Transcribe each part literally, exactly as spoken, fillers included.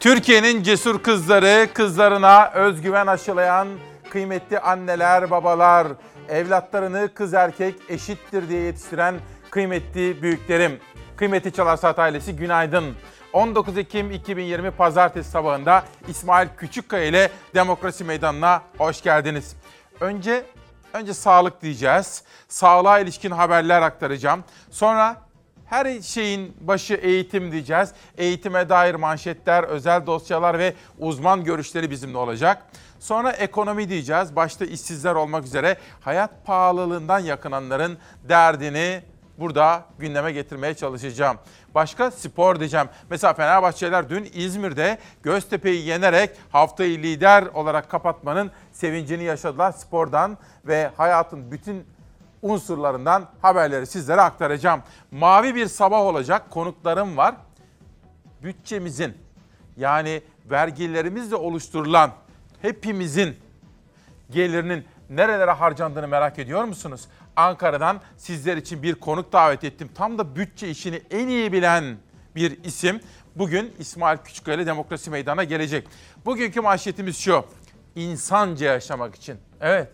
Türkiye'nin cesur kızları, kızlarına özgüven aşılayan kıymetli anneler, babalar, evlatlarını kız erkek eşittir diye yetiştiren kıymetli büyüklerim. Kıymetli Çalar Saat ailesi günaydın. on dokuz Ekim iki bin yirmi Pazartesi sabahında İsmail Küçükkaya ile Demokrasi Meydanı'na hoş geldiniz. Önce önce sağlık diyeceğiz. Sağlığa ilişkin haberler aktaracağım. Sonra her şeyin başı eğitim diyeceğiz. Eğitime dair manşetler, özel dosyalar ve uzman görüşleri bizimle olacak. Sonra ekonomi diyeceğiz. Başta işsizler olmak üzere hayat pahalılığından yakınanların derdini burada gündeme getirmeye çalışacağım. Başka spor diyeceğim. Mesela Fenerbahçeliler dün İzmir'de Göztepe'yi yenerek haftayı lider olarak kapatmanın sevincini yaşadılar. Spordan ve hayatın bütün unsurlarından haberleri sizlere aktaracağım. Mavi bir sabah olacak, konuklarım var. Bütçemizin, yani vergilerimizle oluşturulan hepimizin gelirinin nerelere harcandığını merak ediyor musunuz? Ankara'dan sizler için bir konuk davet ettim. Tam da bütçe işini en iyi bilen bir isim. Bugün İsmail Küçükkaya ile Demokrasi Meydanı'na gelecek. Bugünkü manşetimiz şu: İnsanca yaşamak için. Evet.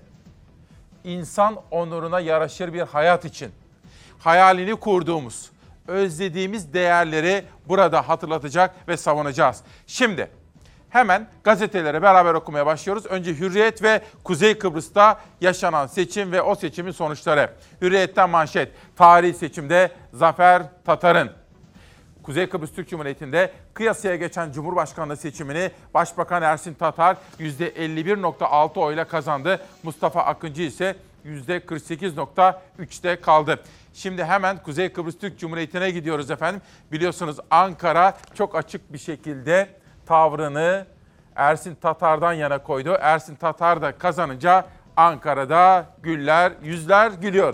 İnsan onuruna yaraşır bir hayat için hayalini kurduğumuz, özlediğimiz değerleri burada hatırlatacak ve savunacağız. Şimdi hemen gazetelere beraber okumaya başlıyoruz. Önce Hürriyet ve Kuzey Kıbrıs'ta yaşanan seçim ve o seçimin sonuçları. Hürriyet'ten manşet: tarihi seçimde Zafer Tatar'ın. Kuzey Kıbrıs Türk Cumhuriyeti'nde kıyasaya geçen Cumhurbaşkanlığı seçimini Başbakan Ersin Tatar yüzde elli bir virgül altı oyla kazandı. Mustafa Akıncı ise yüzde kırk sekiz virgül üçte kaldı. Şimdi hemen Kuzey Kıbrıs Türk Cumhuriyeti'ne gidiyoruz efendim. Biliyorsunuz Ankara çok açık bir şekilde tavrını Ersin Tatar'dan yana koydu. Ersin Tatar da kazanınca Ankara'da güller, yüzler gülüyor.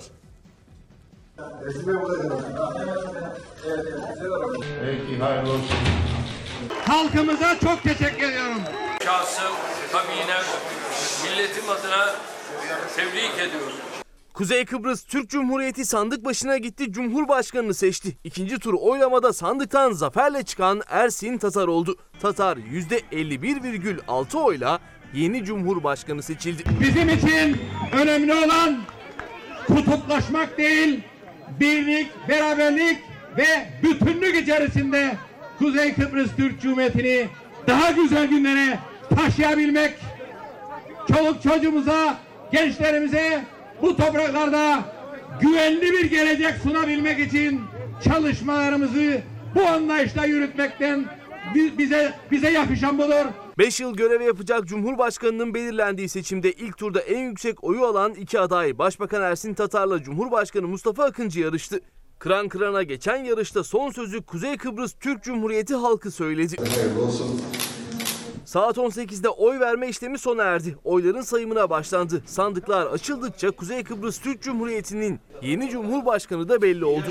Peki, hayırlı olsun. Halkımıza çok teşekkür ediyorum. Şahsım, kabinem, milletim adına tebrik ediyorum. Kuzey Kıbrıs Türk Cumhuriyeti sandık başına gitti, Cumhurbaşkanını seçti. İkinci tur oylamada sandıktan zaferle çıkan Ersin Tatar oldu. Tatar yüzde elli bir virgül altı oyla yeni Cumhurbaşkanı seçildi. Bizim için önemli olan kutuplaşmak değil, birlik, beraberlik ve bütünlük içerisinde Kuzey Kıbrıs Türk Cumhuriyeti'ni daha güzel günlere taşıyabilmek, çoluk çocuğumuza, gençlerimize bu topraklarda güvenli bir gelecek sunabilmek için çalışmalarımızı bu anlayışla yürütmekten bize bize yakışan budur. beş yıl görev yapacak Cumhurbaşkanının belirlendiği seçimde ilk turda en yüksek oyu alan iki aday Başbakan Ersin Tatar'la Cumhurbaşkanı Mustafa Akıncı yarıştı. Kıran kırana geçen yarışta son sözü Kuzey Kıbrıs Türk Cumhuriyeti halkı söyledi. Saat on sekizde oy verme işlemi sona erdi. Oyların sayımına başlandı. Sandıklar açıldıkça Kuzey Kıbrıs Türk Cumhuriyeti'nin yeni Cumhurbaşkanı da belli oldu.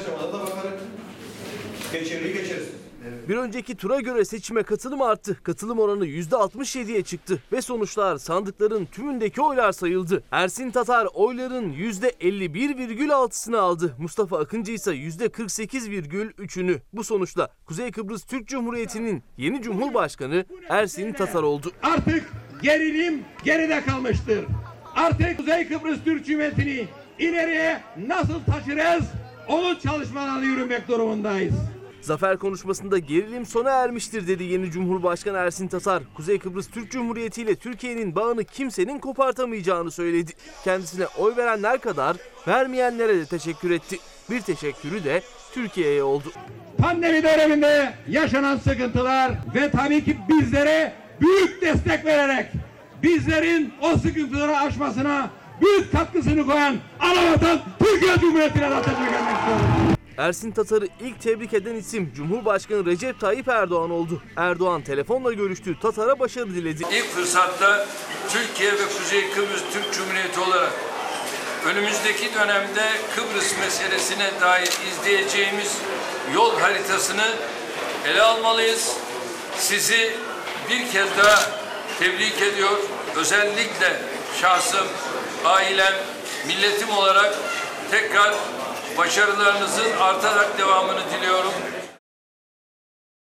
Bir önceki tura göre seçime katılım arttı. Katılım oranı yüzde altmış yediye çıktı ve sonuçlar sandıkların tümündeki oylar sayıldı. Ersin Tatar oyların yüzde elli bir virgül altısını aldı. Mustafa Akıncı ise yüzde kırk sekiz virgül üçünü. Bu sonuçla Kuzey Kıbrıs Türk Cumhuriyeti'nin yeni Cumhurbaşkanı Ersin Tatar oldu. Artık gerilim geride kalmıştır. Artık Kuzey Kıbrıs Türk Cumhuriyeti'ni ileriye nasıl taşırız, onun çalışmalarını yürümek durumundayız. Zafer konuşmasında gerilim sona ermiştir dedi yeni Cumhurbaşkanı Ersin Tatar. Kuzey Kıbrıs Türk Cumhuriyeti ile Türkiye'nin bağını kimsenin kopartamayacağını söyledi. Kendisine oy verenler kadar vermeyenlere de teşekkür etti. Bir teşekkürü de Türkiye'ye oldu. Pandemi döneminde yaşanan sıkıntılar ve tabii ki bizlere büyük destek vererek bizlerin o sıkıntıları aşmasına büyük katkısını koyan anavatan Türkiye Cumhuriyeti'ne de teşekkür etmek istiyorum. Ersin Tatar'ı ilk tebrik eden isim Cumhurbaşkanı Recep Tayyip Erdoğan oldu. Erdoğan telefonla görüştüğü Tatar'a başarı diledi. İlk fırsatta Türkiye ve Kuzey Kıbrıs Türk Cumhuriyeti olarak önümüzdeki dönemde Kıbrıs meselesine dair izleyeceğimiz yol haritasını ele almalıyız. Sizi bir kez daha tebrik ediyor. Özellikle şahsım, ailem, milletim olarak tekrar başarılarınızın artarak devamını diliyorum.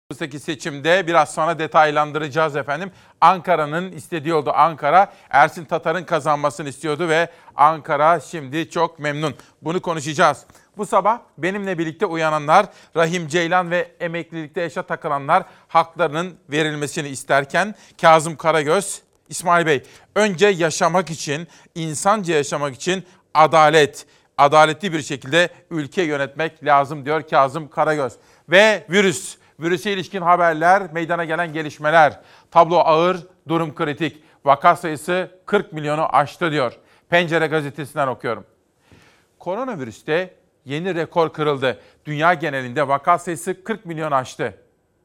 Buradaki seçimde biraz sonra detaylandıracağız efendim. Ankara'nın istediği oldu. Ankara Ersin Tatar'ın kazanmasını istiyordu ve Ankara şimdi çok memnun. Bunu konuşacağız. Bu sabah benimle birlikte uyananlar, Rahim Ceylan ve emeklilikte yaşa takılanlar haklarının verilmesini isterken Kazım Karagöz, İsmail Bey, önce yaşamak için, insanca yaşamak için adalet, adaletli bir şekilde ülke yönetmek lazım diyor Kazım Karagöz. Ve virüs, virüse ilişkin haberler, meydana gelen gelişmeler. Tablo ağır, durum kritik. Vaka sayısı kırk milyonu aştı diyor. Pencere gazetesinden okuyorum. Koronavirüste yeni rekor kırıldı. Dünya genelinde vaka sayısı kırk milyon aştı.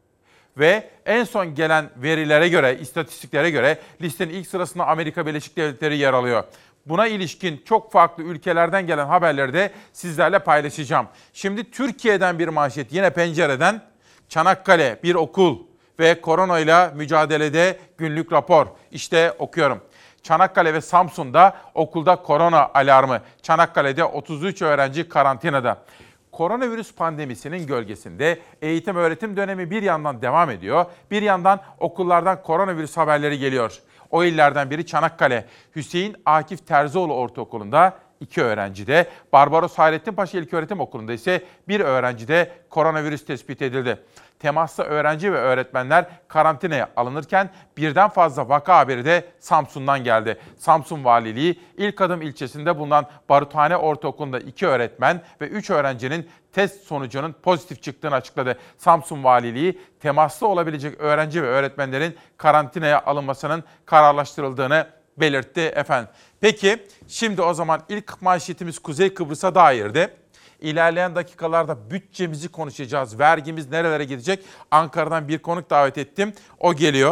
Ve en son gelen verilere göre, istatistiklere göre listenin ilk sırasında Amerika Birleşik Devletleri yer alıyor. Buna ilişkin çok farklı ülkelerden gelen haberleri de sizlerle paylaşacağım. Şimdi Türkiye'den bir manşet, yine pencereden Çanakkale bir okul ve koronayla mücadelede günlük rapor. İşte okuyorum. Çanakkale ve Samsun'da okulda korona alarmı. Çanakkale'de otuz üç öğrenci karantinada. Koronavirüs pandemisinin gölgesinde eğitim öğretim dönemi bir yandan devam ediyor, bir yandan okullardan koronavirüs haberleri geliyor. O illerden biri Çanakkale. Hüseyin Akif Terzioğlu Ortaokulu'nda iki öğrencide, Barbaros Hayrettin Paşa İlköğretim Okulu'nda ise bir öğrencide koronavirüs tespit edildi. Temaslı öğrenci ve öğretmenler karantinaya alınırken birden fazla vaka haberi de Samsun'dan geldi. Samsun Valiliği İlk Adım ilçesinde bulunan Baruthane Ortaokulu'nda iki öğretmen ve üç öğrencinin test sonucunun pozitif çıktığını açıkladı. Samsun Valiliği temaslı olabilecek öğrenci ve öğretmenlerin karantinaya alınmasının kararlaştırıldığını belirtti efendim. Peki şimdi o zaman ilk manşetimiz Kuzey Kıbrıs'a dairdi. İlerleyen dakikalarda bütçemizi konuşacağız. Vergimiz nerelere gidecek? Ankara'dan bir konuk davet ettim. O geliyor.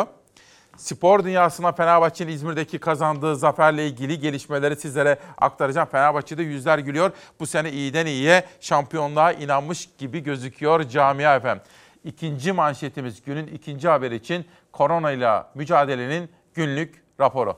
Spor dünyasına Fenerbahçe'nin İzmir'deki kazandığı zaferle ilgili gelişmeleri sizlere aktaracağım. Fenerbahçe'de yüzler gülüyor. Bu sene iyiden iyiye şampiyonluğa inanmış gibi gözüküyor camia efendim. İkinci manşetimiz, günün ikinci haberi için koronayla mücadelenin günlük raporu.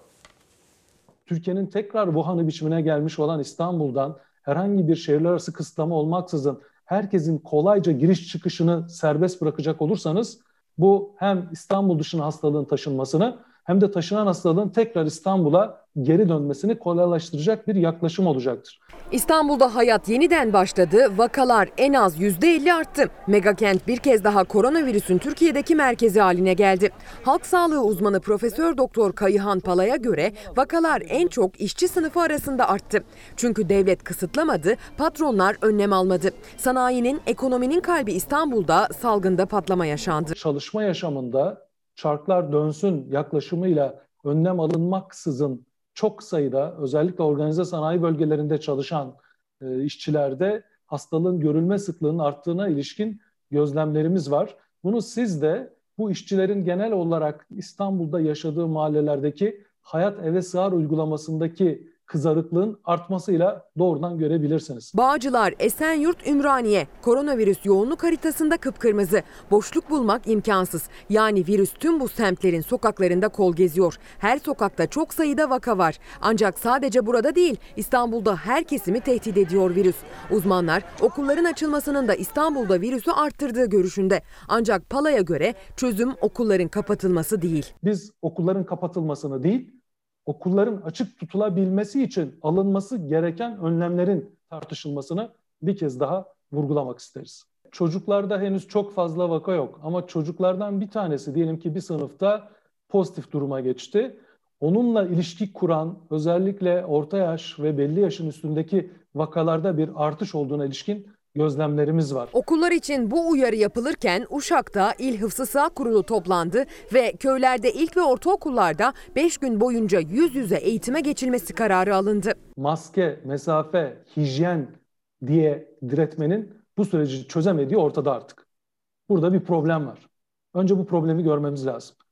Türkiye'nin tekrar Wuhan'ı biçimine gelmiş olan İstanbul'dan herhangi bir şehirler arası kısıtlama olmaksızın herkesin kolayca giriş çıkışını serbest bırakacak olursanız bu hem İstanbul dışına hastalığın taşınmasını hem de taşınan hastalığın tekrar İstanbul'a geri dönmesini kolaylaştıracak bir yaklaşım olacaktır. İstanbul'da hayat yeniden başladı, vakalar en az yüzde elli arttı. Megakent bir kez daha koronavirüsün Türkiye'deki merkezi haline geldi. Halk sağlığı uzmanı Profesör Doktor Kayıhan Pala'ya göre vakalar en çok işçi sınıfı arasında arttı. Çünkü devlet kısıtlamadı, patronlar önlem almadı. Sanayinin, ekonominin kalbi İstanbul'da salgında patlama yaşandı. Çalışma yaşamında çarklar dönsün yaklaşımıyla önlem alınmaksızın çok sayıda özellikle organize sanayi bölgelerinde çalışan e, işçilerde hastalığın görülme sıklığının arttığına ilişkin gözlemlerimiz var. Bunu siz de bu işçilerin genel olarak İstanbul'da yaşadığı mahallelerdeki hayat eve sığar uygulamasındaki kızarıklığın artmasıyla doğrudan görebilirsiniz. Bağcılar, Esenyurt, Ümraniye. Koronavirüs yoğunluk haritasında kıpkırmızı. Boşluk bulmak imkansız. Yani virüs tüm bu semtlerin sokaklarında kol geziyor. Her sokakta çok sayıda vaka var. Ancak sadece burada değil, İstanbul'da her kesimi tehdit ediyor virüs. Uzmanlar okulların açılmasının da İstanbul'da virüsü arttırdığı görüşünde. Ancak Pala'ya göre çözüm okulların kapatılması değil. Biz okulların kapatılmasını değil, okulların açık tutulabilmesi için alınması gereken önlemlerin tartışılmasını bir kez daha vurgulamak isteriz. Çocuklarda henüz çok fazla vaka yok ama çocuklardan bir tanesi diyelim ki bir sınıfta pozitif duruma geçti. Onunla ilişki kuran özellikle orta yaş ve belli yaşın üstündeki vakalarda bir artış olduğuna ilişkin gözlemlerimiz var. Okullar için bu uyarı yapılırken Uşak'ta İl Hıfzı Sıha Kurulu toplandı ve köylerde ilk ve ortaokullarda beş gün boyunca yüz yüze eğitime geçilmesi kararı alındı. Maske, mesafe, hijyen diye diretmenin bu süreci çözemediği ortada artık. Burada bir problem var. Önce bu problemi görmemiz lazım.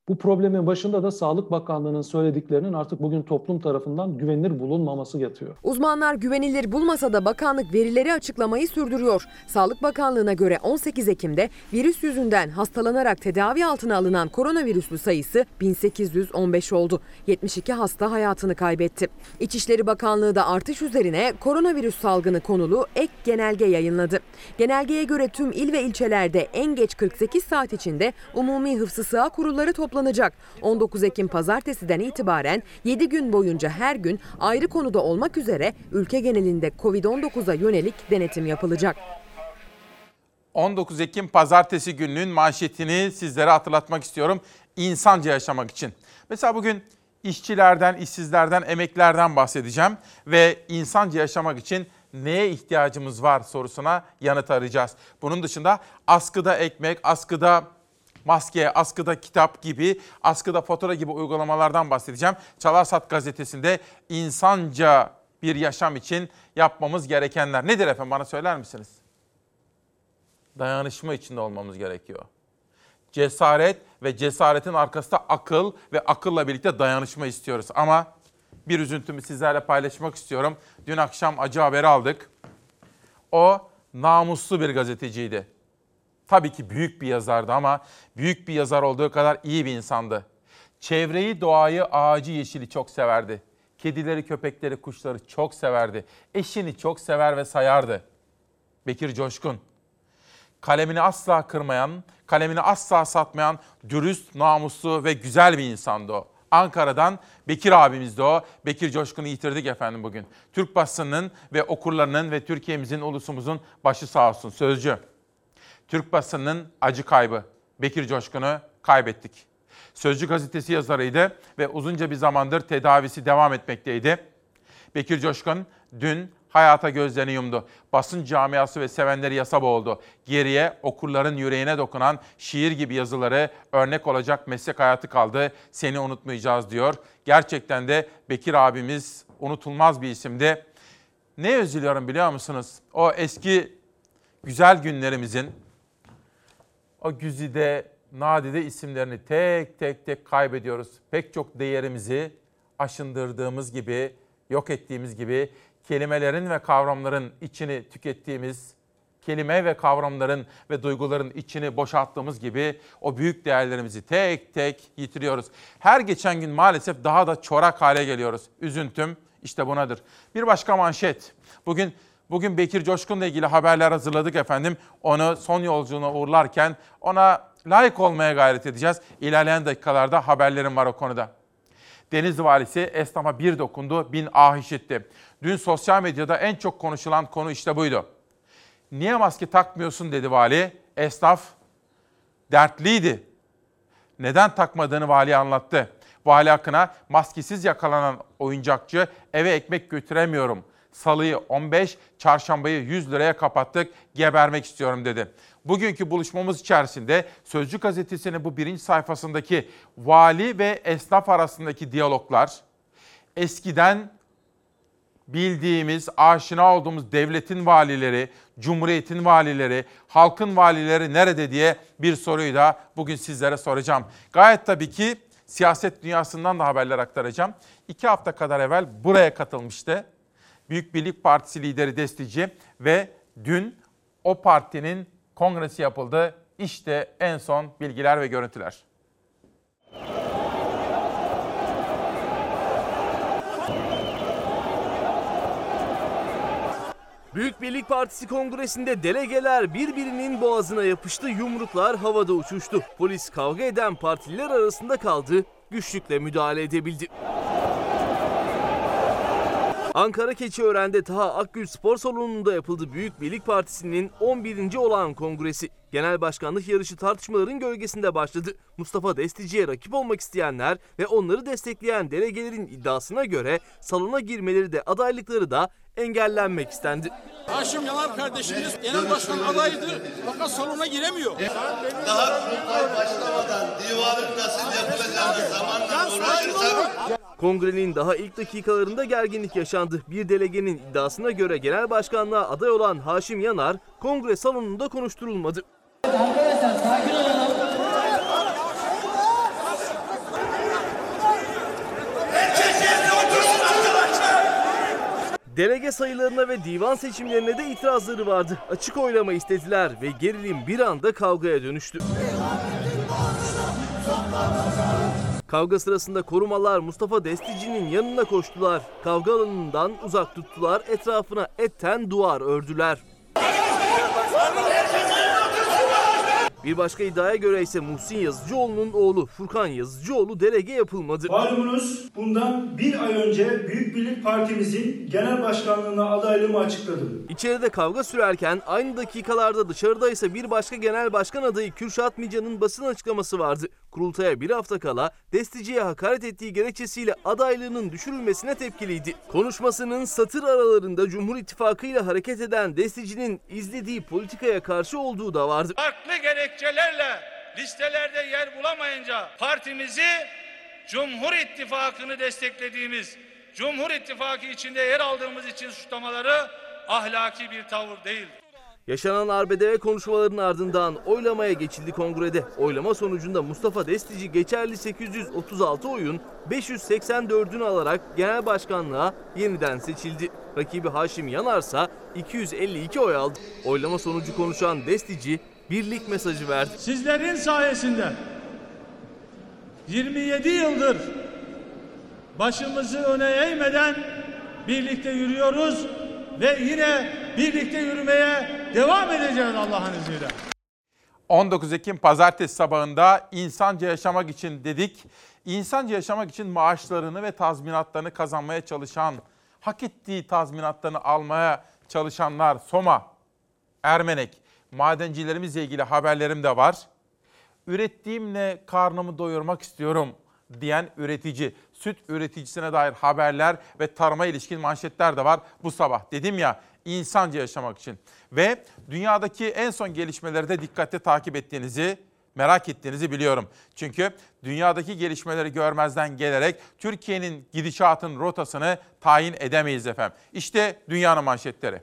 Bu problemin başında da Sağlık Bakanlığı'nın söylediklerinin artık bugün toplum tarafından güvenilir bulunmaması yatıyor. Uzmanlar güvenilir bulmasa da bakanlık verileri açıklamayı sürdürüyor. Sağlık Bakanlığı'na göre on sekiz Ekim'de virüs yüzünden hastalanarak tedavi altına alınan koronavirüslü sayısı bin sekiz yüz on beş oldu. yetmiş iki hasta hayatını kaybetti. İçişleri Bakanlığı da artış üzerine koronavirüs salgını konulu ek genelge yayınladı. Genelgeye göre tüm il ve ilçelerde en geç kırk sekiz saat içinde umumi hıfzı sıha kurulları toplanacak. on dokuz Ekim pazartesiden itibaren yedi gün boyunca her gün ayrı konuda olmak üzere ülke genelinde kovid on dokuza yönelik denetim yapılacak. on dokuz Ekim pazartesi gününün manşetini sizlere hatırlatmak istiyorum. İnsanca yaşamak için. Mesela bugün işçilerden, işsizlerden, emeklilerden bahsedeceğim ve insanca yaşamak için neye ihtiyacımız var sorusuna yanıt arayacağız. Bunun dışında askıda ekmek, askıda maske, askıda kitap gibi, askıda fatura gibi uygulamalardan bahsedeceğim. Çalarsat gazetesinde insanca bir yaşam için yapmamız gerekenler nedir efendim, bana söyler misiniz? Dayanışma içinde olmamız gerekiyor. Cesaret ve cesaretin arkasında akıl ve akılla birlikte dayanışma istiyoruz. Ama bir üzüntümü sizlerle paylaşmak istiyorum. Dün akşam acı haberi aldık. O namuslu bir gazeteciydi. Tabii ki büyük bir yazardı ama büyük bir yazar olduğu kadar iyi bir insandı. Çevreyi, doğayı, ağacı, yeşili çok severdi. Kedileri, köpekleri, kuşları çok severdi. Eşini çok sever ve sayardı. Bekir Coşkun. Kalemini asla kırmayan, kalemini asla satmayan, dürüst, namuslu ve güzel bir insandı o. Ankara'dan Bekir abimizdi o. Bekir Coşkun'u yitirdik efendim bugün. Türk basınının ve okurlarının ve Türkiye'mizin, ulusumuzun başı sağ olsun. Sözcü. Türk basınının acı kaybı. Bekir Coşkun'u kaybettik. Sözcü gazetesi yazarıydı ve uzunca bir zamandır tedavisi devam etmekteydi. Bekir Coşkun dün hayata gözlerini yumdu. Basın camiası ve sevenleri yasa boğuldu. Geriye okurların yüreğine dokunan şiir gibi yazıları, örnek olacak meslek hayatı kaldı. Seni unutmayacağız diyor. Gerçekten de Bekir abimiz unutulmaz bir isimdi. Ne üzülüyorum biliyor musunuz? O eski güzel günlerimizin, o güzide, nadide isimlerini tek tek tek kaybediyoruz. Pek çok değerimizi aşındırdığımız gibi, yok ettiğimiz gibi, kelimelerin ve kavramların içini tükettiğimiz, kelime ve kavramların ve duyguların içini boşalttığımız gibi o büyük değerlerimizi tek tek yitiriyoruz. Her geçen gün maalesef daha da çorak hale geliyoruz. Üzüntüm işte bunadır. Bir başka manşet. Bugün bugün Bekir Coşkun'la ilgili haberler hazırladık efendim. Onu son yolculuğuna uğurlarken ona layık olmaya gayret edeceğiz. İlerleyen dakikalarda haberlerim var o konuda. Denizli valisi esnafa bir dokundu, bin ah işitti. Dün sosyal medyada en çok konuşulan konu işte buydu. Niye maske takmıyorsun dedi vali. Esnaf dertliydi. Neden takmadığını vali anlattı. Vali Akın'a maskesiz yakalanan oyuncakçı eve ekmek götüremiyorum. Salıyı on beş, çarşambayı yüz liraya kapattık, gebermek istiyorum dedi. Bugünkü buluşmamız içerisinde Sözcü gazetesinin bu birinci sayfasındaki vali ve esnaf arasındaki diyaloglar, eskiden bildiğimiz, aşina olduğumuz devletin valileri, cumhuriyetin valileri, halkın valileri nerede diye bir soruyu da bugün sizlere soracağım. Gayet tabii ki siyaset dünyasından da haberler aktaracağım. İki hafta kadar evvel buraya katılmıştı Büyük Birlik Partisi lideri Destici ve dün o partinin kongresi yapıldı. İşte en son bilgiler ve görüntüler. Büyük Birlik Partisi kongresinde delegeler birbirinin boğazına yapıştı, yumruklar havada uçuştu. Polis kavga eden partililer arasında kaldı, güçlükle müdahale edebildi. Ankara Keçiören'de Taha Akgül Spor Salonu'nda yapıldı Büyük Birlik Partisi'nin on birinci olağan kongresi. Genel başkanlık yarışı tartışmaların gölgesinde başladı. Mustafa Destici'ye rakip olmak isteyenler ve onları destekleyen delegelerin iddiasına göre salona girmeleri de adaylıkları da engellenmek istendi. Haşim Yanar kardeşimiz genel başkan adayıdır fakat salona giremiyor. Daha kurultay başlamadan divanın nasıl yapılacağını zamanla uğraşırsak... Kongrenin daha ilk dakikalarında gerginlik yaşandı. Bir delegenin iddiasına göre genel başkanlığa aday olan Haşim Yanar kongre salonunda konuşturulmadı. Arkadaşlar sakin olalım. Delege sayılarına ve divan seçimlerine de itirazları vardı. Açık oylama istediler ve gerilim bir anda kavgaya dönüştü. Kavga sırasında korumalar Mustafa Destici'nin yanına koştular. Kavga alanından uzak tuttular, etrafına etten duvar ördüler. Bir başka iddiaya göre ise Muhsin Yazıcıoğlu'nun oğlu Furkan Yazıcıoğlu delege yapılmadı. Malumunuz bundan bir ay önce Büyük Birlik Partimizin genel başkanlığına adaylığımı açıkladım. İçeride kavga sürerken aynı dakikalarda dışarıda ise bir başka genel başkan adayı Kürşat Mican'ın basın açıklaması vardı. Kurultaya bir hafta kala Destici'ye hakaret ettiği gerekçesiyle adaylığının düşürülmesine tepkiliydi. Konuşmasının satır aralarında Cumhur İttifakı ile hareket eden Destici'nin izlediği politikaya karşı olduğu da vardı. Farklı gerekçelerle listelerde yer bulamayınca partimizi Cumhur İttifakı'nı desteklediğimiz, Cumhur İttifakı içinde yer aldığımız için suçlamaları ahlaki bir tavır değil. Yaşanan arbede ve konuşmaların ardından oylamaya geçildi kongrede. Oylama sonucunda Mustafa Destici geçerli sekiz yüz otuz altı oyun beş yüz seksen dördünü alarak genel başkanlığa yeniden seçildi. Rakibi Haşim Yanarsa iki yüz elli iki oy aldı. Oylama sonucu konuşan Destici birlik mesajı verdi. Sizlerin sayesinde yirmi yedi yıldır başımızı öne eğmeden birlikte yürüyoruz ve yine birlikte yürümeye devam edeceğiz Allah'ın izniyle. on dokuz Ekim Pazartesi sabahında insanca yaşamak için dedik. İnsanca yaşamak için maaşlarını ve tazminatlarını kazanmaya çalışan, hak ettiği tazminatlarını almaya çalışanlar, Soma, Ermenek, madencilerimizle ilgili haberlerim de var. Ürettiğimle karnımı doyurmak istiyorum diyen üretici, süt üreticisine dair haberler ve tarıma ilişkin manşetler de var bu sabah. Dedim ya, insanca yaşamak için. Ve dünyadaki en son gelişmeleri de dikkatle takip ettiğinizi, merak ettiğinizi biliyorum. Çünkü dünyadaki gelişmeleri görmezden gelerek Türkiye'nin gidişatın rotasını tayin edemeyiz efendim. İşte dünyanın manşetleri.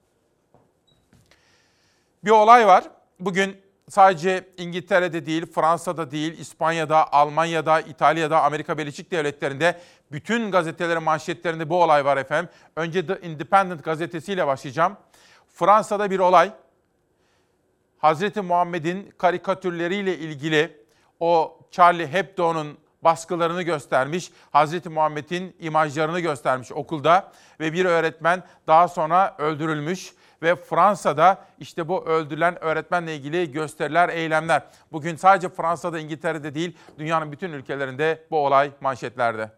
Bir olay var. Bugün sadece İngiltere'de değil, Fransa'da değil, İspanya'da, Almanya'da, İtalya'da, Amerika Birleşik Devletleri'nde bütün gazetelerin manşetlerinde bu olay var efendim. Önce The Independent gazetesiyle başlayacağım. Fransa'da bir olay. Hazreti Muhammed'in karikatürleriyle ilgili o Charlie Hebdo'nun baskılarını göstermiş, Hazreti Muhammed'in imajlarını göstermiş okulda ve bir öğretmen daha sonra öldürülmüş. Ve Fransa'da işte bu öldürülen öğretmenle ilgili gösteriler, eylemler. Bugün sadece Fransa'da, İngiltere'de değil, dünyanın bütün ülkelerinde bu olay manşetlerde.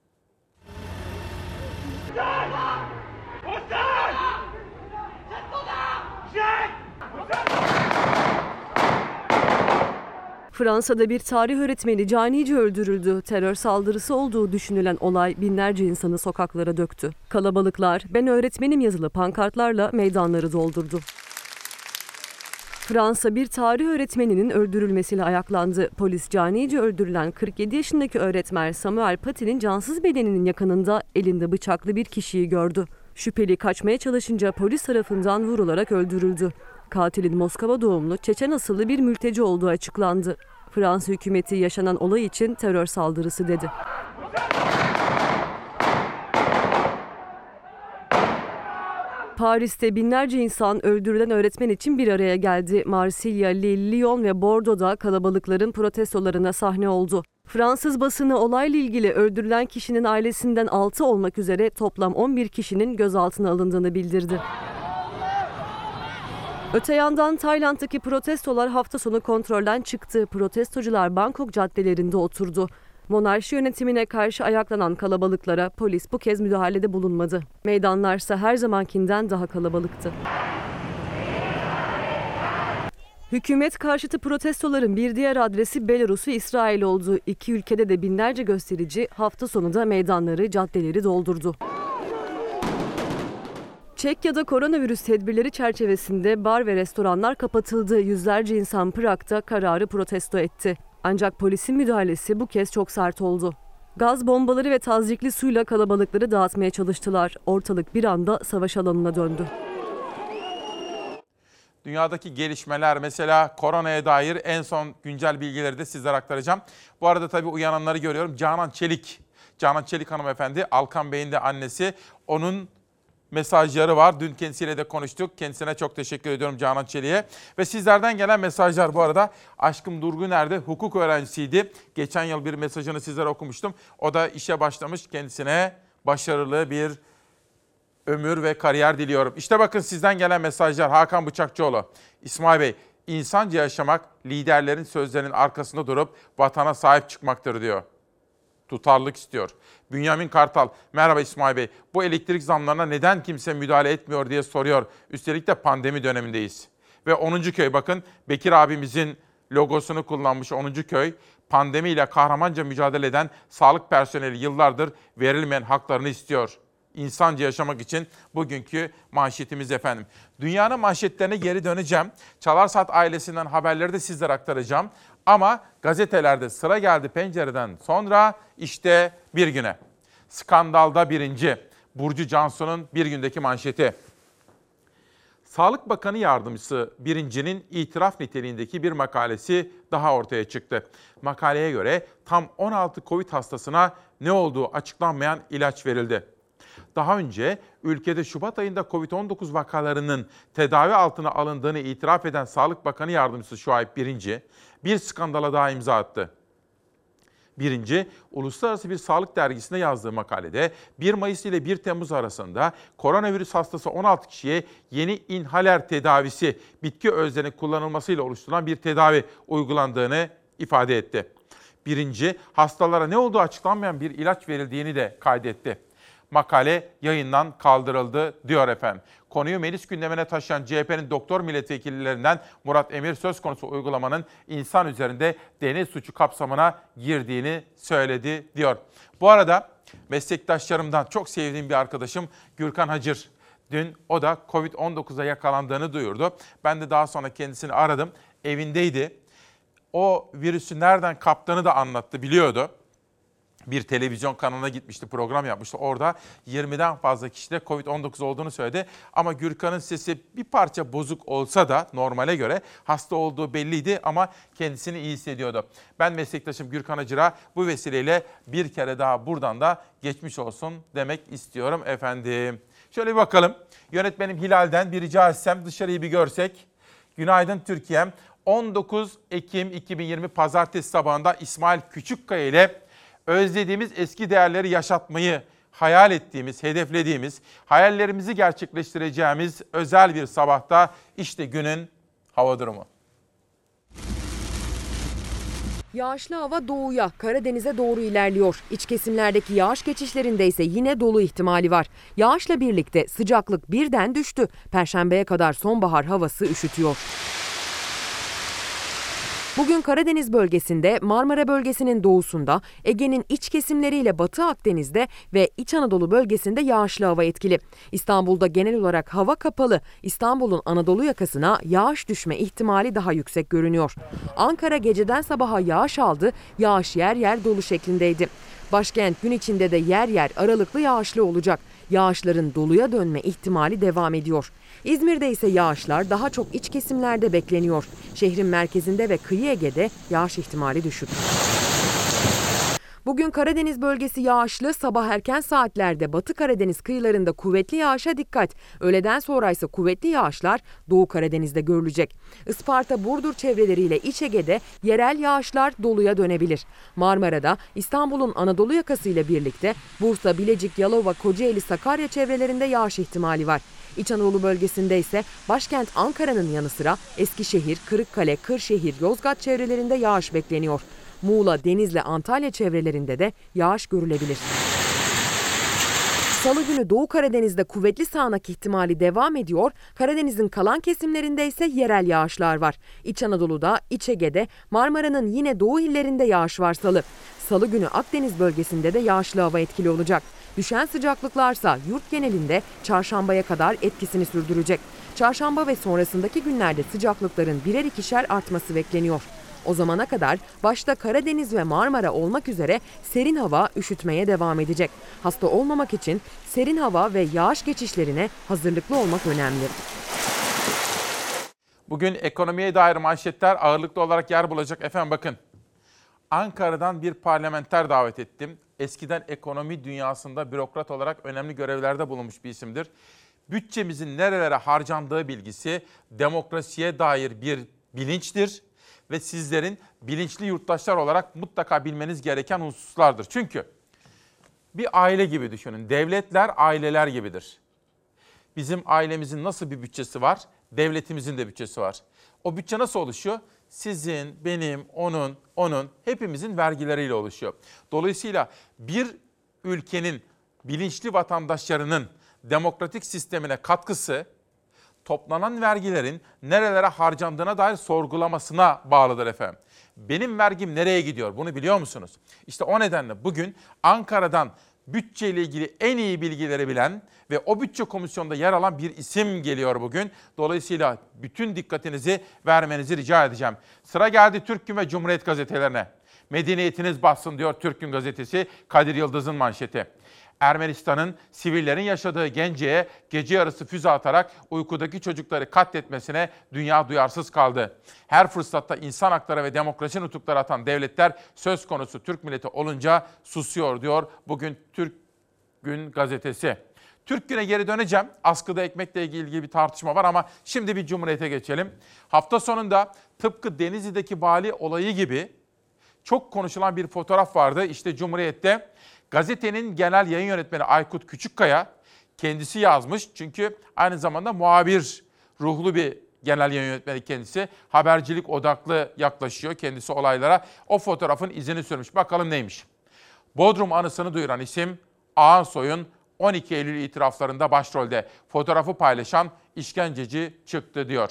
Fransa'da bir tarih öğretmeni canice öldürüldü. Terör saldırısı olduğu düşünülen olay binlerce insanı sokaklara döktü. Kalabalıklar "Ben öğretmenim" yazılı pankartlarla meydanları doldurdu. Fransa bir tarih öğretmeninin öldürülmesiyle ayaklandı. Polis canice öldürülen kırk yedi yaşındaki öğretmen Samuel Paty'nin cansız bedeninin yakınında elinde bıçaklı bir kişiyi gördü. Şüpheli kaçmaya çalışınca polis tarafından vurularak öldürüldü. Katilin Moskova doğumlu Çeçen asıllı bir mülteci olduğu açıklandı. Fransa hükümeti yaşanan olay için terör saldırısı dedi. Paris'te binlerce insan öldürülen öğretmen için bir araya geldi. Marsilya, Lille, Lyon ve Bordeaux'da kalabalıkların protestolarına sahne oldu. Fransız basını olayla ilgili öldürülen kişinin ailesinden altı olmak üzere toplam on bir kişinin gözaltına alındığını bildirdi. Öte yandan Tayland'daki protestolar hafta sonu kontrolden çıktı. Protestocular Bangkok caddelerinde oturdu. Monarşi yönetimine karşı ayaklanan kalabalıklara polis bu kez müdahalede bulunmadı. Meydanlarsa her zamankinden daha kalabalıktı. Hükümet karşıtı protestoların bir diğer adresi Belarus ve İsrail oldu. İki ülkede de binlerce gösterici hafta sonu da meydanları, caddeleri doldurdu. Çekya'da koronavirüs tedbirleri çerçevesinde bar ve restoranlar kapatıldı. Yüzlerce insan Prag'da kararı protesto etti. Ancak polisin müdahalesi bu kez çok sert oldu. Gaz bombaları ve tazyikli suyla kalabalıkları dağıtmaya çalıştılar. Ortalık bir anda savaş alanına döndü. Dünyadaki gelişmeler, mesela koronaya dair en son güncel bilgileri de sizlere aktaracağım. Bu arada tabii uyananları görüyorum. Canan Çelik, Canan Çelik hanımefendi, Alkan Bey'in de annesi. Onun mesajları var. Dün kendisiyle de konuştuk. Kendisine çok teşekkür ediyorum, Canan Çelik'e. Ve sizlerden gelen mesajlar bu arada. Aşkım Durguner'de hukuk öğrencisiydi. Geçen yıl bir mesajını sizlere okumuştum. O da işe başlamış. Kendisine başarılı bir ömür ve kariyer diliyorum. İşte bakın sizden gelen mesajlar. Hakan Bıçakçıoğlu. İsmail Bey, insanca yaşamak liderlerin sözlerinin arkasında durup vatana sahip çıkmaktır diyor. Tutarlılık istiyor. Bünyamin Kartal, merhaba İsmail Bey. Bu elektrik zamlarına neden kimse müdahale etmiyor diye soruyor. Üstelik de pandemi dönemindeyiz. Ve onuncu köy, bakın Bekir abimizin logosunu kullanmış onuncu köy. Pandemiyle kahramanca mücadele eden sağlık personeli yıllardır verilmeyen haklarını istiyor. İnsanca yaşamak için bugünkü manşetimiz efendim. Dünyanın manşetlerine geri döneceğim. Çalarsat ailesinden haberleri de sizlere aktaracağım. Ama gazetelerde sıra geldi pencereden sonra işte bir güne. Skandalda birinci. Burcu Cansu'nun bir gündeki manşeti. Sağlık Bakanı Yardımcısı Birinci'nin itiraf niteliğindeki bir makalesi daha ortaya çıktı. Makaleye göre tam on altı Covid hastasına ne olduğu açıklanmayan ilaç verildi. Daha önce ülkede Şubat ayında Covid on dokuz vakalarının tedavi altına alındığını itiraf eden Sağlık Bakanı Yardımcısı Şuayb Birinci bir skandala daha imza attı. Birinci, uluslararası bir sağlık dergisinde yazdığı makalede bir Mayıs ile bir Temmuz arasında koronavirüs hastası on altı kişiye yeni inhaler tedavisi bitki özlerinin kullanılmasıyla oluşturulan bir tedavi uygulandığını ifade etti. Birinci, hastalara ne olduğu açıklanmayan bir ilaç verildiğini de kaydetti. Makale yayından kaldırıldı diyor efendim. Konuyu meclis gündemine taşıyan C H P'nin doktor milletvekillerinden Murat Emir söz konusu uygulamanın insan üzerinde deney suçu kapsamına girdiğini söyledi diyor. Bu arada meslektaşlarımdan çok sevdiğim bir arkadaşım Gürkan Hacır. Dün o da Covid on dokuza yakalandığını duyurdu. Ben de daha sonra kendisini aradım. Evindeydi. O virüsü nereden kaptığını da anlattı, biliyordu. Bir televizyon kanalına gitmişti, program yapmıştı. Orada yirmiden fazla kişide Covid on dokuz olduğunu söyledi. Ama Gürkan'ın sesi bir parça bozuk olsa da normale göre hasta olduğu belliydi ama kendisini iyi hissediyordu. Ben meslektaşım Gürkan Hacır'a bu vesileyle bir kere daha buradan da geçmiş olsun demek istiyorum efendim. Şöyle bir bakalım. Yönetmenim Hilal'den bir rica etsem dışarıyı bir görsek. Günaydın Türkiye'm. on dokuz Ekim iki bin yirmi Pazartesi sabahında İsmail Küçükkaya ile özlediğimiz eski değerleri yaşatmayı hayal ettiğimiz, hedeflediğimiz, hayallerimizi gerçekleştireceğimiz özel bir sabahta işte günün hava durumu. Yağışlı hava doğuya, Karadeniz'e doğru ilerliyor. İç kesimlerdeki yağış geçişlerinde ise yine dolu ihtimali var. Yağışla birlikte sıcaklık birden düştü. Perşembeye kadar sonbahar havası üşütüyor. Bugün Karadeniz bölgesinde, Marmara bölgesinin doğusunda, Ege'nin iç kesimleriyle Batı Akdeniz'de ve İç Anadolu bölgesinde yağışlı hava etkili. İstanbul'da genel olarak hava kapalı. İstanbul'un Anadolu yakasına yağış düşme ihtimali daha yüksek görünüyor. Ankara geceden sabaha yağış aldı, yağış yer yer dolu şeklindeydi. Başkent gün içinde de yer yer aralıklı yağışlı olacak. Yağışların doluya dönme ihtimali devam ediyor. İzmir'de ise yağışlar daha çok iç kesimlerde bekleniyor. Şehrin merkezinde ve kıyı Ege'de yağış ihtimali düşük. Bugün Karadeniz bölgesi yağışlı, sabah erken saatlerde Batı Karadeniz kıyılarında kuvvetli yağışa dikkat. Öğleden sonra ise kuvvetli yağışlar Doğu Karadeniz'de görülecek. Isparta, Burdur çevreleriyle İç Ege'de yerel yağışlar doluya dönebilir. Marmara'da İstanbul'un Anadolu yakasıyla birlikte Bursa, Bilecik, Yalova, Kocaeli, Sakarya çevrelerinde yağış ihtimali var. İç Anadolu bölgesinde ise başkent Ankara'nın yanı sıra Eskişehir, Kırıkkale, Kırşehir, Yozgat çevrelerinde yağış bekleniyor. Muğla, Denizli, Antalya çevrelerinde de yağış görülebilir. Salı günü Doğu Karadeniz'de kuvvetli sağanak ihtimali devam ediyor. Karadeniz'in kalan kesimlerinde ise yerel yağışlar var. İç Anadolu'da, İç Ege'de, Marmara'nın yine doğu illerinde yağış var salı. Salı günü Akdeniz bölgesinde de yağışlı hava etkili olacak. Düşen sıcaklıklarsa yurt genelinde çarşambaya kadar etkisini sürdürecek. Çarşamba ve sonrasındaki günlerde sıcaklıkların birer ikişer artması bekleniyor. O zamana kadar başta Karadeniz ve Marmara olmak üzere serin hava üşütmeye devam edecek. Hasta olmamak için serin hava ve yağış geçişlerine hazırlıklı olmak önemli. Bugün ekonomiye dair manşetler ağırlıklı olarak yer bulacak. Efendim bakın, Ankara'dan bir parlamenter davet ettim. Eskiden ekonomi dünyasında bürokrat olarak önemli görevlerde bulunmuş bir isimdir. bütçemizin nerelere harcandığı bilgisi demokrasiye dair bir bilinçtir ve sizlerin bilinçli yurttaşlar olarak mutlaka bilmeniz gereken hususlardır. Çünkü bir aile gibi düşünün. Devletler aileler gibidir. Bizim ailemizin nasıl bir bütçesi var? Devletimizin de bütçesi var. O bütçe nasıl oluşuyor? Sizin, benim, onun, onun, hepimizin vergileriyle oluşuyor. Dolayısıyla bir ülkenin bilinçli vatandaşlarının demokratik sistemine katkısı, toplanan vergilerin nerelere harcandığına dair sorgulamasına bağlıdır efendim. Benim vergim nereye gidiyor? Bunu biliyor musunuz? İşte o nedenle bugün Ankara'dan bütçeyle ilgili en iyi bilgileri bilen ve o bütçe komisyonunda yer alan bir isim geliyor bugün. Dolayısıyla bütün dikkatinizi vermenizi rica edeceğim. Sıra geldi Türk Gün ve Cumhuriyet gazetelerine. Medeniyetiniz bassın diyor Türk Gün gazetesi, Kadir Yıldız'ın manşeti. Ermenistan'ın sivillerin yaşadığı Gence'ye gece yarısı füze atarak uykudaki çocukları katletmesine dünya duyarsız kaldı. Her fırsatta insan hakları ve demokrasi nutukları atan devletler söz konusu Türk milleti olunca susuyor diyor bugün Türk Gün gazetesi. Türk Gün'e geri döneceğim. Askıda ekmekle ilgili bir tartışma var ama şimdi bir Cumhuriyet'e geçelim. Hafta sonunda tıpkı Denizli'deki Bali olayı gibi çok konuşulan bir fotoğraf vardı. İşte Cumhuriyet'te gazetenin genel yayın yönetmeni Aykut Küçükkaya kendisi yazmış. Çünkü aynı zamanda muhabir ruhlu bir genel yayın yönetmeni kendisi. Habercilik odaklı yaklaşıyor kendisi olaylara. O fotoğrafın izini sürmüş. Bakalım neymiş? Bodrum anısını duyuran isim Ağansoy'un on iki Eylül itiraflarında başrolde. Fotoğrafı paylaşan işkenceci çıktı diyor.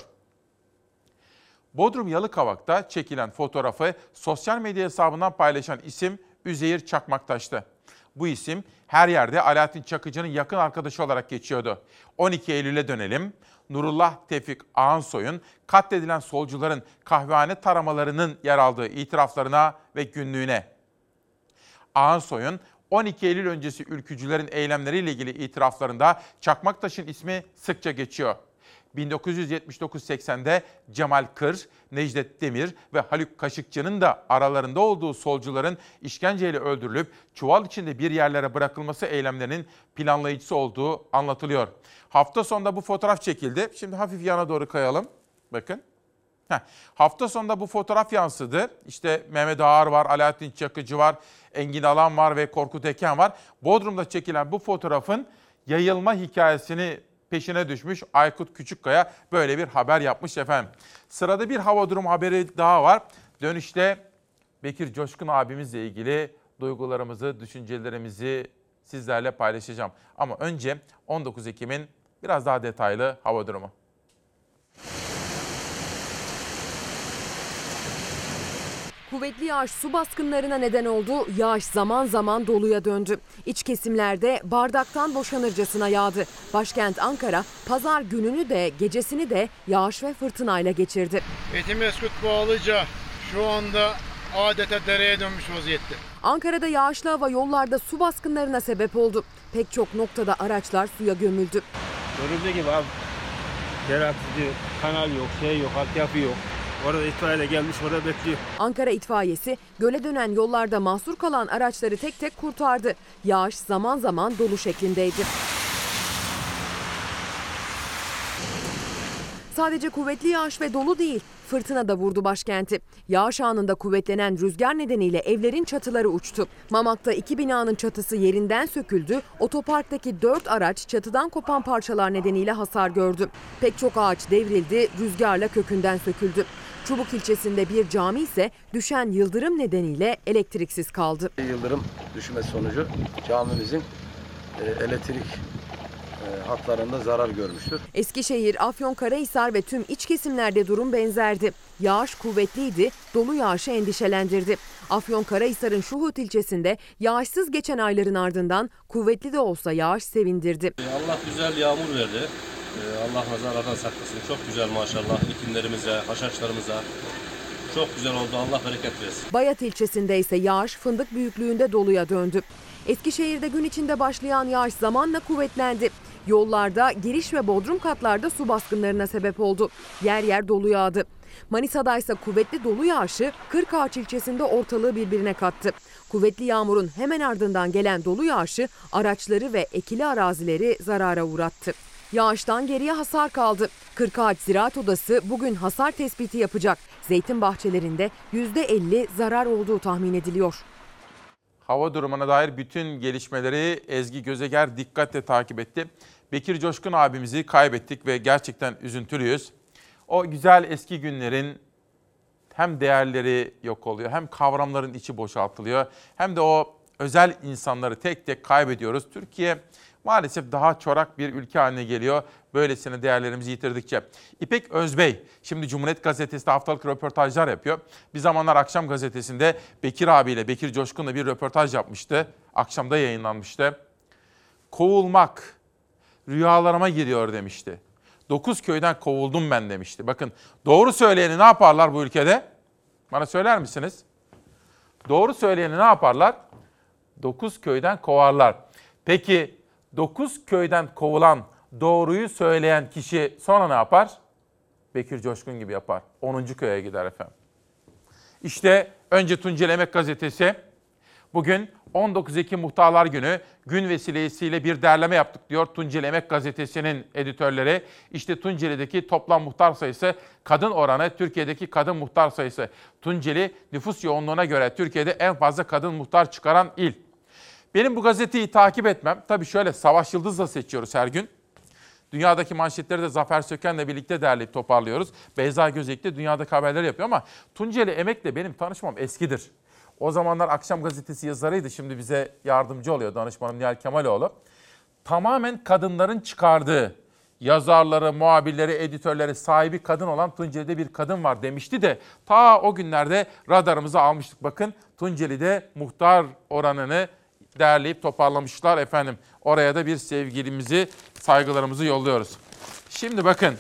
Bodrum Yalıkavak'ta çekilen fotoğrafı sosyal medya hesabından paylaşan isim Üzeyir Çakmaktaş'tı. Bu isim her yerde Alaaddin Çakıcı'nın yakın arkadaşı olarak geçiyordu. on iki Eylül'e dönelim. Nurullah Tevfik Ağansoy'un katledilen solcuların kahvehane taramalarının yer aldığı itiraflarına ve günlüğüne. Ağansoy'un on iki Eylül öncesi ülkücülerin eylemleriyle ilgili itiraflarında Çakmaktaş'ın ismi sıkça geçiyor. bin dokuz yüz yetmiş dokuz seksende Cemal Kır, Necdet Demir ve Haluk Kaşıkçı'nın da aralarında olduğu solcuların işkenceyle öldürülüp çuval içinde bir yerlere bırakılması eylemlerinin planlayıcısı olduğu anlatılıyor. Hafta sonunda bu fotoğraf çekildi. Şimdi hafif yana doğru kayalım. Bakın. Heh. Hafta sonunda bu fotoğraf yansıdı. İşte Mehmet Ağar var, Alaaddin Çakıcı var, Engin Alan var ve Korkut Eken var. Bodrum'da çekilen bu fotoğrafın yayılma hikayesini peşine düşmüş Aykut Küçükkaya böyle bir haber yapmış efendim. Sırada bir hava durumu haberi daha var. Dönüşte Bekir Coşkun abimizle ilgili duygularımızı, düşüncelerimizi sizlerle paylaşacağım. Ama önce on dokuz Ekim'in biraz daha detaylı hava durumu. Kuvvetli yağış su baskınlarına neden oldu. Yağış zaman zaman doluya döndü. İç kesimlerde bardaktan boşanırcasına yağdı. Başkent Ankara pazar gününü de gecesini de yağış ve fırtınayla geçirdi. Etimeskut Bağlıca şu anda adeta dereye dönmüş vaziyette. Ankara'da yağışlı hava yollarda su baskınlarına sebep oldu. Pek çok noktada araçlar suya gömüldü. Görüldüğü gibi abi. Yeraltı kanal yok, şey yok, altyapı yok. Orada itfaiye gelmiş, orada bekliyor. Ankara itfaiyesi göle dönen yollarda mahsur kalan araçları tek tek kurtardı. Yağış zaman zaman dolu şeklindeydi. Sadece kuvvetli yağış ve dolu değil, fırtına da vurdu başkenti. Yağış anında kuvvetlenen rüzgar nedeniyle evlerin çatıları uçtu. Mamak'ta iki binanın çatısı yerinden söküldü. Otoparktaki dört araç çatıdan kopan parçalar nedeniyle hasar gördü. Pek çok ağaç devrildi, rüzgarla kökünden söküldü. Çubuk ilçesinde bir cami ise düşen yıldırım nedeniyle elektriksiz kaldı. Yıldırım düşmesi sonucu camimizin e, elektrik hatlarında zarar görmüştür. Eskişehir, Afyonkarahisar ve tüm iç kesimlerde durum benzerdi. Yağış kuvvetliydi, dolu yağışı endişelendirdi. Afyonkarahisar'ın Şuhut ilçesinde yağışsız geçen ayların ardından kuvvetli de olsa yağış sevindirdi. Allah güzel yağmur verdi. Allah nazarlardan saklasın. Çok güzel maşallah ekinlerimize, haşhaşlarımıza. Çok güzel oldu. Allah bereket versin. Bayat ilçesinde ise yağış fındık büyüklüğünde doluya döndü. Eskişehir'de gün içinde başlayan yağış zamanla kuvvetlendi. Yollarda, giriş ve bodrum katlarda su baskınlarına sebep oldu. Yer yer dolu yağdı. Manisa'da ise kuvvetli dolu yağışı Kırkağaç ilçesinde ortalığı birbirine kattı. Kuvvetli yağmurun hemen ardından gelen dolu yağışı araçları ve ekili arazileri zarara uğrattı. Yağıştan geriye hasar kaldı. Kırkağaç Ziraat Odası bugün hasar tespiti yapacak. Zeytin bahçelerinde yüzde elli zarar olduğu tahmin ediliyor. Hava durumuna dair bütün gelişmeleri Ezgi Gözeger dikkatle takip etti. Bekir Coşkun abimizi kaybettik ve gerçekten üzüntülüyüz. O güzel eski günlerin hem değerleri yok oluyor, hem kavramların içi boşaltılıyor, hem de o özel insanları tek tek kaybediyoruz. Türkiye maalesef daha çorak bir ülke haline geliyor böylesine değerlerimizi yitirdikçe. İpek Özbey şimdi Cumhuriyet Gazetesi'nde haftalık röportajlar yapıyor. Bir zamanlar Akşam Gazetesi'nde Bekir abiyle, Bekir Coşkun'la bir röportaj yapmıştı. Akşamda yayınlanmıştı. Kovulmak rüyalarıma giriyor demişti. Dokuz köyden kovuldum ben demişti. Bakın doğru söyleyeni ne yaparlar bu ülkede? Bana söyler misiniz? Doğru söyleyeni ne yaparlar? Dokuz köyden kovarlar. Peki dokuz köyden kovulan, doğruyu söyleyen kişi sonra ne yapar? Bekir Coşkun gibi yapar. onuncu köye gider efendim. İşte önce Tunceli Emek Gazetesi bugün on dokuz Ekim Muhtarlar Günü gün vesilesiyle bir derleme yaptık diyor Tunceli Emek Gazetesi'nin editörleri. İşte Tunceli'deki toplam muhtar sayısı, kadın oranı, Türkiye'deki kadın muhtar sayısı. Tunceli nüfus yoğunluğuna göre Türkiye'de en fazla kadın muhtar çıkaran il. Benim bu gazeteyi takip etmem, tabii şöyle Savaş Yıldız'la seçiyoruz her gün. Dünyadaki manşetleri de Zafer Söken'le birlikte derleyip toparlıyoruz. Beyza Gözeyik de dünyadaki haberleri yapıyor ama Tunceli Emek'le benim tanışmam eskidir. O zamanlar Akşam Gazetesi yazarıydı, şimdi bize yardımcı oluyor danışmanım Nihal Kemaloğlu. Tamamen kadınların çıkardığı, yazarları, muhabirleri, editörleri, sahibi kadın olan Tunceli'de bir kadın var demişti de ta o günlerde radarımıza almıştık. Bakın Tunceli'de muhtar oranını derleyip toparlamışlar efendim. Oraya da bir sevgilimizi, saygılarımızı yolluyoruz. Şimdi bakın.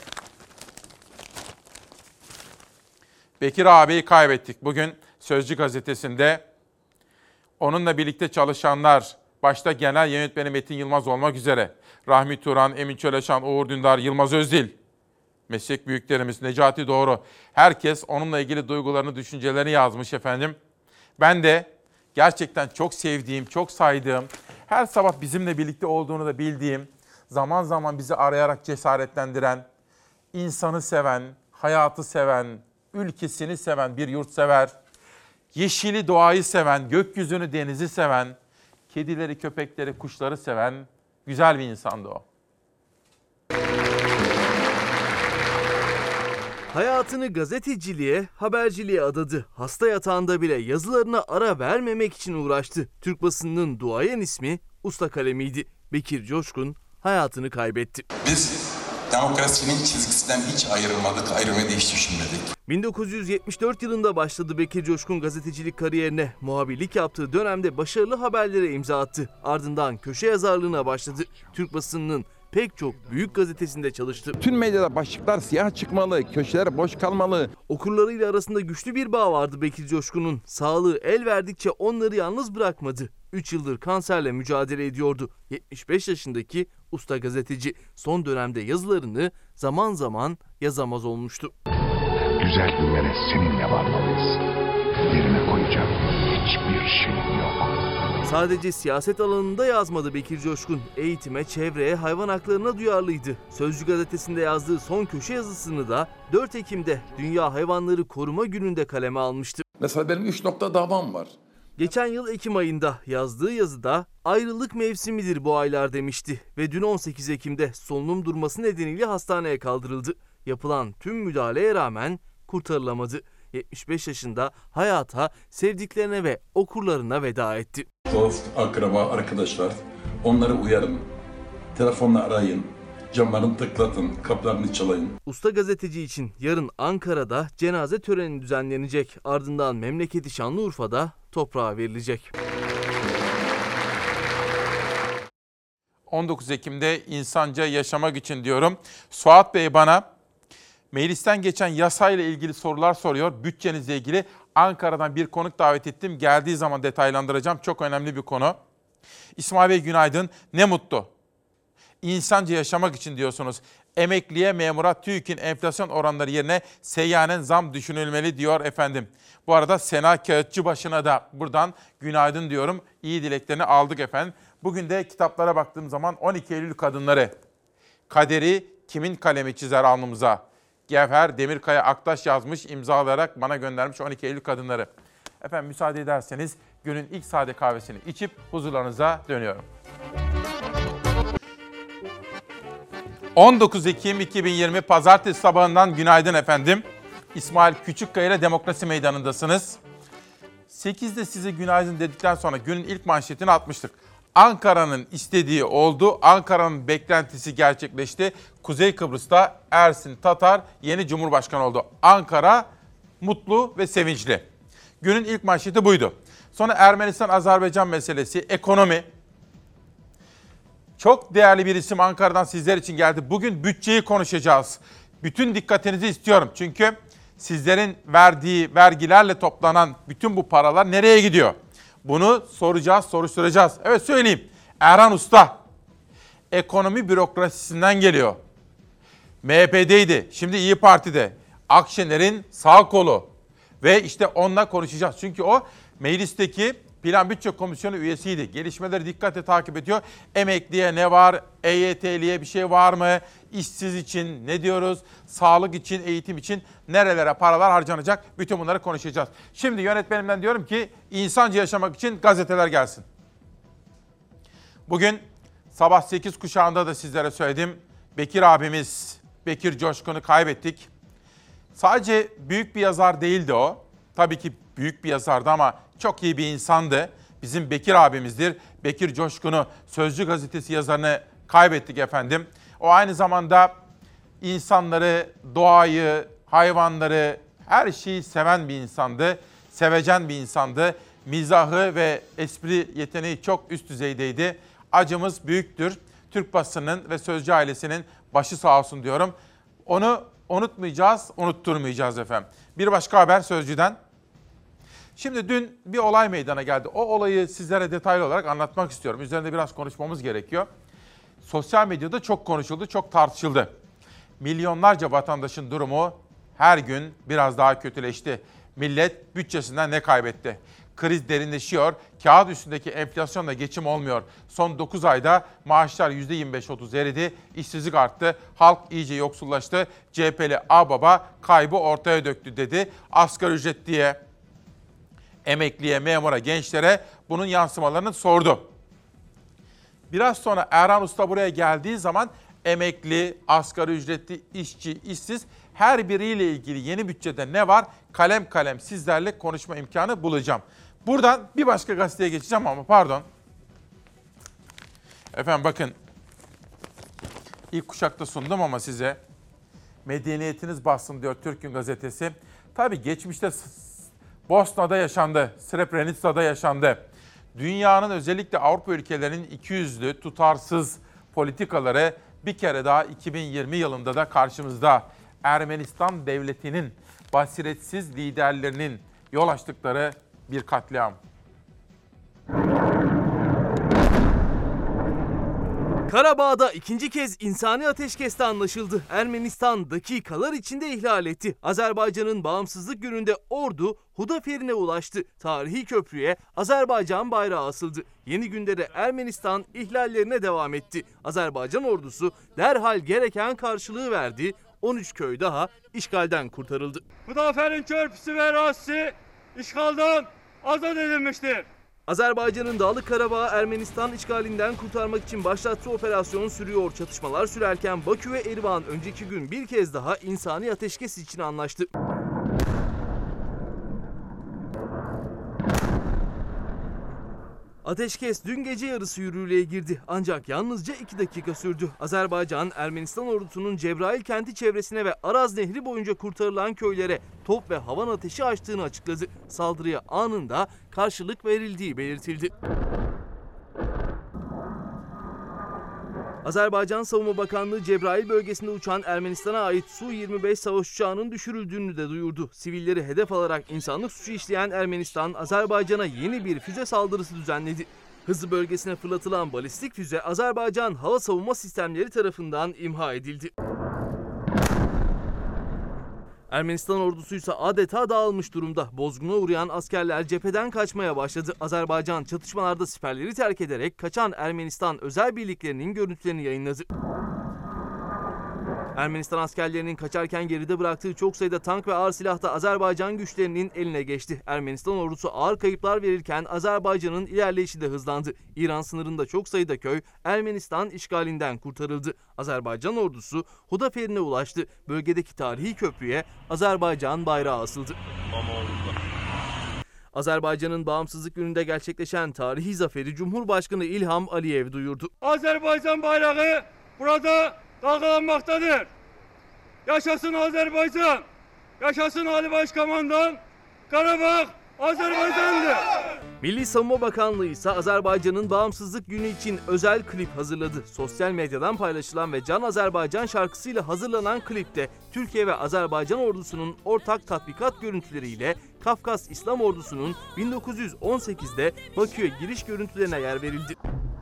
Bekir ağabeyi kaybettik. Bugün Sözcü gazetesinde onunla birlikte çalışanlar, başta genel yönetmeni Metin Yılmaz olmak üzere, Rahmi Turan, Emin Çöleşan, Uğur Dündar, Yılmaz Özdil, meslek büyüklerimiz, Necati Doğru, herkes onunla ilgili duygularını, düşüncelerini yazmış efendim. Ben de gerçekten çok sevdiğim, çok saydığım, her sabah bizimle birlikte olduğunu da bildiğim, zaman zaman bizi arayarak cesaretlendiren, insanı seven, hayatı seven, ülkesini seven bir yurtsever, yeşili, doğayı seven, gökyüzünü, denizi seven, kedileri, köpekleri, kuşları seven güzel bir insandı o. Hayatını gazeteciliğe, haberciliğe adadı. Hasta yatağında bile yazılarına ara vermemek için uğraştı. Türk basınının duayen ismi usta kalemiydi. Bekir Coşkun hayatını kaybetti. Biz demokrasinin çizgisinden hiç ayrılmadık, ayrılmayı da hiç düşünmedik. bin dokuz yüz yetmiş dört yılında başladı Bekir Coşkun gazetecilik kariyerine. Muhabirlik yaptığı dönemde başarılı haberlere imza attı. Ardından köşe yazarlığına başladı. Türk basınının pek çok büyük gazetesinde çalıştı. Tüm medyada başlıklar siyah çıkmalı, köşeler boş kalmalı. Okurlarıyla arasında güçlü bir bağ vardı Bekir Coşkun'un. Sağlığı el verdikçe onları yalnız bırakmadı. üç yıldır kanserle mücadele ediyordu. yetmiş beş yaşındaki usta gazeteci son dönemde yazılarını zaman zaman yazamaz olmuştu. Güzel günlere seninle varmalıyız. Yerine koyacak hiçbir şeyim yok. Sadece siyaset alanında yazmadı Bekir Coşkun. Eğitime, çevreye, hayvan haklarına duyarlıydı. Sözcü gazetesinde yazdığı son köşe yazısını da dört Ekim'de Dünya Hayvanları Koruma Günü'nde kaleme almıştı. Mesela benim üç nokta davam var. Geçen yıl Ekim ayında yazdığı yazıda ayrılık mevsimidir bu aylar demişti ve dün on sekiz Ekim'de solunum durması nedeniyle hastaneye kaldırıldı. Yapılan tüm müdahaleye rağmen kurtarılamadı. yetmiş beş yaşında hayata, sevdiklerine ve okurlarına veda etti. Dost, akraba, arkadaşlar onları uyarın. Telefonla arayın. Camlarını tıklatın, kapılarını çalayın. Usta gazeteci için yarın Ankara'da cenaze töreni düzenlenecek. Ardından memleketi Şanlıurfa'da toprağa verilecek. on dokuz Ekim'de insanca yaşamak için diyorum. Suat Bey bana meclisten geçen yasayla ilgili sorular soruyor. Bütçenizle ilgili Ankara'dan bir konuk davet ettim. Geldiği zaman detaylandıracağım. Çok önemli bir konu. İsmail Bey günaydın. Ne mutlu. İnsanca yaşamak için diyorsunuz. Emekliye, memura, TÜİK'in enflasyon oranları yerine seyyanen zam düşünülmeli diyor efendim. Bu arada Sena Kağıtçıbaşı'na da buradan günaydın diyorum. İyi dileklerini aldık efendim. Bugün de kitaplara baktığım zaman on iki Eylül kadınları. Kaderi kimin kalemi çizer alnımıza? Gevher Demirkaya Aktaş yazmış, imzalayarak bana göndermiş on iki Eylül kadınları. Efendim müsaade ederseniz günün ilk sade kahvesini içip huzurlarınıza dönüyorum. on dokuz Ekim iki bin yirmi Pazartesi sabahından günaydın efendim. İsmail Küçükkaya ile Demokrasi Meydanı'ndasınız. sekizde size günaydın dedikten sonra günün ilk manşetini atmıştık. Ankara'nın istediği oldu, Ankara'nın beklentisi gerçekleşti. Kuzey Kıbrıs'ta Ersin Tatar yeni Cumhurbaşkanı oldu. Ankara mutlu ve sevinçli. Günün ilk manşeti buydu. Sonra Ermenistan-Azerbaycan meselesi, ekonomi. Çok değerli bir isim Ankara'dan sizler için geldi. Bugün bütçeyi konuşacağız. Bütün dikkatinizi istiyorum. Çünkü sizlerin verdiği vergilerle toplanan bütün bu paralar nereye gidiyor? Bunu soracağız, soruşturacağız. Evet söyleyeyim. Erhan Usta ekonomi bürokrasisinden geliyor. M H P'deydi, şimdi İyi Parti'de. Akşener'in sağ kolu. Ve işte onunla konuşacağız. Çünkü o meclisteki Plan Bütçe Komisyonu üyesiydi. Gelişmeleri dikkatle takip ediyor. Emekliye ne var? E Y T'liye bir şey var mı? İşsiz için ne diyoruz? Sağlık için, eğitim için nerelere paralar harcanacak? Bütün bunları konuşacağız. Şimdi yönetmenimden diyorum ki insanca yaşamak için gazeteler gelsin. Bugün sabah sekiz kuşağında da sizlere söyledim. Bekir abimiz, Bekir Coşkun'u kaybettik. Sadece büyük bir yazar değildi o. Tabii ki büyük bir yazardı ama çok iyi bir insandı. Bizim Bekir abimizdir. Bekir Coşkun'u, Sözcü gazetesi yazarını kaybettik efendim. O aynı zamanda insanları, doğayı, hayvanları, her şeyi seven bir insandı. Sevecen bir insandı. Mizahı ve espri yeteneği çok üst düzeydeydi. Acımız büyüktür. Türk basının ve Sözcü ailesinin başı sağ olsun diyorum. Onu unutmayacağız, unutturmayacağız efendim. Bir başka haber Sözcü'den. Şimdi dün bir olay meydana geldi. O olayı sizlere detaylı olarak anlatmak istiyorum. Üzerinde biraz konuşmamız gerekiyor. Sosyal medyada çok konuşuldu, çok tartışıldı. Milyonlarca vatandaşın durumu her gün biraz daha kötüleşti. Millet bütçesinden ne kaybetti? Kriz derinleşiyor, kağıt üstündeki enflasyonla geçim olmuyor. Son dokuz ayda maaşlar yüzde yirmi beş otuz eridi, işsizlik arttı, halk iyice yoksullaştı. C H P'li ağbaba kaybı ortaya döktü dedi. Asgari ücret diye emekliye, memura, gençlere bunun yansımalarını sordu. Biraz sonra Erhan Usta buraya geldiği zaman emekli, asgari ücretli, işçi, işsiz her biriyle ilgili yeni bütçede ne var? Kalem kalem sizlerle konuşma imkanı bulacağım. Buradan bir başka gazeteye geçeceğim ama pardon. Efendim bakın. İlk kuşakta sundum ama size. Medeniyetiniz bassın diyor Türk Gün Gazetesi. Tabii geçmişte Bosna'da yaşandı, Srebrenica'da yaşandı. Dünyanın özellikle Avrupa ülkelerinin ikiyüzlü, tutarsız politikaları bir kere daha iki bin yirmi yılında da karşımızda. Ermenistan devletinin basiretsiz liderlerinin yol açtıkları bir katliam. Karabağ'da ikinci kez insani ateşkeste anlaşıldı. Ermenistan dakikalar içinde ihlal etti. Azerbaycan'ın bağımsızlık gününde ordu Hudafer'ine ulaştı. Tarihi köprüye Azerbaycan bayrağı asıldı. Yeni günde de Ermenistan ihlallerine devam etti. Azerbaycan ordusu derhal gereken karşılığı verdi. on üç köy daha işgalden kurtarıldı. Hudafer'in köprüsü ve arazisi işgalden azat edilmiştir. Azerbaycan'ın Dağlık Karabağ'ı Ermenistan işgalinden kurtarmak için başlattığı operasyon sürüyor. Çatışmalar sürerken Bakü ve Erivan önceki gün bir kez daha insani ateşkes için anlaştı. Ateşkes dün gece yarısı yürürlüğe girdi ancak yalnızca iki dakika sürdü. Azerbaycan, Ermenistan ordusunun Cebrail kenti çevresine ve Araz Nehri boyunca kurtarılan köylere top ve havan ateşi açtığını açıkladı. Saldırıya anında karşılık verildiği belirtildi. Azerbaycan Savunma Bakanlığı Cebrail bölgesinde uçan Ermenistan'a ait Su yirmi beş savaş uçağının düşürüldüğünü de duyurdu. Sivilleri hedef alarak insanlık suçu işleyen Ermenistan, Azerbaycan'a yeni bir füze saldırısı düzenledi. Hızlı bölgesine fırlatılan balistik füze Azerbaycan hava savunma sistemleri tarafından imha edildi. Ermenistan ordusu ise adeta dağılmış durumda. Bozguna uğrayan askerler cepheden kaçmaya başladı. Azerbaycan çatışmalarda siperleri terk ederek kaçan Ermenistan özel birliklerinin görüntülerini yayınladı. Ermenistan askerlerinin kaçarken geride bıraktığı çok sayıda tank ve ağır silah da Azerbaycan güçlerinin eline geçti. Ermenistan ordusu ağır kayıplar verirken Azerbaycan'ın ilerleyişi de hızlandı. İran sınırında çok sayıda köy Ermenistan işgalinden kurtarıldı. Azerbaycan ordusu Hudafer'ine ulaştı. Bölgedeki tarihi köprüye Azerbaycan bayrağı asıldı. Azerbaycan'ın bağımsızlık gününde gerçekleşen tarihi zaferi Cumhurbaşkanı İlham Aliyev duyurdu. Azerbaycan bayrağı burada dalgalanmaktadır. Yaşasın Azerbaycan! Yaşasın Ali Başkomandan! Karabağ Azerbaycan'dır! Milli Savunma Bakanlığı ise Azerbaycan'ın bağımsızlık günü için özel klip hazırladı. Sosyal medyadan paylaşılan ve Can Azerbaycan şarkısıyla hazırlanan klipte Türkiye ve Azerbaycan ordusunun ortak tatbikat görüntüleriyle Kafkas İslam Ordusu'nun bin dokuz yüz on sekizde Bakü'ye giriş görüntülerine yer verildi.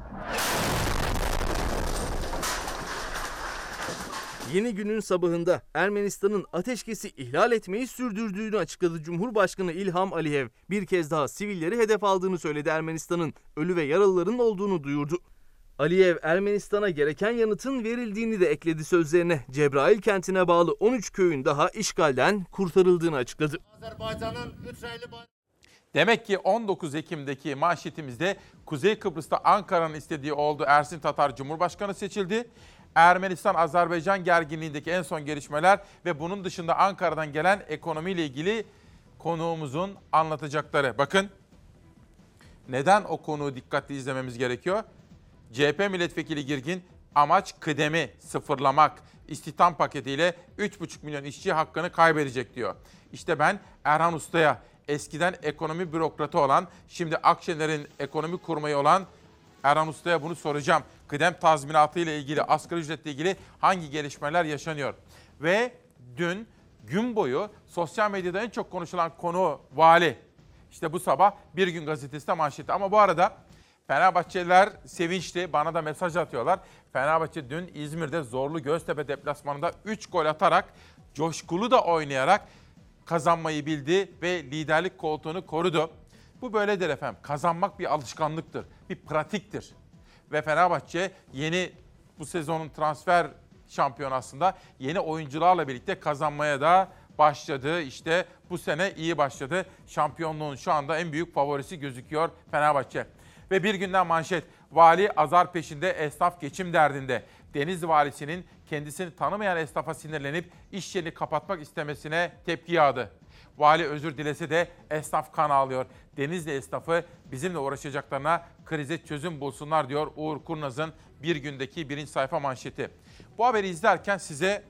Yeni günün sabahında Ermenistan'ın ateşkesi ihlal etmeyi sürdürdüğünü açıkladı Cumhurbaşkanı İlham Aliyev. Bir kez daha sivilleri hedef aldığını söyledi Ermenistan'ın. Ölü ve yaralıların olduğunu duyurdu. Aliyev Ermenistan'a gereken yanıtın verildiğini de ekledi sözlerine. Cebrail kentine bağlı on üç köyün daha işgalden kurtarıldığını açıkladı. Azerbaycan'ın İsrail'i Demek ki on dokuz Ekim'deki manşetimizde Kuzey Kıbrıs'ta Ankara'nın istediği oldu. Ersin Tatar Cumhurbaşkanı seçildi. Ermenistan-Azerbaycan gerginliğindeki en son gelişmeler ve bunun dışında Ankara'dan gelen ekonomiyle ilgili konuğumuzun anlatacakları. Bakın, neden o konuğu dikkatli izlememiz gerekiyor? C H P Milletvekili Girgin, amaç kıdemi sıfırlamak, istihdam paketiyle üç buçuk milyon işçi hakkını kaybedecek diyor. İşte ben Erhan Usta'ya, eskiden ekonomi bürokratı olan, şimdi Akşener'in ekonomi kurmayı olan Erhan Usta'ya bunu soracağım. Kıdem tazminatı ile ilgili, asgari ücretle ilgili hangi gelişmeler yaşanıyor? Ve dün gün boyu sosyal medyada en çok konuşulan konu vali. İşte bu sabah Bir Gün Gazetesi'nde manşeti. Ama bu arada Fenerbahçeliler sevinçli, bana da mesaj atıyorlar. Fenerbahçe dün İzmir'de Zorlu Göztepe deplasmanında üç gol atarak, coşkulu da oynayarak kazanmayı bildi ve liderlik koltuğunu korudu. Bu böyledir efendim. Kazanmak bir alışkanlıktır, bir pratiktir. Ve Fenerbahçe yeni bu sezonun transfer şampiyonasında yeni oyuncularla birlikte kazanmaya da başladı. İşte bu sene iyi başladı. Şampiyonluğun şu anda en büyük favorisi gözüküyor Fenerbahçe. Ve bir günden manşet. Vali azar peşinde, esnaf geçim derdinde. Denizli valisinin kendisini tanımayan esnafa sinirlenip iş yerini kapatmak istemesine tepki yağdı. Vali özür dilese de esnaf kan ağlıyor. Denizli esnafı bizimle uğraşacaklarına krize çözüm bulsunlar diyor Uğur Kurnaz'ın Bir Gündeki birinci sayfa manşeti. Bu haberi izlerken size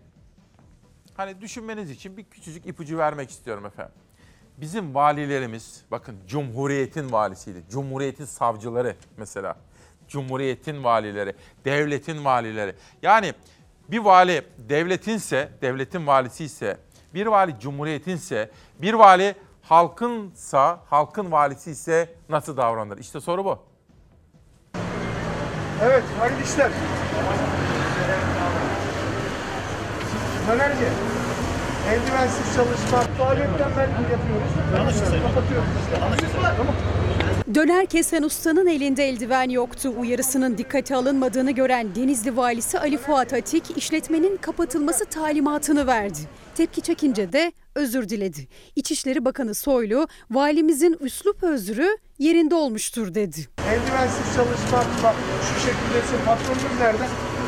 hani düşünmeniz için bir küçücük ipucu vermek istiyorum efendim. Bizim valilerimiz, bakın Cumhuriyet'in valisiydi. Cumhuriyet'in savcıları mesela. Cumhuriyet'in valileri, devletin valileri. Yani bir vali devletinse, devletin valisi ise, bir vali cumhuriyetinse, bir vali halkınsa, halkın valisi ise nasıl davranır? İşte soru bu. Evet, hayırlı işler. Dönerci, eldivensiz çalışma, faaliyetler belki yapıyoruz. Yanlış kapatıyoruz işte. Yanlış tamam. Döner kesen ustanın elinde eldiven yoktu. Uyarısının dikkate alınmadığını gören Denizli valisi Ali Fuat Atik, işletmenin kapatılması talimatını verdi. Tepki çekince de özür diledi. İçişleri Bakanı Soylu, valimizin üslup özrü yerinde olmuştur dedi. Eldivensiz çalışmak, bak şu şekildesin, patronunuz nerede?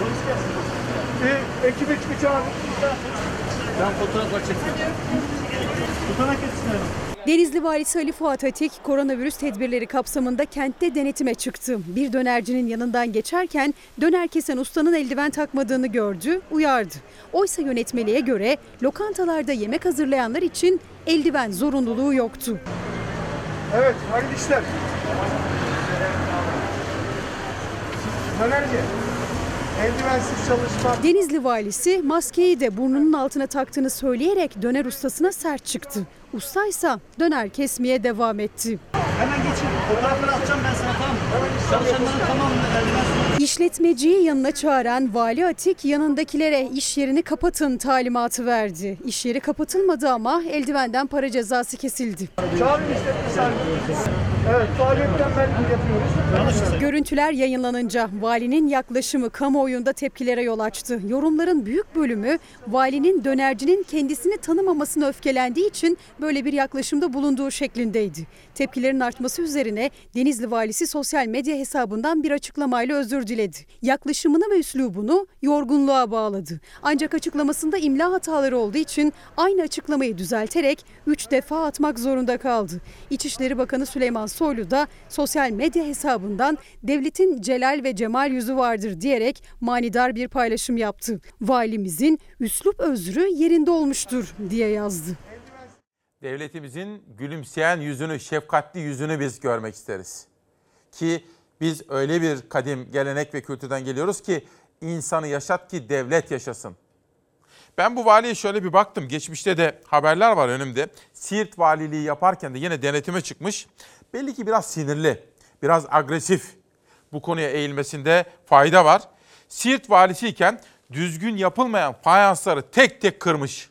Bir ekip ekip çağırın. Ben fotoğraflar çekeyim. Tutanak etsinler. Denizli valisi Ali Fuat Atik, koronavirüs tedbirleri kapsamında kentte denetime çıktı. Bir dönercinin yanından geçerken döner kesen ustanın eldiven takmadığını gördü, uyardı. Oysa yönetmeliğe göre lokantalarda yemek hazırlayanlar için eldiven zorunluluğu yoktu. Evet, hayırlı işler. Dönerci, eldivensiz çalışma. Denizli valisi maskeyi de burnunun altına taktığını söyleyerek döner ustasına sert çıktı. Ustaysa döner kesmeye devam etti. Hemen geçin. Fotoğrafları atacağım ben sana, tamam mı? Çalışanların tamamını eldiven. İşletmeciyi yanına çağıran Vali Atik yanındakilere iş yerini kapatın talimatı verdi. İş yeri kapatılmadı ama eldivenden para cezası kesildi. Çağırın işletme sahibi. Evet, faaliyetten belki yapıyoruz. Görüntüler yayınlanınca valinin yaklaşımı kamuoyunda tepkilere yol açtı. Yorumların büyük bölümü valinin dönercinin kendisini tanımamasına öfkelendiği için böyle bir yaklaşımda bulunduğu şeklindeydi. Tepkilerin artması üzerine Denizli valisi sosyal medya hesabından bir açıklamayla özür diledi. Yaklaşımını ve üslubunu yorgunluğa bağladı. Ancak açıklamasında imla hataları olduğu için aynı açıklamayı düzelterek üç defa atmak zorunda kaldı. İçişleri Bakanı Süleyman Soylu da sosyal medya hesabından devletin celal ve cemal yüzü vardır diyerek manidar bir paylaşım yaptı. Valimizin üslup özrü yerinde olmuştur diye yazdı. Devletimizin gülümseyen yüzünü, şefkatli yüzünü biz görmek isteriz. Ki biz öyle bir kadim gelenek ve kültürden geliyoruz ki insanı yaşat ki devlet yaşasın. Ben bu valiye şöyle bir baktım. Geçmişte de haberler var önümde. Siirt valiliği yaparken de yine denetime çıkmış. Belli ki biraz sinirli, biraz agresif. Bu konuya eğilmesinde fayda var. Siirt valisiyken düzgün yapılmayan fayansları tek tek kırmış.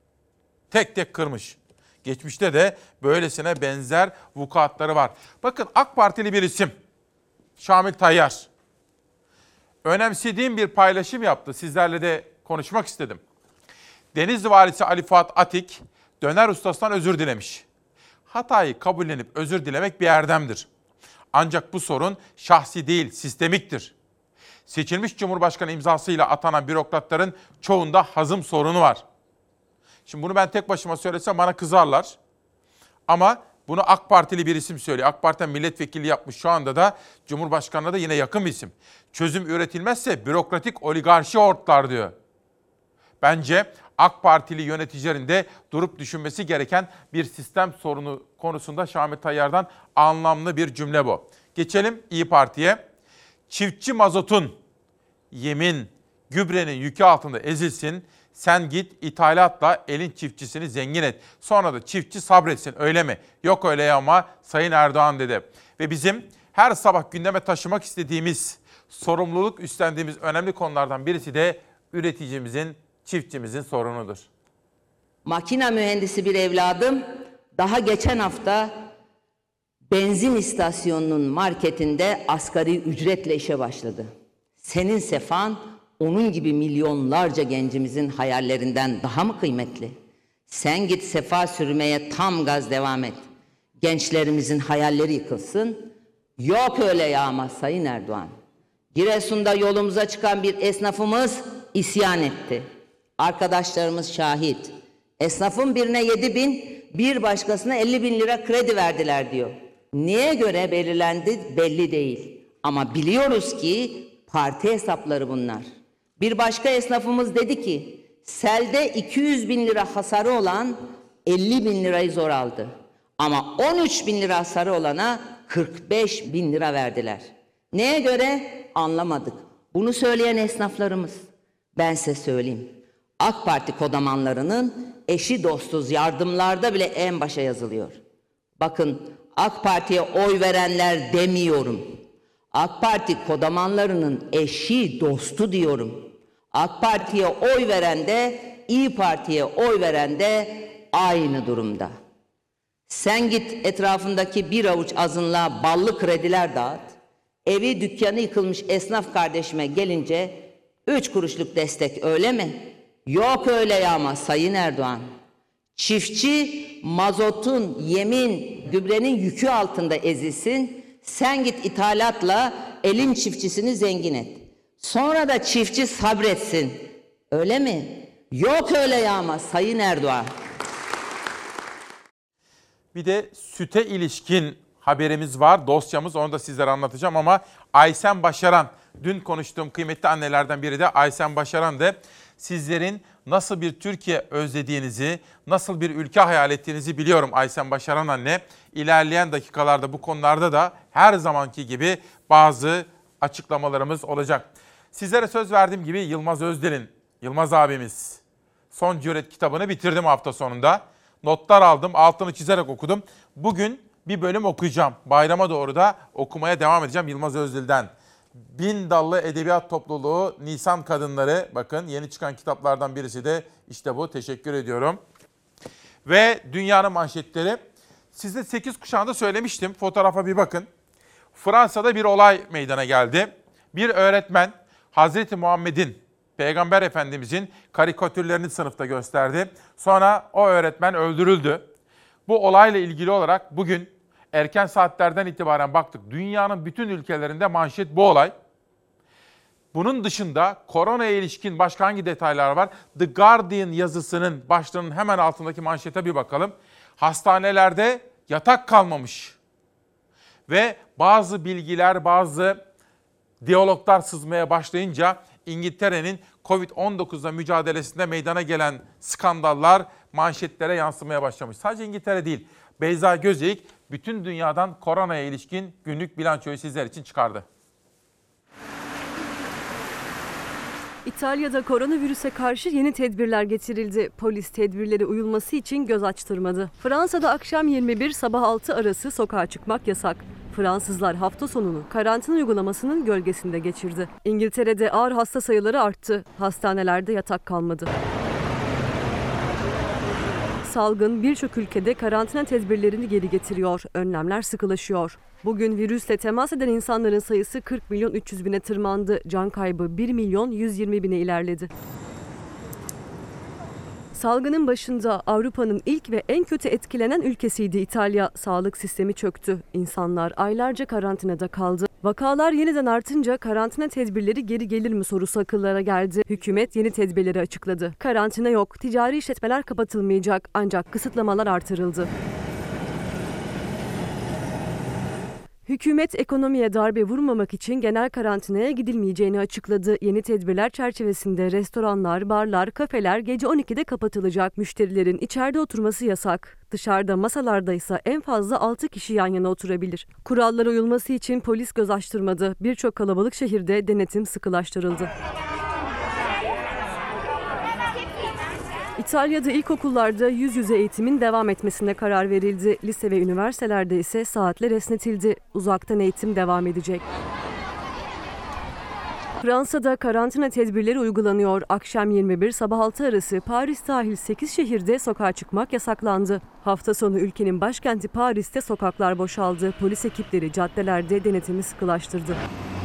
Tek tek kırmış. Geçmişte de böylesine benzer vukuatları var. Bakın AK Partili bir isim. Şamil Tayyar. Önemsediğim bir paylaşım yaptı. Sizlerle de konuşmak istedim. Denizli valisi Ali Fuat Atik döner ustasından özür dilemiş. Hatayı kabullenip özür dilemek bir erdemdir. Ancak bu sorun şahsi değil, sistemiktir. Seçilmiş Cumhurbaşkanı imzasıyla atanan bürokratların çoğunda hazım sorunu var. Şimdi bunu ben tek başıma söylesem bana kızarlar. Ama bunu AK Partili bir isim söylüyor. AK Parti'den milletvekili yapmış, şu anda da Cumhurbaşkanı'na da yine yakın bir isim. Çözüm üretilmezse bürokratik oligarşi hortlar diyor. Bence AK Partili yöneticilerin de durup düşünmesi gereken bir sistem sorunu konusunda Şamil Tayyar'dan anlamlı bir cümle bu. Geçelim İYİ Parti'ye. Çiftçi mazotun, yemin, gübrenin yükü altında ezilsin. Sen git ithalatla elin çiftçisini zengin et. Sonra da çiftçi sabretsin, öyle mi? Yok öyle ama Sayın Erdoğan dedi. Ve bizim her sabah gündeme taşımak istediğimiz, sorumluluk üstlendiğimiz önemli konulardan birisi de üreticimizin, çiftçimizin sorunudur. Makine mühendisi bir evladım daha geçen hafta benzin istasyonunun marketinde asgari ücretle işe başladı. Senin sefan onun gibi milyonlarca gencimizin hayallerinden daha mı kıymetli? Sen git sefa sürmeye tam gaz devam et. Gençlerimizin hayalleri yıkılsın. Yok öyle yağma Sayın Erdoğan. Giresun'da yolumuza çıkan bir esnafımız isyan etti. Arkadaşlarımız şahit. Esnafın birine yedi bin, bir başkasına elli bin lira kredi verdiler diyor. Neye göre belirlendi belli değil. Ama biliyoruz ki parti hesapları bunlar. Bir başka esnafımız dedi ki, selde iki yüz bin lira hasarı olan elli bin lirayı zor aldı. Ama on üç bin lira hasarı olana kırk beş bin lira verdiler. Neye göre? Anlamadık. Bunu söyleyen esnaflarımız. Ben size söyleyeyim. AK Parti kodamanlarının eşi dostuz yardımlarda bile en başa yazılıyor. Bakın AK Parti'ye oy verenler demiyorum. AK Parti kodamanlarının eşi dostu diyorum. AK Parti'ye oy veren de İYİ Parti'ye oy veren de aynı durumda. Sen git etrafındaki bir avuç azınlığa ballı krediler dağıt. Evi dükkanı yıkılmış esnaf kardeşime gelince üç kuruşluk destek öyle mi? Yok öyle yağma Sayın Erdoğan. Çiftçi mazotun, yemin, gübrenin yükü altında ezilsin. Sen git ithalatla elin çiftçisini zengin et. Sonra da çiftçi sabretsin. Öyle mi? Yok öyle yağma Sayın Erdoğan. Bir de süte ilişkin haberimiz var, dosyamız, onu da sizlere anlatacağım ama Aysen Başaran, dün konuştuğum kıymetli annelerden biri de Aysen Başaran'dı. Sizlerin nasıl bir Türkiye özlediğinizi, nasıl bir ülke hayal ettiğinizi biliyorum Aysen Başaran anne. İlerleyen dakikalarda bu konularda da her zamanki gibi bazı açıklamalarımız olacak. Sizlere söz verdiğim gibi Yılmaz Özdil'in, Yılmaz abimiz Son Cüret kitabını bitirdim hafta sonunda. Notlar aldım, altını çizerek okudum. Bugün bir bölüm okuyacağım. Bayrama doğru da okumaya devam edeceğim Yılmaz Özdil'den. Bin Dallı Edebiyat Topluluğu Nisan Kadınları. Bakın yeni çıkan kitaplardan birisi de işte bu. Teşekkür ediyorum. Ve dünyanın manşetleri. size sekiz kuşağında söylemiştim. Fotoğrafa bir bakın. Fransa'da bir olay meydana geldi. Bir öğretmen Hazreti Muhammed'in, Peygamber Efendimizin karikatürlerini sınıfta gösterdi. Sonra o öğretmen öldürüldü. Bu olayla ilgili olarak bugün erken saatlerden itibaren baktık. Dünyanın bütün ülkelerinde manşet bu olay. Bunun dışında koronaya ilişkin başka hangi detaylar var? The Guardian yazısının başlığının hemen altındaki manşete bir bakalım. Hastanelerde yatak kalmamış. Ve bazı bilgiler, bazı diyaloglar sızmaya başlayınca İngiltere'nin kovid on dokuzla mücadelesinde meydana gelen skandallar manşetlere yansımaya başlamış. Sadece İngiltere değil, Beyza Gözeyik bütün dünyadan koronaya ilişkin günlük bilançoyu sizler için çıkardı. İtalya'da koronavirüse karşı yeni tedbirler getirildi. Polis tedbirlere uyulması için göz açtırmadı. Fransa'da akşam yirmi bir sabah altı arası sokağa çıkmak yasak. Fransızlar hafta sonunu karantina uygulamasının gölgesinde geçirdi. İngiltere'de ağır hasta sayıları arttı. Hastanelerde yatak kalmadı. Salgın birçok ülkede karantina tedbirlerini geri getiriyor. Önlemler sıkılaşıyor. Bugün virüsle temas eden insanların sayısı kırk milyon üç yüz bine tırmandı. Can kaybı bir milyon yüz yirmi bine ilerledi. Salgının başında Avrupa'nın ilk ve en kötü etkilenen ülkesiydi İtalya. Sağlık sistemi çöktü. İnsanlar aylarca karantinada kaldı. Vakalar yeniden artınca karantina tedbirleri geri gelir mi sorusu akıllara geldi. Hükümet yeni tedbirleri açıkladı. Karantina yok, ticari işletmeler kapatılmayacak ancak kısıtlamalar artırıldı. Hükümet ekonomiye darbe vurmamak için genel karantinaya gidilmeyeceğini açıkladı. Yeni tedbirler çerçevesinde restoranlar, barlar, kafeler gece on ikide kapatılacak. Müşterilerin içeride oturması yasak. Dışarıda masalarda ise en fazla altı kişi yan yana oturabilir. Kurallara uyulması için polis göz açtırmadı. Birçok kalabalık şehirde denetim sıkılaştırıldı. İtalya'da ilkokullarda yüz yüze eğitimin devam etmesine karar verildi. Lise ve üniversitelerde ise saatler esnetildi. Uzaktan eğitim devam edecek. Fransa'da karantina tedbirleri uygulanıyor. Akşam yirmi bir sabah altı arası Paris dahil sekiz şehirde sokağa çıkmak yasaklandı. Hafta sonu ülkenin başkenti Paris'te sokaklar boşaldı. Polis ekipleri caddelerde denetimi sıkılaştırdı.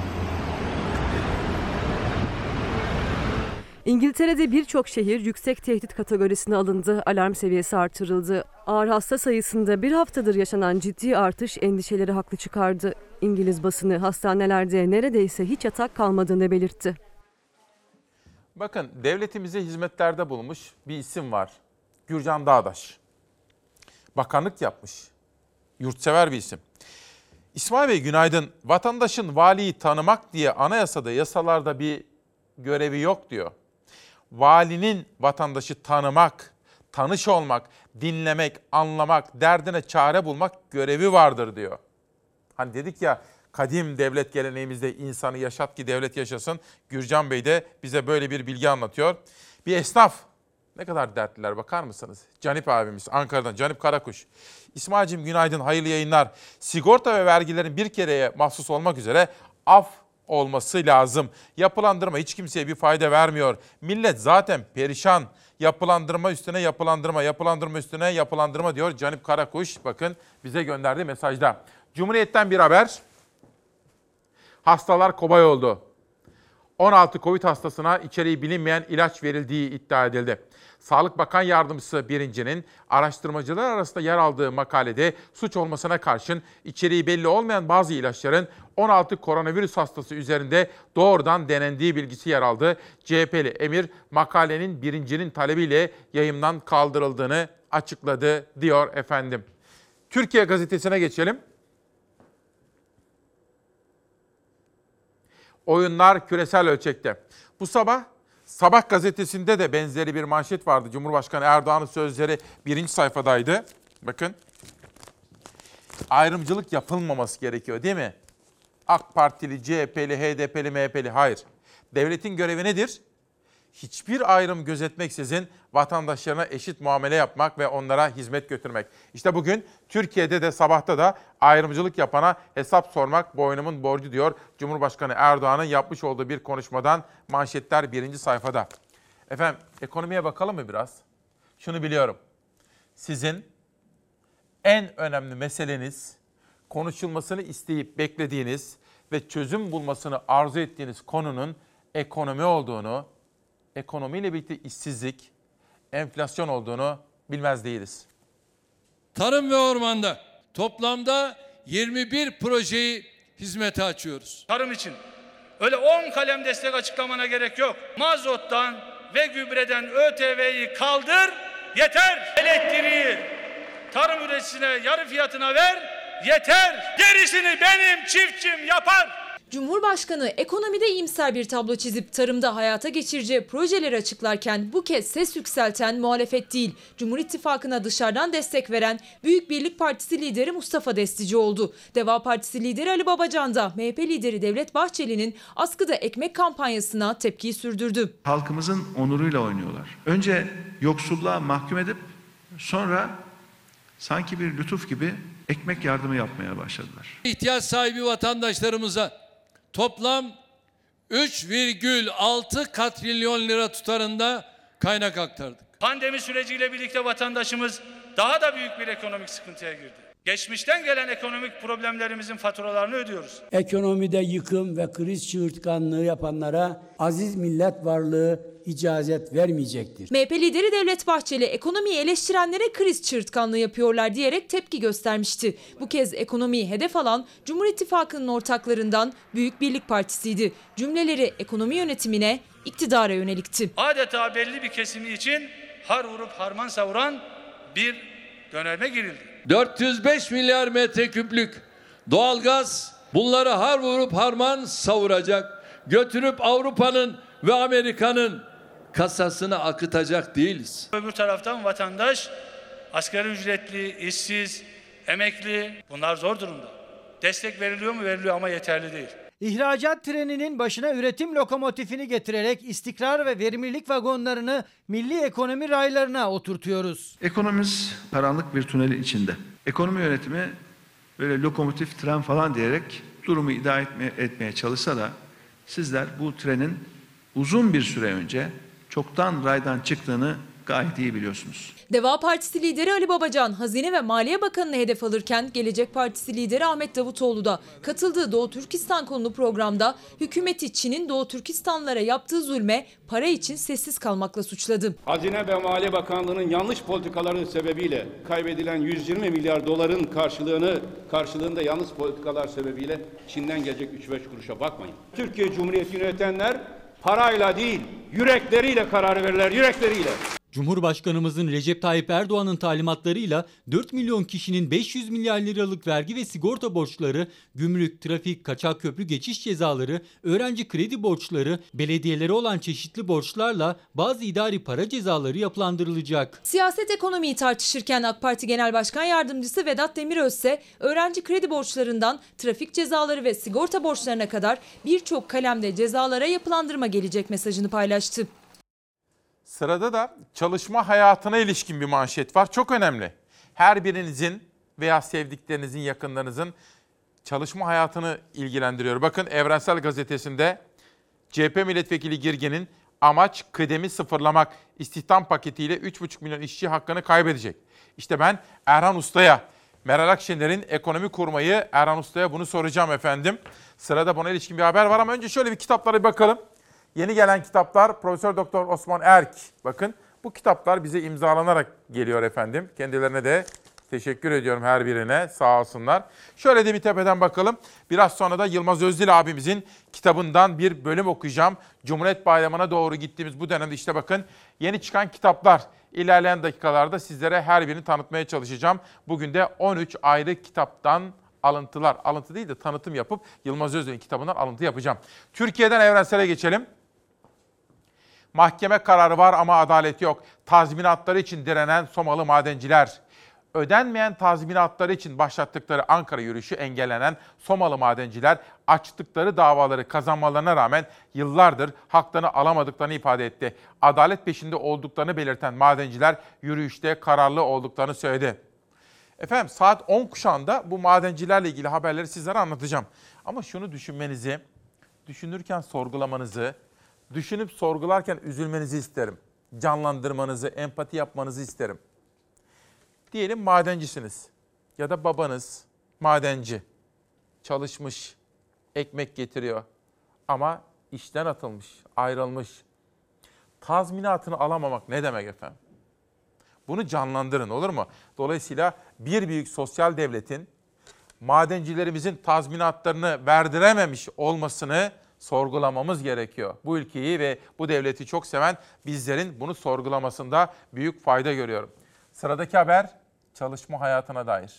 İngiltere'de birçok şehir yüksek tehdit kategorisine alındı. Alarm seviyesi artırıldı. Ağır hasta sayısında bir haftadır yaşanan ciddi artış endişeleri haklı çıkardı. İngiliz basını hastanelerde neredeyse hiç yatak kalmadığını belirtti. Bakın devletimize hizmetlerde bulunmuş bir isim var. Gürcan Dağdaş. Bakanlık yapmış. Yurtsever bir isim. İsmail Bey günaydın. Vatandaşın valiyi tanımak diye anayasada, yasalarda bir görevi yok diyor. Valinin vatandaşı tanımak, tanış olmak, dinlemek, anlamak, derdine çare bulmak görevi vardır diyor. Hani dedik ya kadim devlet geleneğimizde insanı yaşat ki devlet yaşasın. Gürcan Bey de bize böyle bir bilgi anlatıyor. Bir esnaf, ne kadar dertliler bakar mısınız? Canip abimiz Ankara'dan, Canip Karakuş. İsmail'cim günaydın, hayırlı yayınlar. Sigorta ve vergilerin bir kereye mahsus olmak üzere af olması lazım. Yapılandırma hiç kimseye bir fayda vermiyor. Millet zaten perişan. Yapılandırma üstüne yapılandırma, yapılandırma üstüne yapılandırma diyor Canip Karakuş. Bakın bize gönderdiği mesajda. Cumhuriyet'ten bir haber. Hastalar kobay oldu. on altı Covid hastasına içeriği bilinmeyen ilaç verildiği iddia edildi. Sağlık Bakan Yardımcısı Birinci'nin araştırmacılar arasında yer aldığı makalede suç olmasına karşın içeriği belli olmayan bazı ilaçların on altı koronavirüs hastası üzerinde doğrudan denendiği bilgisi yer aldı. C H P'li emir makalenin Birinci'nin talebiyle yayımdan kaldırıldığını açıkladı diyor efendim. Türkiye Gazetesi'ne geçelim. Oyunlar küresel ölçekte. Bu sabah Sabah gazetesinde de benzeri bir manşet vardı. Cumhurbaşkanı Erdoğan'ın sözleri birinci sayfadaydı. Bakın. Ayrımcılık yapılmaması gerekiyor değil mi? AK Partili, C H P'li, H D P'li, M H P'li hayır. Devletin görevi nedir? Hiçbir ayrım gözetmeksizin vatandaşlarına eşit muamele yapmak ve onlara hizmet götürmek. İşte bugün Türkiye'de de sabahta da ayrımcılık yapana hesap sormak boynumun borcu diyor Cumhurbaşkanı Erdoğan'ın yapmış olduğu bir konuşmadan manşetler birinci sayfada. Efendim ekonomiye bakalım mı biraz? Şunu biliyorum. Sizin en önemli meseleniz, konuşulmasını isteyip beklediğiniz ve çözüm bulmasını arzu ettiğiniz konunun ekonomi olduğunu, ekonomiyle birlikte işsizlik, enflasyon olduğunu bilmez değiliz. Tarım ve ormanda toplamda yirmi bir projeyi hizmete açıyoruz. Tarım için öyle on kalem destek açıklamana gerek yok. Mazottan ve gübreden ÖTV'yi kaldır, yeter. Elektriği tarım üreticisine yarı fiyatına ver, yeter. Gerisini benim çiftçim yapar. Cumhurbaşkanı ekonomide iyimser bir tablo çizip tarımda hayata geçireceği projeleri açıklarken bu kez ses yükselten muhalefet değil, Cumhur İttifakı'na dışarıdan destek veren Büyük Birlik Partisi lideri Mustafa Destici oldu. Deva Partisi lideri Ali Babacan da M H P lideri Devlet Bahçeli'nin askıda ekmek kampanyasına tepkiyi sürdürdü. Halkımızın onuruyla oynuyorlar. Önce yoksulluğa mahkum edip sonra sanki bir lütuf gibi ekmek yardımı yapmaya başladılar. İhtiyaç sahibi vatandaşlarımıza toplam üç virgül altı katrilyon lira tutarında kaynak aktardık. Pandemi süreciyle birlikte vatandaşımız daha da büyük bir ekonomik sıkıntıya girdi. Geçmişten gelen ekonomik problemlerimizin faturalarını ödüyoruz. Ekonomide yıkım ve kriz çığırtkanlığı yapanlara aziz millet varlığı icazet vermeyecektir. M H P lideri Devlet Bahçeli ekonomiyi eleştirenlere kriz çığırtkanlığı yapıyorlar diyerek tepki göstermişti. Bu kez ekonomiyi hedef alan Cumhur İttifakı'nın ortaklarından Büyük Birlik Partisi'ydi. Cümleleri ekonomi yönetimine, iktidara yönelikti. Adeta belli bir kesimi için har vurup harman savuran bir döneme girildi. dört yüz beş milyar metreküplük doğalgaz bunları har vurup harman savuracak. Götürüp Avrupa'nın ve Amerika'nın kasasına akıtacak değiliz. Öbür taraftan vatandaş asgari ücretli, işsiz, emekli bunlar zor durumda. Destek veriliyor mu? Veriliyor ama yeterli değil. İhracat treninin başına üretim lokomotifini getirerek istikrar ve verimlilik vagonlarını milli ekonomi raylarına oturtuyoruz. Ekonomimiz karanlık bir tüneli içinde. Ekonomi yönetimi böyle lokomotif, tren falan diyerek durumu idare etmeye, etmeye çalışsa da sizler bu trenin uzun bir süre önce çoktan raydan çıktığını gayet iyi biliyorsunuz. Deva Partisi lideri Ali Babacan, Hazine ve Maliye Bakanı'nı hedef alırken Gelecek Partisi lideri Ahmet Davutoğlu da katıldığı Doğu Türkistan konulu programda hükümeti Çin'in Doğu Türkistanlılara yaptığı zulme para için sessiz kalmakla suçladı. Hazine ve Maliye Bakanlığı'nın yanlış politikaları sebebiyle kaybedilen yüz yirmi milyar doların karşılığını karşılığında yanlış politikalar sebebiyle Çin'den gelecek üç beş kuruşa bakmayın. Türkiye Cumhuriyeti yönetenler parayla değil, yürekleriyle karar verirler, yürekleriyle. Cumhurbaşkanımızın Recep Tayyip Erdoğan'ın talimatlarıyla dört milyon kişinin beş yüz milyar liralık vergi ve sigorta borçları, gümrük, trafik, kaçak köprü geçiş cezaları, öğrenci kredi borçları, belediyelere olan çeşitli borçlarla bazı idari para cezaları yapılandırılacak. Siyaset ekonomiyi tartışırken AK Parti Genel Başkan Yardımcısı Vedat Demiröz ise öğrenci kredi borçlarından trafik cezaları ve sigorta borçlarına kadar birçok kalemde cezalara yapılandırma gelecek mesajını paylaştı. Sırada da çalışma hayatına ilişkin bir manşet var. Çok önemli. Her birinizin veya sevdiklerinizin, yakınlarınızın çalışma hayatını ilgilendiriyor. Bakın Evrensel Gazetesi'nde C H P Milletvekili Girgen'in amaç kıdemi sıfırlamak istihdam paketiyle üç buçuk milyon işçi hakkını kaybedecek. İşte ben Erhan Usta'ya, Meral Akşener'in ekonomi kurmayı Erhan Usta'ya bunu soracağım efendim. Sırada buna ilişkin bir haber var ama önce şöyle bir kitaplara bir bakalım. Yeni gelen kitaplar Profesör Doktor Osman Erk. Bakın bu kitaplar bize imzalanarak geliyor efendim. Kendilerine de teşekkür ediyorum her birine. Sağ olsunlar. Şöyle de bir tepeden bakalım. Biraz sonra da Yılmaz Özdil abimizin kitabından bir bölüm okuyacağım. Cumhuriyet Bayramı'na doğru gittiğimiz bu dönemde işte bakın yeni çıkan kitaplar. İlerleyen dakikalarda sizlere her birini tanıtmaya çalışacağım. Bugün de on üç ayrı kitaptan alıntılar, alıntı değil de tanıtım yapıp Yılmaz Özdil'in kitabından alıntı yapacağım. Türkiye'den Evrensel'e geçelim. Mahkeme kararı var ama adalet yok. Tazminatları için direnen Somalı madenciler. Ödenmeyen tazminatları için başlattıkları Ankara yürüyüşü engellenen Somalı madenciler açtıkları davaları kazanmalarına rağmen yıllardır haklarını alamadıklarını ifade etti. Adalet peşinde olduklarını belirten madenciler yürüyüşte kararlı olduklarını söyledi. Efendim saat on kuşağında bu madencilerle ilgili haberleri sizlere anlatacağım. Ama şunu düşünmenizi, düşünürken sorgulamanızı, düşünüp sorgularken üzülmenizi isterim. Canlandırmanızı, empati yapmanızı isterim. Diyelim madencisiniz. ya da babanız madenci, çalışmış, ekmek getiriyor ama işten atılmış, ayrılmış. Tazminatını alamamak ne demek efendim? Bunu canlandırın, olur mu? Dolayısıyla bir büyük sosyal devletin madencilerimizin tazminatlarını verdirememiş olmasını sorgulamamız gerekiyor. Bu ülkeyi ve bu devleti çok seven bizlerin bunu sorgulamasında büyük fayda görüyorum. Sıradaki haber çalışma hayatına dair.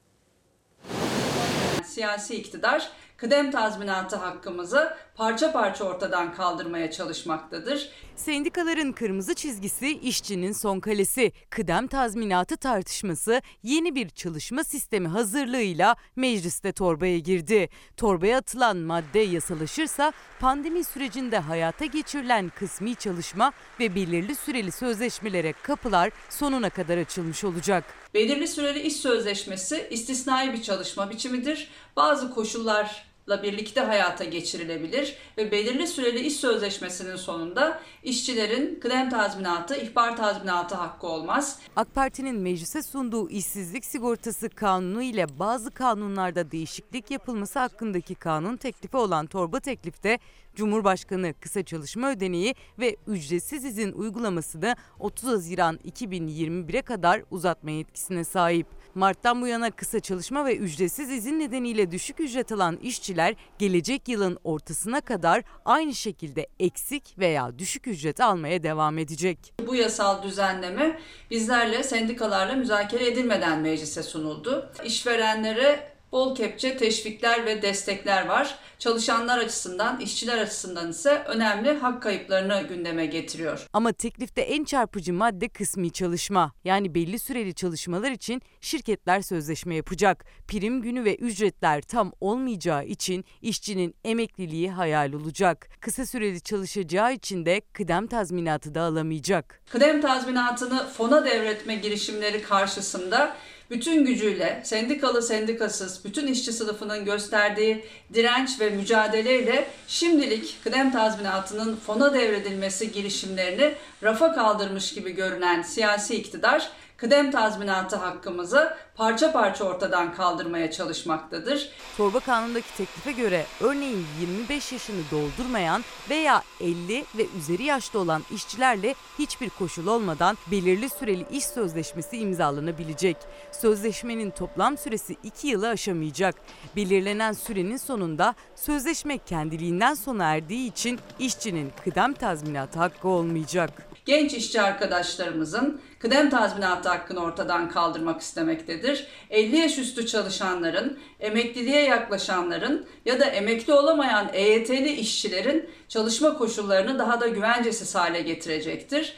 Siyasi iktidar kıdem tazminatı hakkımızı parça parça ortadan kaldırmaya çalışmaktadır. Sendikaların kırmızı çizgisi işçinin son kalesi. Kıdem tazminatı tartışması yeni bir çalışma sistemi hazırlığıyla mecliste torbaya girdi. Torbaya atılan madde yasalaşırsa pandemi sürecinde hayata geçirilen kısmi çalışma ve belirli süreli sözleşmelere kapılar sonuna kadar açılmış olacak. Belirli süreli iş sözleşmesi istisnai bir çalışma biçimidir. Bazı koşullar birlikte hayata geçirilebilir ve belirli süreli iş sözleşmesinin sonunda işçilerin kıdem tazminatı, ihbar tazminatı hakkı olmaz. AK Parti'nin meclise sunduğu işsizlik sigortası kanunu ile bazı kanunlarda değişiklik yapılması hakkındaki kanun teklifi olan torba teklifte Cumhurbaşkanı kısa çalışma ödeneği ve ücretsiz izin uygulamasını otuz Haziran iki bin yirmi bire kadar uzatma yetkisine sahip. Mart'tan bu yana kısa çalışma ve ücretsiz izin nedeniyle düşük ücret alan işçiler gelecek yılın ortasına kadar aynı şekilde eksik veya düşük ücret almaya devam edecek. Bu yasal düzenleme bizlerle, sendikalarla müzakere edilmeden meclise sunuldu. İşverenlere bol kepçe teşvikler ve destekler var. Çalışanlar açısından, işçiler açısından ise önemli hak kayıplarını gündeme getiriyor. Ama teklifte en çarpıcı madde kısmi çalışma. Yani belli süreli çalışmalar için şirketler sözleşme yapacak. Prim günü ve ücretler tam olmayacağı için işçinin emekliliği hayal olacak. Kısa süreli çalışacağı için de kıdem tazminatı da alamayacak. Kıdem tazminatını fona devretme girişimleri karşısında bütün gücüyle, sendikalı sendikasız, bütün işçi sınıfının gösterdiği direnç ve mücadeleyle şimdilik kıdem tazminatının fona devredilmesi girişimlerini rafa kaldırmış gibi görünen siyasi iktidar, kıdem tazminatı hakkımızı parça parça ortadan kaldırmaya çalışmaktadır. Torba kanundaki teklife göre örneğin yirmi beş yaşını doldurmayan veya elli ve üzeri yaşta olan işçilerle hiçbir koşul olmadan belirli süreli iş sözleşmesi imzalanabilecek. Sözleşmenin toplam süresi iki yılı aşamayacak. Belirlenen sürenin sonunda sözleşme kendiliğinden sona erdiği için işçinin kıdem tazminatı hakkı olmayacak. Genç işçi arkadaşlarımızın kıdem tazminatı hakkını ortadan kaldırmak istemektedir. elli yaş üstü çalışanların, emekliliğe yaklaşanların ya da emekli olamayan E Y T'li işçilerin çalışma koşullarını daha da güvencesiz hale getirecektir.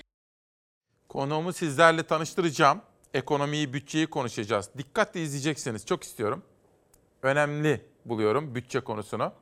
Konuğumu sizlerle tanıştıracağım. Ekonomiyi, bütçeyi konuşacağız. Dikkatle izleyeceksiniz. Çok istiyorum. Önemli buluyorum bütçe konusunu.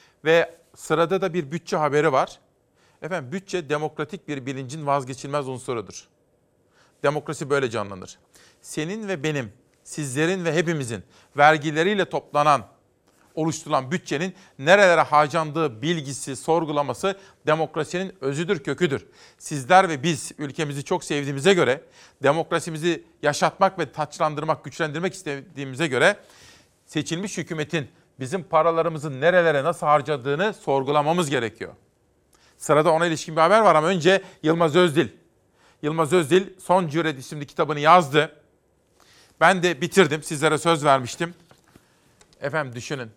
Ve sırada da bir bütçe haberi var. Efendim bütçe demokratik bir bilincin vazgeçilmez unsurudur. Demokrasi böyle canlanır. Senin ve benim, sizlerin ve hepimizin vergileriyle toplanan, oluşturulan bütçenin nerelere harcandığı bilgisi, sorgulaması demokrasinin özüdür, köküdür. Sizler ve biz ülkemizi çok sevdiğimize göre, demokrasimizi yaşatmak ve taçlandırmak, güçlendirmek istediğimize göre seçilmiş hükümetin bizim paralarımızı nerelere nasıl harcadığını sorgulamamız gerekiyor. Sırada ona ilişkin bir haber var ama önce Yılmaz Özdil. Yılmaz Özdil Son Cüret isimli kitabını yazdı. Ben de bitirdim, sizlere söz vermiştim. Efendim düşünün,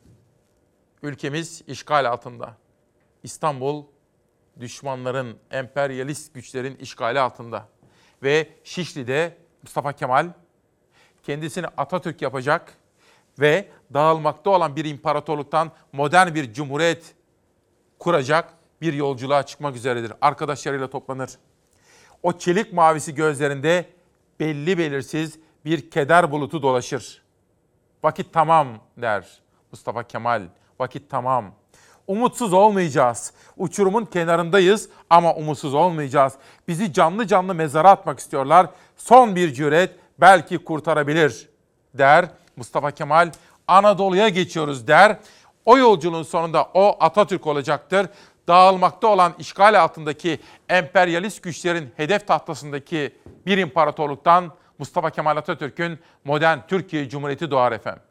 ülkemiz işgal altında. İstanbul düşmanların, emperyalist güçlerin işgali altında. Ve Şişli'de Mustafa Kemal kendisini Atatürk yapacak ve dağılmakta olan bir imparatorluktan modern bir cumhuriyet kuracak bir yolculuğa çıkmak üzeredir. Arkadaşlarıyla toplanır. O çelik mavisi gözlerinde belli belirsiz bir keder bulutu dolaşır. Vakit tamam der Mustafa Kemal. Vakit tamam. Umutsuz olmayacağız. Uçurumun kenarındayız ama umutsuz olmayacağız. Bizi canlı canlı mezara atmak istiyorlar. Son bir cüret belki kurtarabilir der Mustafa Kemal. Anadolu'ya geçiyoruz der. O yolculuğun sonunda o Atatürk olacaktır. Dağılmakta olan işgal altındaki emperyalist güçlerin hedef tahtasındaki bir imparatorluktan Mustafa Kemal Atatürk'ün modern Türkiye Cumhuriyeti doğar efendim.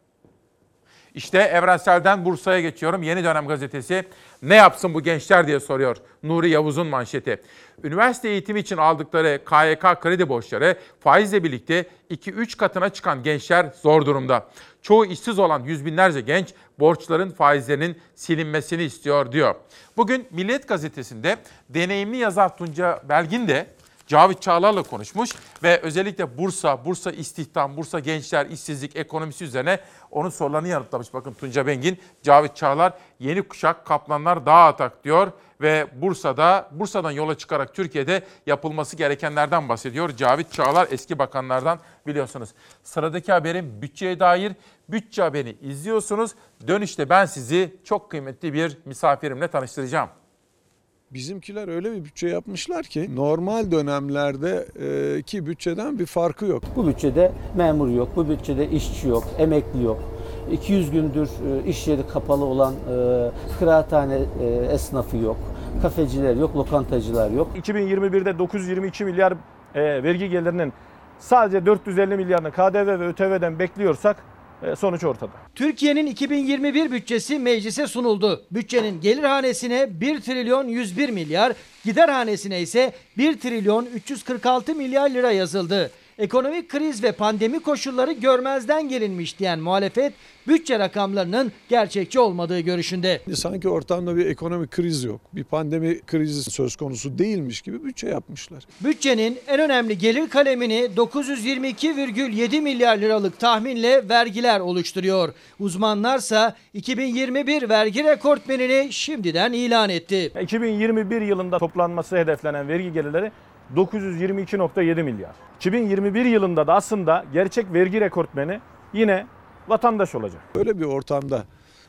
İşte Evrensel'den Bursa'ya geçiyorum. Yeni Dönem gazetesi ne yapsın bu gençler diye soruyor. Nuri Yavuz'un manşeti. Üniversite eğitimi için aldıkları K Y K kredi borçları faizle birlikte iki üç katına çıkan gençler zor durumda. Çoğu işsiz olan yüz binlerce genç borçların faizlerinin silinmesini istiyor diyor. Bugün Milliyet gazetesinde deneyimli yazar Tunca Belgin de Cavit Çağlar'la konuşmuş ve özellikle Bursa, Bursa istihdam, Bursa gençler, işsizlik, ekonomisi üzerine onun sorularını yanıtlamış. Bakın Tunca Belgin, Cavit Çağlar, yeni kuşak kaplanlar dağa atak diyor ve Bursa'da, Bursa'dan yola çıkarak Türkiye'de yapılması gerekenlerden bahsediyor. Cavit Çağlar eski bakanlardan biliyorsunuz. Sıradaki haberim bütçeye dair. Bütçe haberini izliyorsunuz. Dönüşte ben sizi çok kıymetli bir misafirimle tanıştıracağım. Bizimkiler öyle bir bütçe yapmışlar ki normal dönemlerdeki bütçeden bir farkı yok. Bu bütçede memur yok, bu bütçede işçi yok, emekli yok. iki yüz gündür iş yeri kapalı olan kıraathane esnafı yok, kafeciler yok, lokantacılar yok. iki bin yirmi birde dokuz yüz yirmi iki milyar vergi gelirinin sadece dört yüz elli milyarını K D V ve Ö T V'den bekliyorsak sonuç ortada. Türkiye'nin iki bin yirmi bir bütçesi meclise sunuldu. Bütçenin gelir hanesine bir trilyon yüz bir milyar, gider hanesine ise bir trilyon üç yüz kırk altı milyar lira yazıldı. Ekonomik kriz ve pandemi koşulları görmezden gelinmiş diyen muhalefet, bütçe rakamlarının gerçekçi olmadığı görüşünde. Sanki ortamda bir ekonomik kriz yok, bir pandemi krizi söz konusu değilmiş gibi bütçe yapmışlar. Bütçenin en önemli gelir kalemini dokuz yüz yirmi iki virgül yedi milyar liralık tahminle vergiler oluşturuyor. Uzmanlarsa iki bin yirmi bir vergi rekortmenini şimdiden ilan etti. iki bin yirmi bir yılında toplanması hedeflenen vergi gelirleri dokuz yüz yirmi iki virgül yedi milyar. iki bin yirmi bir yılında da aslında gerçek vergi rekortmeni yine vatandaş olacak. Böyle bir ortamda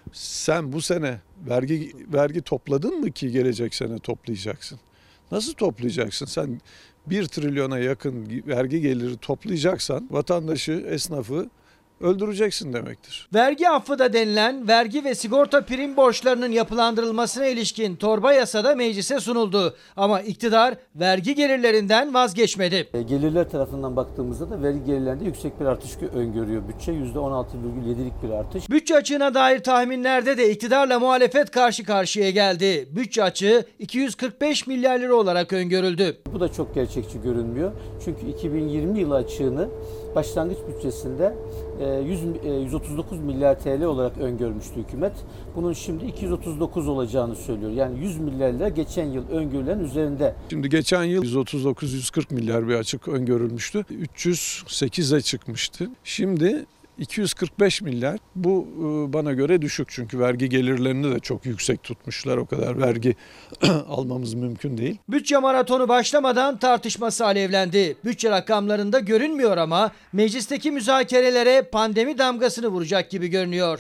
sen bu sene vergi vergi topladın mı ki gelecek sene toplayacaksın? Nasıl toplayacaksın? Sen bir trilyona yakın vergi geliri toplayacaksan vatandaşı, esnafı öldüreceksin demektir. Vergi affı da denilen vergi ve sigorta prim borçlarının yapılandırılmasına ilişkin torba yasada meclise sunuldu. Ama iktidar vergi gelirlerinden vazgeçmedi. Gelirler tarafından baktığımızda da vergi gelirlerinde yüksek bir artış öngörüyor bütçe. yüzde on altı virgül yedilik bir artış. Bütçe açığına dair tahminlerde de iktidarla muhalefet karşı karşıya geldi. Bütçe açığı iki yüz kırk beş milyar lira olarak öngörüldü. Bu da çok gerçekçi görünmüyor. Çünkü iki bin yirmi yılı açığını başlangıç bütçesinde yüz otuz dokuz milyar T L olarak öngörmüştü hükümet. Bunun şimdi iki yüz otuz dokuz olacağını söylüyor. Yani yüz milyar lira geçen yıl öngörülen üzerinde. Şimdi geçen yıl yüz otuz dokuz yüz kırk milyar bir açık öngörülmüştü. üç yüz sekize çıkmıştı. Şimdi iki yüz kırk beş milyar. Bu bana göre düşük çünkü vergi gelirlerini de çok yüksek tutmuşlar. O kadar vergi almamız mümkün değil. Bütçe maratonu başlamadan tartışması alevlendi. Bütçe rakamlarında görünmüyor ama meclisteki müzakerelere pandemi damgasını vuracak gibi görünüyor.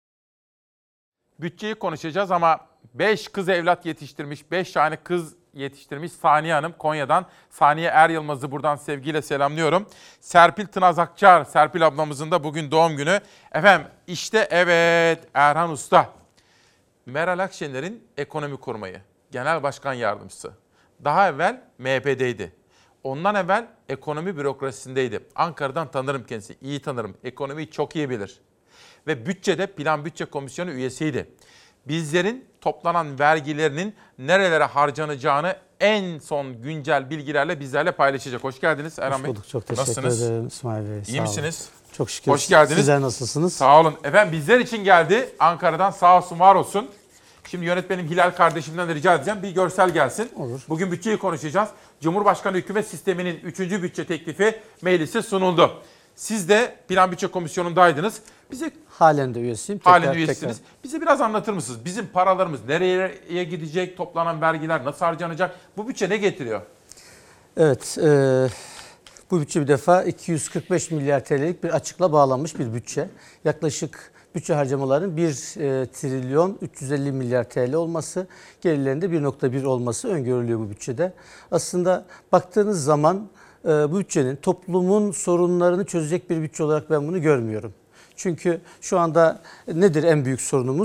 Bütçeyi konuşacağız ama beş kız evlat yetiştirmiş, beş tane kız yetiştirmiş Saniye Hanım Konya'dan. Saniye Er Yılmaz'ı buradan sevgiyle selamlıyorum. Serpil Tınaz Akçar, Serpil ablamızın da bugün doğum günü. Efendim işte evet Erhan Usta. Meral Akşener'in ekonomi kurmayı, genel başkan yardımcısı. Daha evvel M H P'deydi. Ondan evvel ekonomi bürokrasisindeydi. Ankara'dan tanırım kendisi, iyi tanırım. Ekonomiyi çok iyi bilir. Ve bütçede Plan Bütçe Komisyonu üyesiydi. Bizlerin toplanan vergilerinin nerelere harcanacağını en son güncel bilgilerle bizlerle paylaşacak. Hoş geldiniz Erhan Bey. Hoş bulduk. Çok teşekkür Nasılsınız? ederim İsmail Bey. İyi misiniz? Çok şükür. Hoş geldiniz. Sizler nasılsınız? Sağ olun. Efendim bizler için geldi. Ankara'dan sağ olsun var olsun. Şimdi yönetmenim Hilal kardeşimden de rica edeceğim. Bir görsel gelsin. Olur. Bugün bütçeyi konuşacağız. Cumhurbaşkanı hükümet sisteminin üçüncü bütçe teklifi meclise sunuldu. Siz de Plan Bütçe Komisyonu'ndaydınız. Bize halen de üyesiyim. Halen tekrar, üyesiniz. Tekrar. Bize biraz anlatır mısınız? Bizim paralarımız nereye gidecek? Toplanan vergiler nasıl harcanacak? Bu bütçe ne getiriyor? Evet. E, bu bütçe bir defa iki yüz kırk beş milyar T L'lik bir açıkla bağlanmış bir bütçe. Yaklaşık bütçe harcamaların bir trilyon üç yüz elli milyar T L olması, gelirlerinde bir nokta bir olması öngörülüyor bu bütçede. Aslında baktığınız zaman bu bütçenin toplumun sorunlarını çözecek bir bütçe olarak ben bunu görmüyorum. Çünkü şu anda nedir en büyük sorunumuz?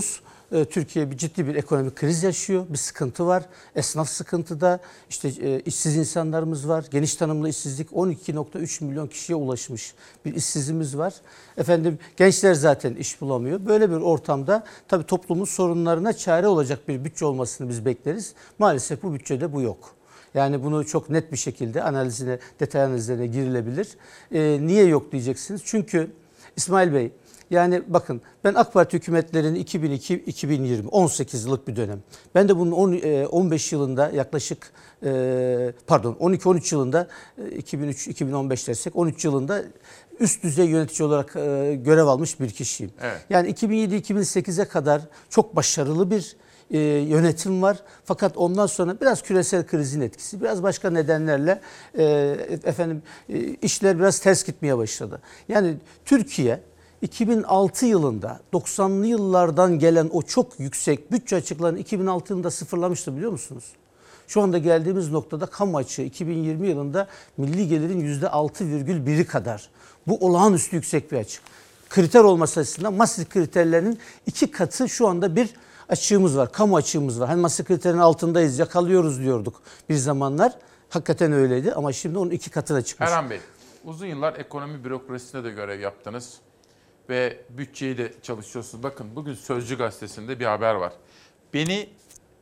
e, Türkiye bir ciddi bir ekonomik kriz yaşıyor. Bir sıkıntı var. Esnaf sıkıntıda. İşte e, işsiz insanlarımız var. Geniş tanımlı işsizlik on iki nokta üç milyon kişiye ulaşmış bir işsizimiz var. Efendim gençler zaten iş bulamıyor. Böyle bir ortamda tabii toplumun sorunlarına çare olacak bir bütçe olmasını biz bekleriz. Maalesef bu bütçede bu yok. Yani bunu çok net bir şekilde analizine, detay analizlerine girilebilir. E, niye yok diyeceksiniz? Çünkü İsmail Bey, yani bakın ben AK Parti hükümetlerinin iki bin iki iki bin yirmi on sekiz yıllık bir dönem. Ben de bunun on beş yılında yaklaşık pardon on iki on üç yılında iki bin üç iki bin on beş dersek on üç yılında üst düzey yönetici olarak görev almış bir kişiyim. Evet. Yani iki bin yedi iki bin sekize kadar çok başarılı bir e, yönetim var. Fakat ondan sonra biraz küresel krizin etkisi, biraz başka nedenlerle e, efendim e, işler biraz ters gitmeye başladı. Yani Türkiye iki bin altı yılında doksanlı yıllardan gelen o çok yüksek bütçe açıklarını iki bin altı yılında sıfırlamıştı, biliyor musunuz? Şu anda geldiğimiz noktada kamu açığı iki bin yirmi yılında milli gelirin yüzde altı virgül biri kadar. Bu olağanüstü yüksek bir açık. Kriter olması açısından Maastricht kriterlerinin iki katı şu anda bir açığımız var. Kamu açığımız var. Hani Maastricht kriterinin altındayız, yakalıyoruz diyorduk bir zamanlar. Hakikaten öyleydi ama şimdi onun iki katına çıkmış. Erhan Bey, uzun yıllar ekonomi bürokrasisinde de görev yaptınız ve bütçeyi de çalışıyorsunuz. Bakın bugün Sözcü gazetesinde bir haber var. Beni,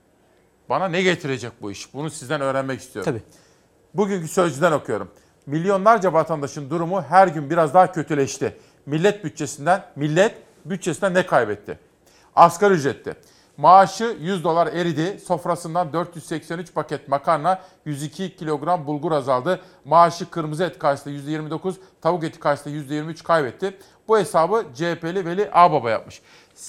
bana ne getirecek bu iş? Bunu sizden öğrenmek istiyorum. Tabii. Bugünkü Sözcü'den okuyorum. Milyonlarca vatandaşın durumu her gün biraz daha kötüleşti. Millet bütçesinden, millet bütçesinden ne kaybetti? Asgari ücretti. Maaşı yüz dolar eridi. Sofrasından dört yüz seksen üç paket makarna, yüz iki kilogram bulgur azaldı. Maaşı kırmızı et karşısında yüzde yirmi dokuz, tavuk eti karşısında yüzde yirmi üç kaybetti. Bu hesabı C H P'li Veli Ağbaba yapmış.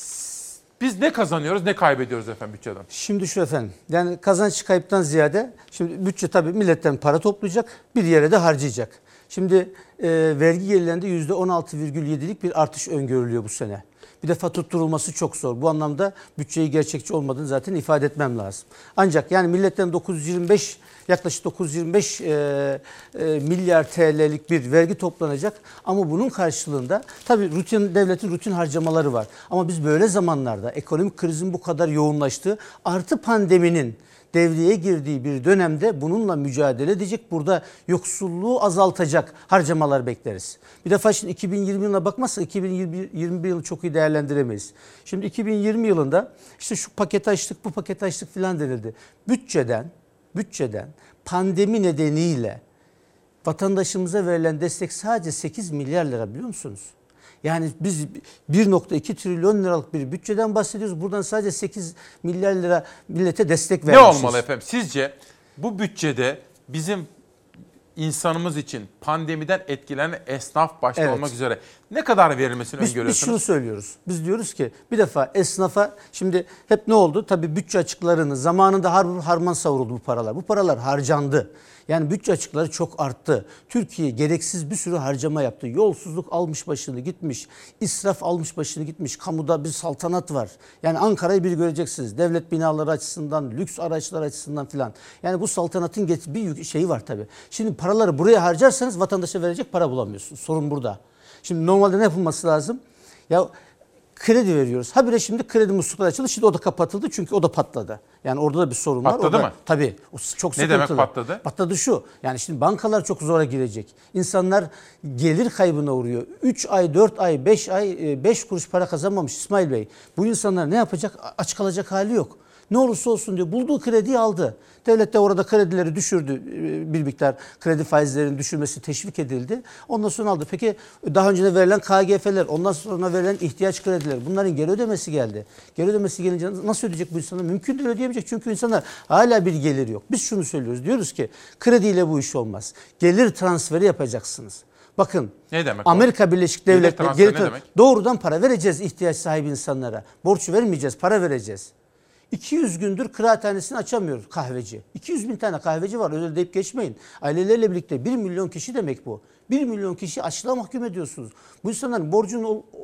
Biz ne kazanıyoruz, ne kaybediyoruz efendim bütçeden? Şimdi şu efendim, yani kazanç kayıptan ziyade, şimdi bütçe tabii milletten para toplayacak, bir yere de harcayacak. Şimdi e, vergi gelirlerinde yüzde on altı virgül yedilik bir artış öngörülüyor bu sene. Bir defa tutturulması çok zor. Bu anlamda bütçeyi gerçekçi olmadığını zaten ifade etmem lazım. Ancak yani milletten dokuz yüz yirmi beş yaklaşık dokuz yüz yirmi beş e, e, milyar T L'lik bir vergi toplanacak. Ama bunun karşılığında tabii rutin, devletin rutin harcamaları var. Ama biz böyle zamanlarda ekonomik krizin bu kadar yoğunlaştığı artı pandeminin devreye girdiği bir dönemde bununla mücadele edecek, burada yoksulluğu azaltacak harcamalar bekleriz. Bir defa şimdi iki bin yirmi yılına bakmazsak iki bin yirmi bir yılı çok iyi değerlendiremeyiz. Şimdi iki bin yirmi yılında işte şu paket açtık, bu paket açtık filan denildi. Bütçeden, bütçeden pandemi nedeniyle vatandaşımıza verilen destek sadece sekiz milyar lira, biliyor musunuz? Yani biz bir nokta iki trilyon liralık bir bütçeden bahsediyoruz. Buradan sadece sekiz milyar lira millete destek vermişiz. Ne olmalı efendim? Sizce bu bütçede bizim insanımız için pandemiden etkilenen esnaf başta evet. olmak üzere ne kadar verilmesini biz, öngörüyorsunuz? Biz şunu söylüyoruz. Biz diyoruz ki bir defa esnafa, şimdi hep ne oldu? Tabii bütçe açıklarını zamanında har harman savruldu bu paralar. Bu paralar harcandı. Yani bütçe açıkları çok arttı. Türkiye gereksiz bir sürü harcama yaptı. Yolsuzluk almış başını gitmiş. İsraf almış başını gitmiş. Kamuda bir saltanat var. Yani Ankara'yı bir göreceksiniz. Devlet binaları açısından, lüks araçlar açısından filan. Yani bu saltanatın bir şeyi var tabii. Şimdi paraları buraya harcarsanız vatandaşa verecek para bulamıyorsunuz. Sorun burada. Şimdi normalde ne yapılması lazım? Ya kredi veriyoruz. Habire şimdi kredi muslukları açıldı. Şimdi o da kapatıldı çünkü o da patladı. Yani orada da bir sorun patladı var. Patladı mı? Tabii. O çok sıkıntılı. Ne demek patladı? Patladı şu. Yani şimdi bankalar çok zora girecek. İnsanlar gelir kaybına uğruyor. üç ay, dört ay, beş ay, beş kuruş para kazanmamış İsmail Bey. Bu insanlar ne yapacak? Aç kalacak hali yok. Ne olursa olsun diyor. Bulduğu krediyi aldı. Devlet de orada kredileri düşürdü. Bir miktar kredi faizlerinin düşürmesi teşvik edildi. Ondan sonra aldı. Peki daha önce de verilen K G F'ler, ondan sonra verilen ihtiyaç kredileri, bunların geri ödemesi geldi. Geri ödemesi gelince nasıl ödeyecek bu insanlar? Mümkün değil, ödeyemeyecek. Çünkü insanlar hala bir gelir yok. Biz şunu söylüyoruz. Diyoruz ki krediyle bu iş olmaz. Gelir transferi yapacaksınız. Bakın ne demek Amerika o? Birleşik Devletleri gelir transferi ne demek? Doğrudan para vereceğiz ihtiyaç sahibi insanlara. Borç vermeyeceğiz, para vereceğiz. iki yüz gündür kıraathanesini açamıyor kahveci. iki yüz bin tane kahveci var, öyle deyip geçmeyin. Ailelerle birlikte bir milyon kişi demek bu. bir milyon kişi açlığa mahkum ediyorsunuz. Bu insanların borcunu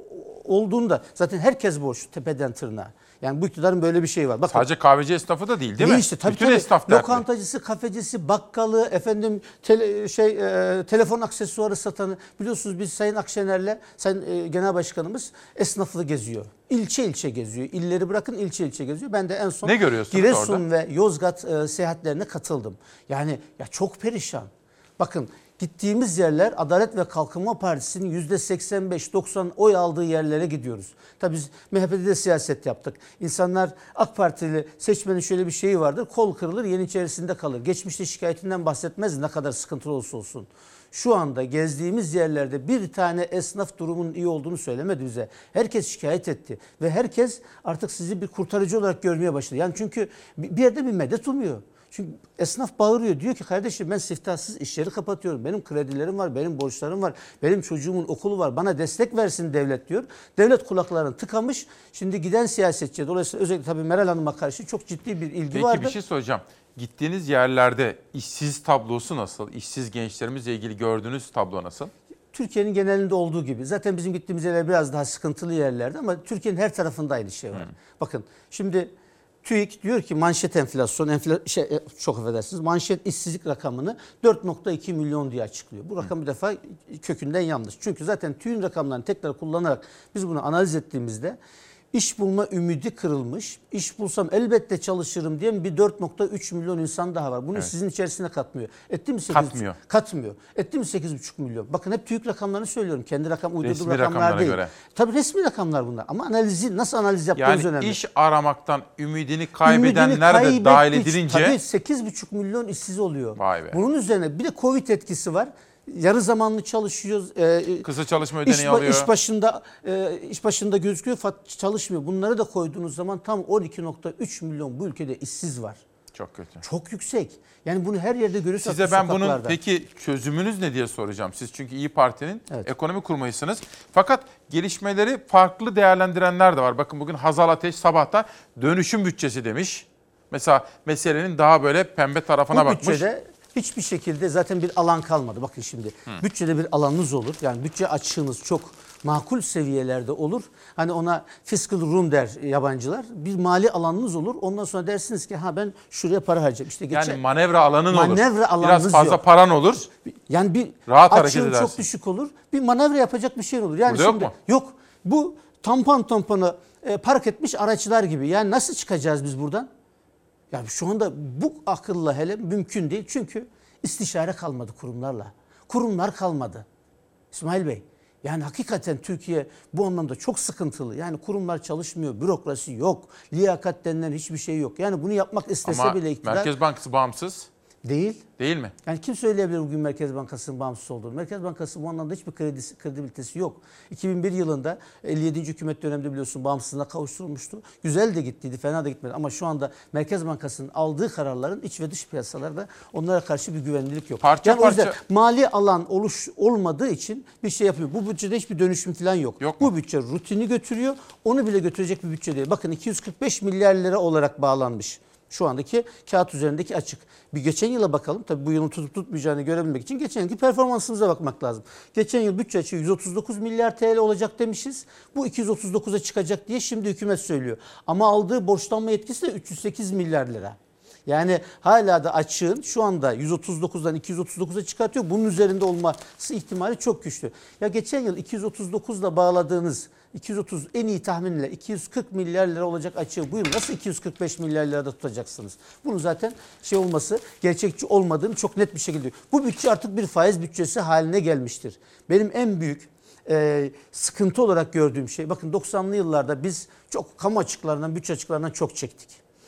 olduğunda zaten herkes borçlu tepeden tırnağa. Yani bu iktidarın böyle bir şeyi var. Bakın, sadece kahveci esnafı da değil değil mi? Işte, tabii, Bütün tabii. esnaf dertli. Lokantacısı, kafecisi, bakkalı, efendim tele, şey e, telefon aksesuarı satanı. Biliyorsunuz biz Sayın Akşener'le Sayın e, Genel Başkanımız esnaflı geziyor. İlçe ilçe geziyor. İlleri bırakın ilçe ilçe geziyor. Ben de en son ne görüyorsunuz Giresun orada? ve Yozgat e, seyahatlerine katıldım. Yani ya çok perişan. Bakın gittiğimiz yerler Adalet ve Kalkınma Partisi'nin yüzde seksen beş doksan oy aldığı yerlere gidiyoruz. Tabii biz M H P'de de siyaset yaptık. İnsanlar AK Partili seçmenin şöyle bir şeyi vardır. Kol kırılır, yen içerisinde kalır. Geçmişte şikayetinden bahsetmez ne kadar sıkıntılı olursa olsun. Şu anda gezdiğimiz yerlerde bir tane esnaf durumunun iyi olduğunu söylemedi bize. Herkes şikayet etti ve herkes artık sizi bir kurtarıcı olarak görmeye başladı. Yani çünkü bir yerde bir medet umuyor. Çünkü esnaf bağırıyor, diyor ki kardeşim ben siftahsız işleri kapatıyorum. Benim kredilerim var, benim borçlarım var, benim çocuğumun okulu var. Bana destek versin devlet diyor. Devlet kulaklarını tıkamış. Şimdi giden siyasetçi, dolayısıyla özellikle tabii Meral Hanım'a karşı çok ciddi bir ilgi Peki vardı. bir şey soracağım. Gittiğiniz yerlerde işsiz tablosu nasıl? İşsiz gençlerimizle ilgili gördüğünüz tablo nasıl? Türkiye'nin genelinde olduğu gibi. Zaten bizim gittiğimiz yerler biraz daha sıkıntılı yerlerdi ama Türkiye'nin her tarafında aynı şey var. Hmm. Bakın şimdi TÜİK diyor ki manşet enflasyon, enfla, şey, çok affedersiniz, manşet işsizlik rakamını dört nokta iki milyon diye açıklıyor. Bu rakam bir defa kökünden yanlış. Çünkü zaten TÜİK'in rakamlarını tekrar kullanarak biz bunu analiz ettiğimizde İş bulma ümidi kırılmış. İş bulsam elbette çalışırım diyen bir dört nokta üç milyon insan daha var. Bunu evet. sizin içerisine katmıyor. Etti mi sekiz katmıyor. Katmıyor. Etti mi sekiz buçuk milyon? Bakın hep TÜİK rakamlarını söylüyorum. Kendi rakam uydurduğum resmi rakamlar değil. Göre. Tabii resmi rakamlar bunlar. Ama analizi nasıl analiz yaptığınız yani önemli. Yani iş aramaktan ümidini kaybedenler ümidini de dahil edilince. Tabii sekiz buçuk milyon işsiz oluyor. Vay be. Bunun üzerine bir de Covid etkisi var. Yarı zamanlı çalışıyoruz. E, Kısa çalışma ödeneği iş, alıyor. İş başında e, iş başında gözüküyor fakat çalışmıyor. Bunları da koyduğunuz zaman tam on iki nokta üç milyon bu ülkede işsiz var. Çok kötü. Çok yüksek. Yani bunu her yerde görüyorsunuz. Size ben bunun peki çözümünüz ne diye soracağım. Siz çünkü İyi Parti'nin evet. ekonomi kurmayısınız. Fakat gelişmeleri farklı değerlendirenler de var. Bakın bugün Hazal Ateş sabahta dönüşüm bütçesi demiş. Mesela meselenin daha böyle pembe tarafına bu bakmış. Bütçede hiçbir şekilde zaten bir alan kalmadı. Bakın şimdi Hı. bütçede bir alanınız olur. Yani bütçe açığınız çok makul seviyelerde olur. Hani ona fiscal room der yabancılar. Bir mali alanınız olur. Ondan sonra dersiniz ki ha ben şuraya para harcayacağım. İşte geçen, yani manevra alanın manevra olur. Alanınız biraz fazla yok. paran olur. Yani bir rahat açığın çok düşük olur. Bir manevra yapacak bir şey olur. Yani Burada şimdi yok mu? Yok. Bu tampon tampona e, park etmiş araçlar gibi. Yani nasıl çıkacağız biz buradan? Yani şu anda bu akılla hele mümkün değil. Çünkü istişare kalmadı kurumlarla. Kurumlar kalmadı. İsmail Bey, yani hakikaten Türkiye bu anlamda çok sıkıntılı. Yani kurumlar çalışmıyor, bürokrasi yok, liyakat denilen hiçbir şey yok. Yani bunu yapmak istese Ama bile iktidar... Merkez Bankası bağımsız. Değil. Değil mi? Yani kim söyleyebilir bugün Merkez Bankası'nın bağımsız olduğunu? Merkez Bankası bu anlamda hiçbir kredisi, kredibilitesi yok. iki bin bir yılında elli yedinci hükümet döneminde biliyorsun bağımsızlığına kavuşturulmuştu. Güzel de gittiydi, fena da gitmedi. Ama şu anda Merkez Bankası'nın aldığı kararların iç ve dış piyasalarda onlara karşı bir güvenlilik yok. Parça yani parça. O yüzden mali alan oluş olmadığı için bir şey yapıyor. Bu bütçede hiçbir dönüşüm falan yok. yok bu bütçe rutini götürüyor. Onu bile götürecek bir bütçe değil. Bakın iki yüz kırk beş milyar lira olarak bağlanmış. Şu andaki kağıt üzerindeki açık. Bir geçen yıla bakalım. Tabii bu yılın tutup tutmayacağını görebilmek için geçen yılki performansımıza bakmak lazım. Geçen yıl bütçe açığı yüz otuz dokuz milyar T L olacak demişiz. Bu iki yüz otuz dokuza çıkacak diye şimdi hükümet söylüyor. Ama aldığı borçlanma yetkisi de üç yüz sekiz milyar lira. Yani hala da açığın şu anda yüz otuz dokuzdan iki yüz otuz dokuza çıkartıyor. Bunun üzerinde olması ihtimali çok güçlü. Ya geçen yıl iki yüz otuz dokuzla bağladığınız iki yüz otuz en iyi tahminle iki yüz kırk milyar lira olacak açığı bu yıl nasıl iki yüz kırk beş milyar lirada tutacaksınız? Bunu zaten şey olması gerçekçi olmadığını çok net bir şekilde. Bu bütçe artık bir faiz bütçesi haline gelmiştir. Benim en büyük e, sıkıntı olarak gördüğüm şey bakın doksanlı yıllarda biz çok kamu açıklarından, bütçe açıklarından çok çektik.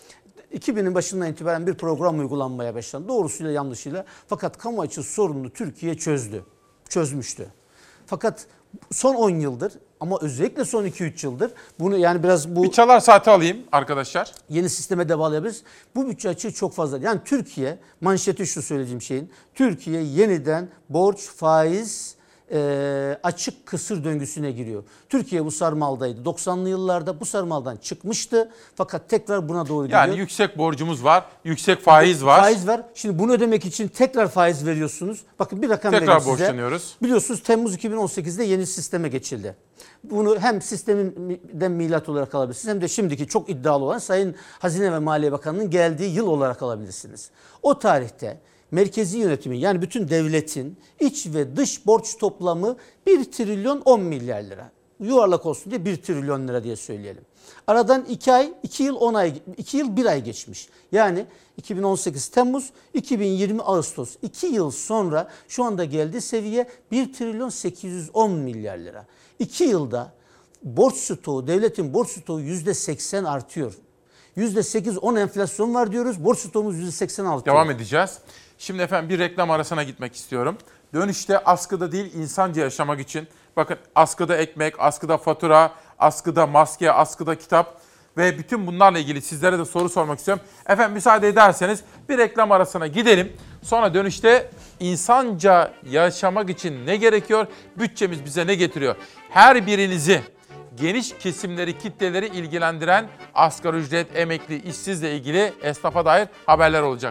iki binin başından itibaren bir program uygulanmaya başlandı. Doğrusuyla yanlışıyla. Fakat kamu açığı sorununu Türkiye çözdü. Çözmüştü. Fakat son on yıldır ama özellikle son iki üç yıldır bunu yani biraz bu... Bir çalar saati alayım arkadaşlar. Yeni sisteme de bağlayabiliriz. Bu bütçe açığı çok fazla. Yani Türkiye, manşeti şu söyleyeceğim şeyin. Türkiye yeniden borç, faiz e, açık kısır döngüsüne giriyor. Türkiye bu sarmaldaydı. doksanlı yıllarda bu sarmaldan çıkmıştı. Fakat tekrar buna doğru gidiyor. Yani yüksek borcumuz var, yüksek faiz var. Faiz var. Şimdi bunu ödemek için tekrar faiz veriyorsunuz. Bakın bir rakam Tekrar vereyim size. borçlanıyoruz. Biliyorsunuz Temmuz iki bin on sekizde yeni sisteme geçildi. Bunu hem sisteminden milat olarak alabilirsiniz hem de şimdiki çok iddialı olan Sayın Hazine ve Maliye Bakanı'nın geldiği yıl olarak alabilirsiniz. O tarihte merkezi yönetimin yani bütün devletin iç ve dış borç toplamı bir trilyon on milyar lira. Yuvarlak olsun diye bir trilyon lira diye söyleyelim. Aradan iki ay, iki yıl on ay, iki yıl bir ay geçmiş. Yani iki bin on sekiz Temmuz, iki bin yirmi Ağustos. iki yıl sonra şu anda geldiği seviye bir trilyon sekiz yüz on milyar lira. iki yılda borç stoğu, devletin borç stoğu yüzde seksen artıyor. yüzde sekiz on enflasyon var diyoruz. Borç stoğumuz yüzde seksen artıyor. Devam edeceğiz. Şimdi efendim bir reklam arasına gitmek istiyorum. Dönüşte askıda değil insanca yaşamak için. Bakın askıda ekmek, askıda fatura, askıda maske, askıda kitap ve bütün bunlarla ilgili sizlere de soru sormak istiyorum. Efendim müsaade ederseniz bir reklam arasına gidelim. Sonra dönüşte insanca yaşamak için ne gerekiyor? Bütçemiz bize ne getiriyor? Her birinizi geniş kesimleri, kitleleri ilgilendiren asgari ücret, emekli, işsizle ilgili esnafa dair haberler olacak.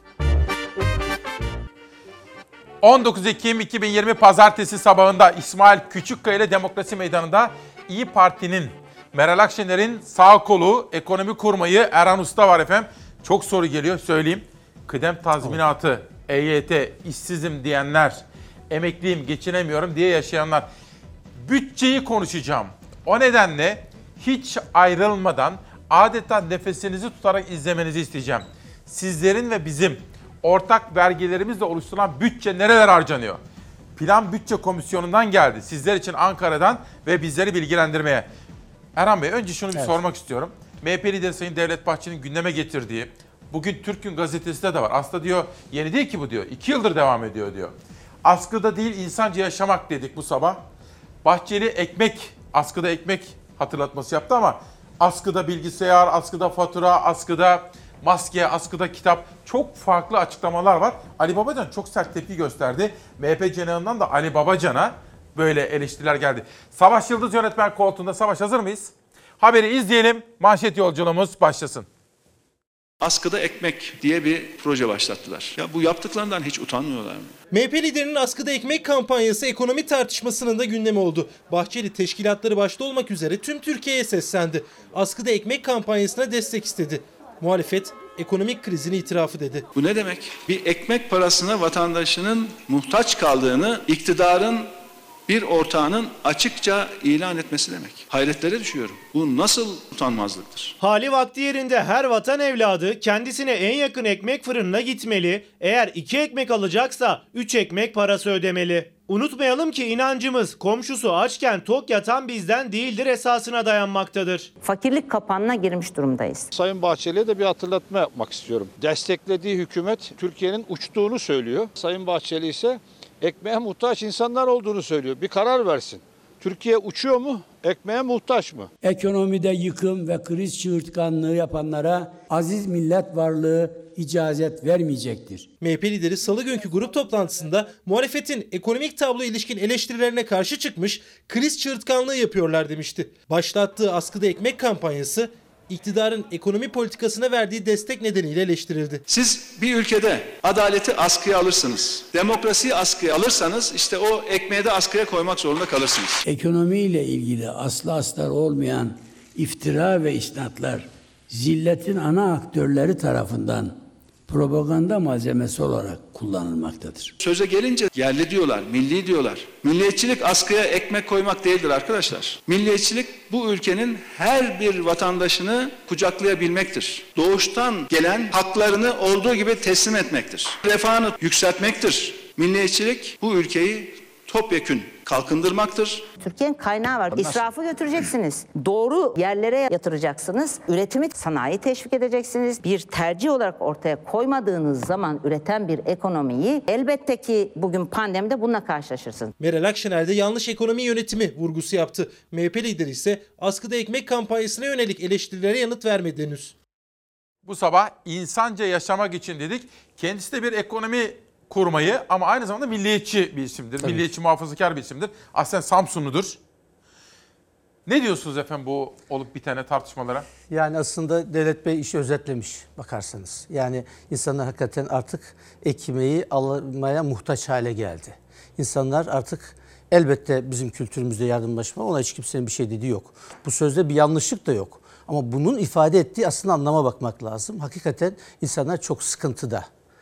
on dokuz Ekim iki bin yirmi Pazartesi sabahında İsmail Küçükkaya ile Demokrasi Meydanı'nda İyi Parti'nin, Meral Akşener'in sağ kolu ekonomi kurmayı Erhan Usta var efendim. Çok soru geliyor söyleyeyim. Kıdem tazminatı, E Y T, işsizim diyenler, emekliyim, geçinemiyorum diye yaşayanlar. Bütçeyi konuşacağım. O nedenle hiç ayrılmadan adeta nefesinizi tutarak izlemenizi isteyeceğim. Sizlerin ve bizim ortak vergilerimizle oluşturulan bütçe nereler harcanıyor? Plan Bütçe Komisyonu'ndan geldi. Sizler için Ankara'dan ve bizleri bilgilendirmeye. Erhan Bey önce şunu bir evet. sormak istiyorum. M H P lideri Sayın Devlet Bahçeli'nin gündeme getirdiği, bugün Türk Gün Gazetesi'de de var. Aslında diyor yeni değil ki bu diyor. İki yıldır devam ediyor diyor. Askıda değil insanca yaşamak dedik bu sabah. Bahçeli ekmek, askıda ekmek hatırlatması yaptı ama askıda bilgisayar, askıda fatura, askıda maske, askıda kitap, çok farklı açıklamalar var. Ali Babacan çok sert tepki gösterdi. M H P cenahından da Ali Babacan'a böyle eleştiriler geldi. Savaş Yıldız yönetmen koltuğunda. Savaş hazır mıyız? Haberi izleyelim, manşet yolculuğumuz başlasın. Askıda ekmek diye bir proje başlattılar. Ya bu yaptıklarından hiç utanmıyorlar mı? M H P liderinin askıda ekmek kampanyası ekonomi tartışmasının da gündemi oldu. Bahçeli teşkilatları başta olmak üzere tüm Türkiye'ye seslendi. Askıda ekmek kampanyasına destek istedi. Muhalefet ekonomik krizin itirafı dedi. Bu ne demek? Bir ekmek parasına vatandaşının muhtaç kaldığını iktidarın bir ortağının açıkça ilan etmesi demek. Hayretlere düşüyorum. Bu nasıl utanmazlıktır? Hali vakti yerinde her vatan evladı kendisine en yakın ekmek fırınına gitmeli. Eğer iki ekmek alacaksa üç ekmek parası ödemeli. Unutmayalım ki inancımız komşusu açken tok yatan bizden değildir esasına dayanmaktadır. Fakirlik kapağına girmiş durumdayız. Sayın Bahçeli'ye de bir hatırlatma yapmak istiyorum. Desteklediği hükümet Türkiye'nin uçtuğunu söylüyor. Sayın Bahçeli ise ekmeğe muhtaç insanlar olduğunu söylüyor. Bir karar versin. Türkiye uçuyor mu? Ekmeğe muhtaç mı? Ekonomide yıkım ve kriz çığırtkanlığı yapanlara aziz millet varlığı icazet vermeyecektir. M H P lideri salı günkü grup toplantısında muhalefetin ekonomik tabloya ilişkin eleştirilerine karşı çıkmış, kriz çığırtkanlığı yapıyorlar demişti. Başlattığı askıda ekmek kampanyası iktidarın ekonomi politikasına verdiği destek nedeniyle eleştirildi. Siz bir ülkede adaleti askıya alırsınız, demokrasiyi askıya alırsanız işte o ekmeği de askıya koymak zorunda kalırsınız. Ekonomiyle ilgili aslı astar olmayan iftira ve isnatlar zilletin ana aktörleri tarafından propaganda malzemesi olarak kullanılmaktadır. Söze gelince yerli diyorlar, milli diyorlar. Milliyetçilik askıya ekmek koymak değildir arkadaşlar. Milliyetçilik bu ülkenin her bir vatandaşını kucaklayabilmektir. Doğuştan gelen haklarını olduğu gibi teslim etmektir. Refahını yükseltmektir. Milliyetçilik bu ülkeyi topyekün kalkındırmaktır. Türkiye'nin kaynağı var. İsrafı götüreceksiniz. Doğru yerlere yatıracaksınız. Üretimi, sanayi teşvik edeceksiniz. Bir tercih olarak ortaya koymadığınız zaman üreten bir ekonomiyi elbette ki bugün pandemide bununla karşılaşırsınız. Meral Akşener de yanlış ekonomi yönetimi vurgusu yaptı. M H P lideri ise askıda ekmek kampanyasına yönelik eleştirilere yanıt vermedi henüz. Bu sabah insanca yaşamak için dedik. Kendisi de bir ekonomi kurmayı ama aynı zamanda milliyetçi bir isimdir. Tabii. Milliyetçi muhafazakar bir isimdir. Aslen Samsunludur. Ne diyorsunuz efendim bu olup bitene tartışmalara? Yani aslında Devlet Bey işi özetlemiş bakarsanız. Yani insanlar hakikaten artık ekmeği almaya muhtaç hale geldi. İnsanlar artık elbette bizim kültürümüzde yardımlaşma, ona hiç kimsenin bir şey dediği yok. Bu sözde bir yanlışlık da yok. Ama bunun ifade ettiği aslında anlama bakmak lazım. Hakikaten insanlar çok sıkıntıda.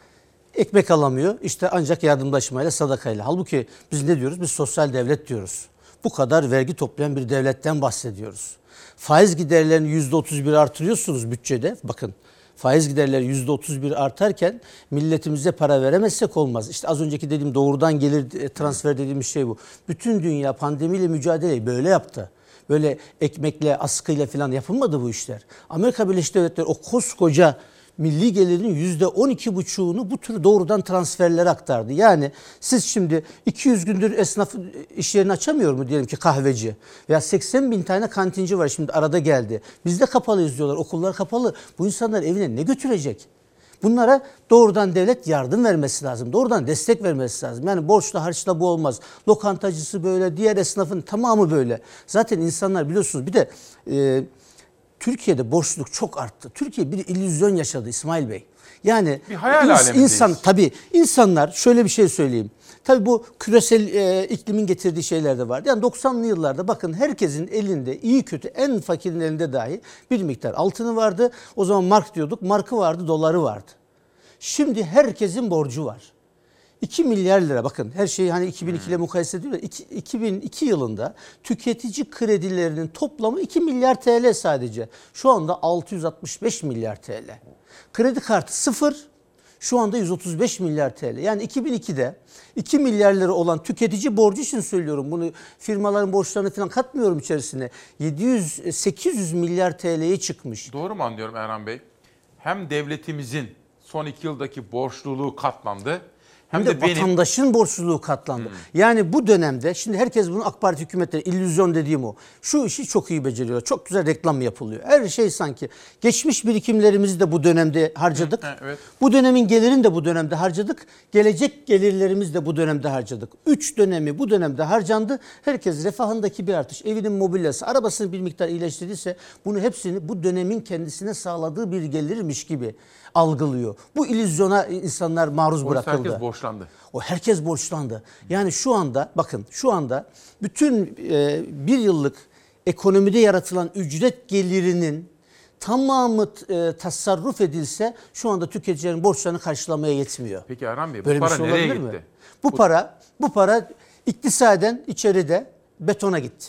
Ekmek alamıyor işte ancak yardımlaşmayla, sadakayla. Halbuki biz ne diyoruz? Biz sosyal devlet diyoruz. Bu kadar vergi toplayan bir devletten bahsediyoruz. Faiz giderlerini yüzde otuz bir artırıyorsunuz bütçede. Bakın faiz giderleri yüzde otuz bir artarken milletimize para veremezsek olmaz. İşte az önceki dediğim doğrudan gelir transfer dediğimiz şey bu. Bütün dünya pandemiyle mücadeleyi böyle yaptı. Böyle ekmekle, askıyla falan yapılmadı bu işler. Amerika Birleşik Devletleri o koskoca milli gelirinin yüzde on iki buçuğunu bu tür doğrudan transferlere aktardı. Yani siz şimdi iki yüz gündür esnaf iş yerini açamıyor mu diyelim ki kahveci? Veya seksen bin tane kantinci var şimdi arada geldi. Biz de kapalıyız diyorlar, okullar kapalı. Bu insanlar evine ne götürecek? Bunlara doğrudan devlet yardım vermesi lazım. Doğrudan destek vermesi lazım. Yani borçla harçla bu olmaz. Lokantacısı böyle, diğer esnafın tamamı böyle. Zaten insanlar biliyorsunuz bir de e, Türkiye'de borçluluk çok arttı. Türkiye bir illüzyon yaşadı İsmail Bey. Yani bir hayal ins- alemindeyiz. insan tabii insanlar şöyle bir şey söyleyeyim. Tabii bu küresel e, iklimin getirdiği şeyler de vardı. Yani doksanlı yıllarda bakın herkesin elinde iyi kötü en fakirin elinde dahi bir miktar altını vardı. O zaman mark diyorduk. Markı vardı, doları vardı. Şimdi herkesin borcu var. iki milyar lira bakın her şeyi hani iki bin iki ile mukayese ediyorlar. iki bin iki yılında tüketici kredilerinin toplamı iki milyar T L sadece. Şu anda altı yüz altmış beş milyar T L. Kredi kartı sıfır. Şu anda yüz otuz beş milyar T L. Yani iki bin ikide iki milyar lira olan tüketici borcu için söylüyorum. Bunu firmaların borçlarını falan katmıyorum içerisine. yedi yüz sekiz yüz milyar T L'ye çıkmış. Doğru mu anlıyorum Erhan Bey? Hem devletimizin son iki yıldaki borçluluğu katlandı. Hem, Hem de, de benim... vatandaşın borçluluğu katlandı. Hmm. Yani bu dönemde şimdi herkes bunu AK Parti hükümetleri illüzyon dediğim o. Şu işi çok iyi beceriyor. Çok güzel reklam yapılıyor. Her şey sanki. Geçmiş birikimlerimizi de bu dönemde harcadık. Hı, evet. Bu dönemin gelirini de bu dönemde harcadık. Gelecek gelirlerimizi de bu dönemde harcadık. Üç dönemi bu dönemde harcandı. Herkes refahındaki bir artış, evinin mobilyası, arabasını bir miktar iyileştirdiyse bunu hepsini bu dönemin kendisine sağladığı bir gelirmiş gibi algılıyor. Bu illüzyona insanlar maruz bırakıldı. Herkes borçlandı. O herkes borçlandı. Yani şu anda bakın şu anda bütün e, bir yıllık ekonomide yaratılan ücret gelirinin tamamı e, tasarruf edilse şu anda tüketicilerin borçlarını karşılamaya yetmiyor. Peki Erhan Bey bu Böyle para şey nereye olabilir gitti? mi? Bu, bu para bu para iktisaden içeride betona gitti.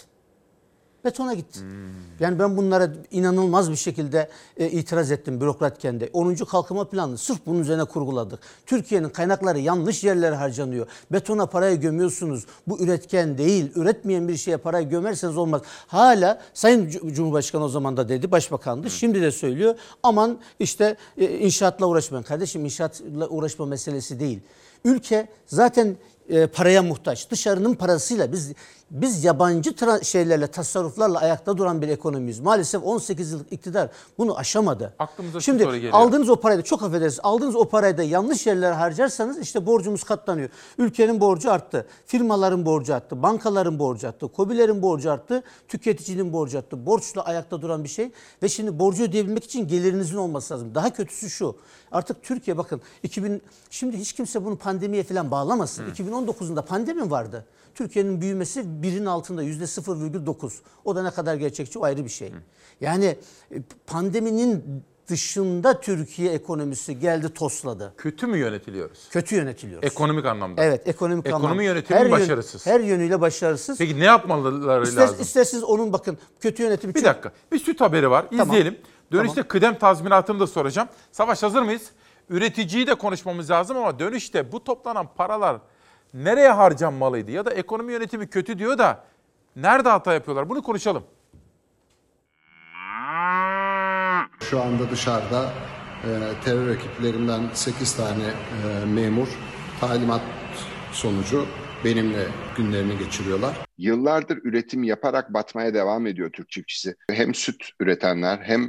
Betona gitti. Hmm. Yani ben bunlara inanılmaz bir şekilde e, itiraz ettim bürokratken de. onuncu kalkınma planını sırf bunun üzerine kurguladık. Türkiye'nin kaynakları yanlış yerlere harcanıyor. Betona parayı gömüyorsunuz. Bu üretken değil. Üretmeyen bir şeye parayı gömerseniz olmaz. Hala Sayın Cumhurbaşkanı o zaman da dedi, Başbakandı. Hmm. Şimdi de söylüyor. Aman işte e, inşaatla uğraşmayın. Kardeşim inşaatla uğraşma meselesi değil. Ülke zaten e, paraya muhtaç. Dışarının parasıyla biz biz yabancı tra- şeylerle, tasarruflarla ayakta duran bir ekonomiyiz. Maalesef on sekiz yıllık iktidar bunu aşamadı. Aklımıza Şimdi soru geliyor. aldığınız o parayı da çok affedersiniz. Aldığınız o parayı da yanlış yerlere harcarsanız işte borcumuz katlanıyor. Ülkenin borcu arttı. Firmaların borcu arttı. Bankaların borcu arttı. KOBİ'lerin borcu arttı. Tüketicinin borcu arttı. Borçla ayakta duran bir şey ve şimdi borcu ödeyebilmek için gelirinizin olması lazım. Daha kötüsü şu. Artık Türkiye bakın iki bin şimdi hiç kimse bunu pandemiye falan bağlamasın. Hı. iki bin on dokuzunda pandemi vardı. Türkiye'nin büyümesi birin altında yüzde sıfır virgül dokuz. O da ne kadar gerçekçi o ayrı bir şey. Hı. Yani pandeminin dışında Türkiye ekonomisi geldi tosladı. Kötü mü yönetiliyoruz? Kötü yönetiliyoruz. Ekonomik anlamda. Evet, ekonomik Ekonomi anlamda. yönetimi her başarısız. Yön, her yönüyle başarısız. Peki ne yapmaları İster, lazım? İsterseniz onun bakın kötü yönetimi. Bir çok... dakika. Bir süt haberi var. İzleyelim. Tamam. Dönüşte tamam. Kıdem tazminatını da soracağım. Savaş hazır mıyız? Üreticiyi de konuşmamız lazım ama dönüşte bu toplanan paralar nereye harcanmalıydı? Ya da ekonomi yönetimi kötü diyor da nerede hata yapıyorlar? Bunu konuşalım. Şu anda dışarıda e, terör ekiplerinden sekiz tane e, memur talimat sonucu benimle günlerini geçiriyorlar. Yıllardır üretim yaparak batmaya devam ediyor Türk çiftçisi. Hem süt üretenler hem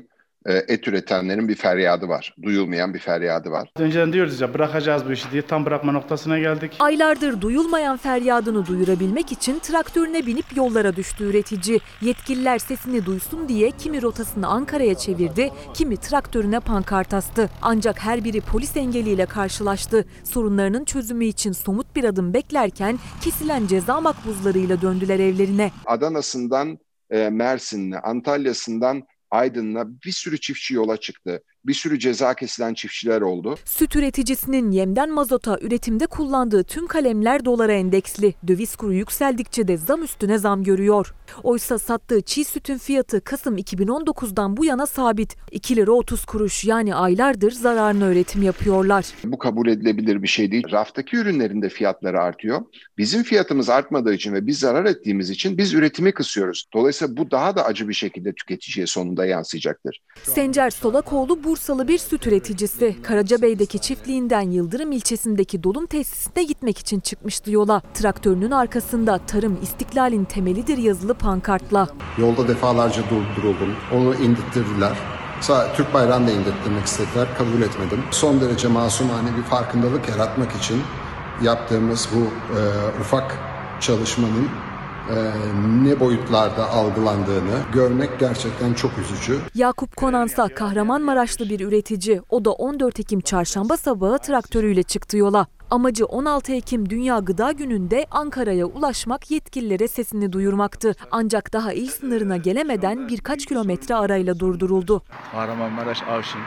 et üretenlerin bir feryadı var. Duyulmayan bir feryadı var. Önceden diyoruz ya bırakacağız bu işi diye tam bırakma noktasına geldik. Aylardır duyulmayan feryadını duyurabilmek için traktörüne binip yollara düştü üretici. Yetkililer sesini duysun diye kimi rotasını Ankara'ya çevirdi, kimi traktörüne pankart astı. Ancak her biri polis engeliyle karşılaştı. Sorunlarının çözümü için somut bir adım beklerken kesilen ceza makbuzlarıyla döndüler evlerine. Adana'sından e, Mersin'le, Antalya'sından Aydın'la bir sürü çiftçi yola çıktı. Bir sürü ceza kesilen çiftçiler oldu. Süt üreticisinin yemden mazota üretimde kullandığı tüm kalemler dolara endeksli. Döviz kuru yükseldikçe de zam üstüne zam görüyor. Oysa sattığı çiğ sütün fiyatı Kasım iki bin on dokuzdan bu yana sabit. iki lira otuz kuruş, yani aylardır zararına üretim yapıyorlar. Bu kabul edilebilir bir şey değil. Raftaki ürünlerin de fiyatları artıyor. Bizim fiyatımız artmadığı için ve biz zarar ettiğimiz için biz üretimi kısıyoruz. Dolayısıyla bu daha da acı bir şekilde tüketiciye sonunda yansıyacaktır. Sencer Solakoğlu Bursalı bir süt üreticisi. Karacabey'deki çiftliğinden Yıldırım ilçesindeki dolum tesisine gitmek için çıkmıştı yola. Traktörünün arkasında "Tarım istiklalin temelidir" yazılı pankartla. Yolda defalarca durduruldum. Onu indirttirdiler. Sadece Türk bayrağını da indirttirmek istediler. Kabul etmedim. Son derece masumane bir farkındalık yaratmak için yaptığımız bu e, ufak çalışmanın Ee, ne boyutlarda algılandığını görmek gerçekten çok üzücü. Yakup Konansa Kahramanmaraşlı bir üretici. O da on dört Ekim çarşamba sabahı traktörüyle çıktı yola. Amacı on altı Ekim Dünya Gıda Günü'nde Ankara'ya ulaşmak, yetkililere sesini duyurmaktı. Ancak daha il sınırına gelemeden birkaç kilometre arayla durduruldu. Kahramanmaraş, Avşin.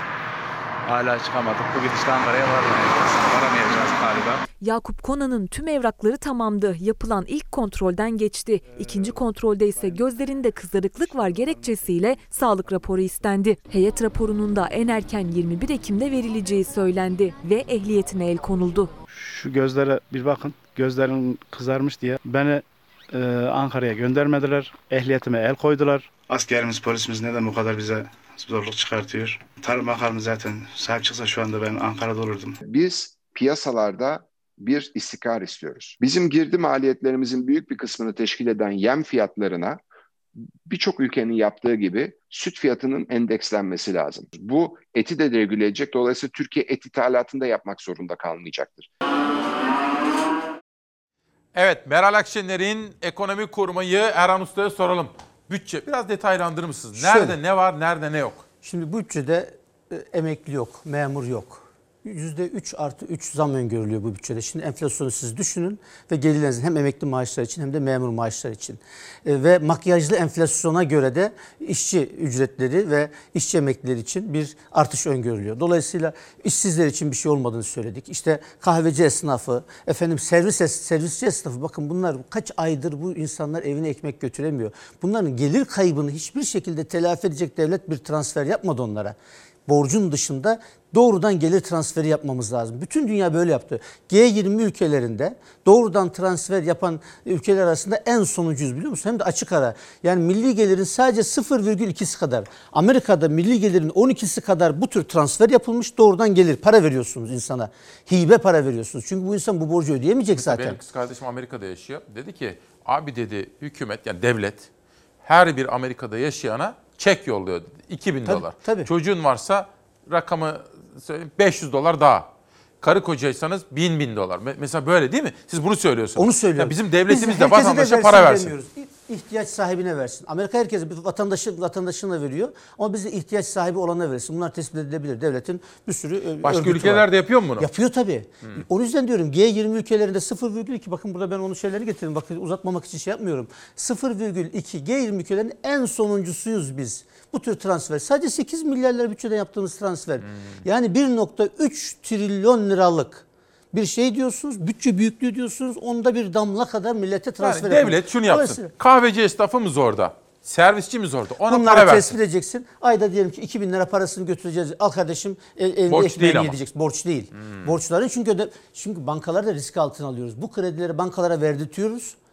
Hala çıkamadık. Bu gidişle Ankara'ya varamayacağız. Varamayacağız galiba. Yakup Konan'ın tüm evrakları tamamdı. Yapılan ilk kontrolden geçti. İkinci kontrolde ise gözlerinde kızarıklık var gerekçesiyle sağlık raporu istendi. Heyet raporunun da en erken yirmi bir Ekim'de verileceği söylendi ve ehliyetine el konuldu. Şu gözlere bir bakın. Gözlerin kızarmış diye beni e, Ankara'ya göndermediler. Ehliyetime el koydular. Askerimiz, polisimiz neden bu kadar bize zorluk çıkartıyor? Tarım Bakanlığı zaten sahip çıksa şu anda ben Ankara'da olurdum. Biz piyasalarda bir istikrar istiyoruz. Bizim girdi maliyetlerimizin büyük bir kısmını teşkil eden yem fiyatlarına birçok ülkenin yaptığı gibi süt fiyatının endekslenmesi lazım. Bu eti de regüle edecek. Dolayısıyla Türkiye et ithalatında yapmak zorunda kalmayacaktır. Evet, Meral Akşener'in ekonomi kurmayı Erhan Usta'ya soralım. Bütçe biraz detaylandırır mısınız? Nerede Şöyle, ne var, nerede ne yok? Şimdi bu bütçede e, emekli yok, memur yok. yüzde üç artı üç zam öngörülüyor bu bütçede. Şimdi enflasyonu siz düşünün ve gelirlerinizin hem emekli maaşları için hem de memur maaşları için. E, ve makyajlı enflasyona göre de işçi ücretleri ve işçi emeklileri için bir artış öngörülüyor. Dolayısıyla işsizler için bir şey olmadığını söyledik. İşte kahveci esnafı, efendim servis es, servisçi esnafı, bakın bunlar kaç aydır bu insanlar evine ekmek götüremiyor. Bunların gelir kaybını hiçbir şekilde telafi edecek devlet bir transfer yapmadı onlara. Borcun dışında doğrudan gelir transferi yapmamız lazım. Bütün dünya böyle yaptı. G yirmi ülkelerinde doğrudan transfer yapan ülkeler arasında en sonuncuyuz, biliyor musun? Hem de açık ara. Yani milli gelirin sadece sıfır virgül ikisi kadar. Amerika'da milli gelirin on ikisi kadar bu tür transfer yapılmış, doğrudan gelir. Para veriyorsunuz insana. Hibe para veriyorsunuz. Çünkü bu insan bu borcu ödeyemeyecek Mesela zaten. Benim kız kardeşim Amerika'da yaşıyor. Dedi ki abi dedi hükümet, yani devlet her bir Amerika'da yaşayana çek yolluyor dedi. iki bin Tabii, dolar. tabii. Çocuğun varsa rakamı söyleyeyim, beş yüz dolar daha. Karı kocaysanız bin bin dolar. Mesela böyle değil mi? Siz bunu söylüyorsunuz. Onu söylüyorum. Ya bizim devletimiz Biz de vatandaşa de para versin. demiyoruz. İhtiyaç sahibine versin. Amerika herkese, bir vatandaşı, vatandaşına veriyor ama bize ihtiyaç sahibi olana versin. Bunlar tespit edilebilir. Devletin bir sürü Başka örgütü ülkeler var. de yapıyor mu bunu? Yapıyor tabii. Hmm. O yüzden diyorum G yirmi ülkelerinde sıfır virgül iki, bakın burada ben onun şeyleri getirdim. Bakın uzatmamak için şey yapmıyorum. sıfır virgül iki G yirmi ülkelerinin en sonuncusuyuz biz. Bu tür transfer. Sadece sekiz milyar lira bütçeden yaptığımız transfer. Hmm. Yani bir nokta üç trilyon liralık bir şey diyorsunuz, bütçe büyüklüğü diyorsunuz, onda bir damla kadar millete transfer yani devlet şunu yapsın. Kahveci esnafımız orada. Servisçimiz orada. Ona bunları para versin. tespit edeceksin. Ayda diyelim ki iki bin lira parasını götüreceğiz. Al kardeşim evinde ekmeğini yiyeceksin. Borç değil. Hmm. Borçların çünkü öde, çünkü bankaları da risk altına alıyoruz. Bu kredileri bankalara verdirtiyoruz.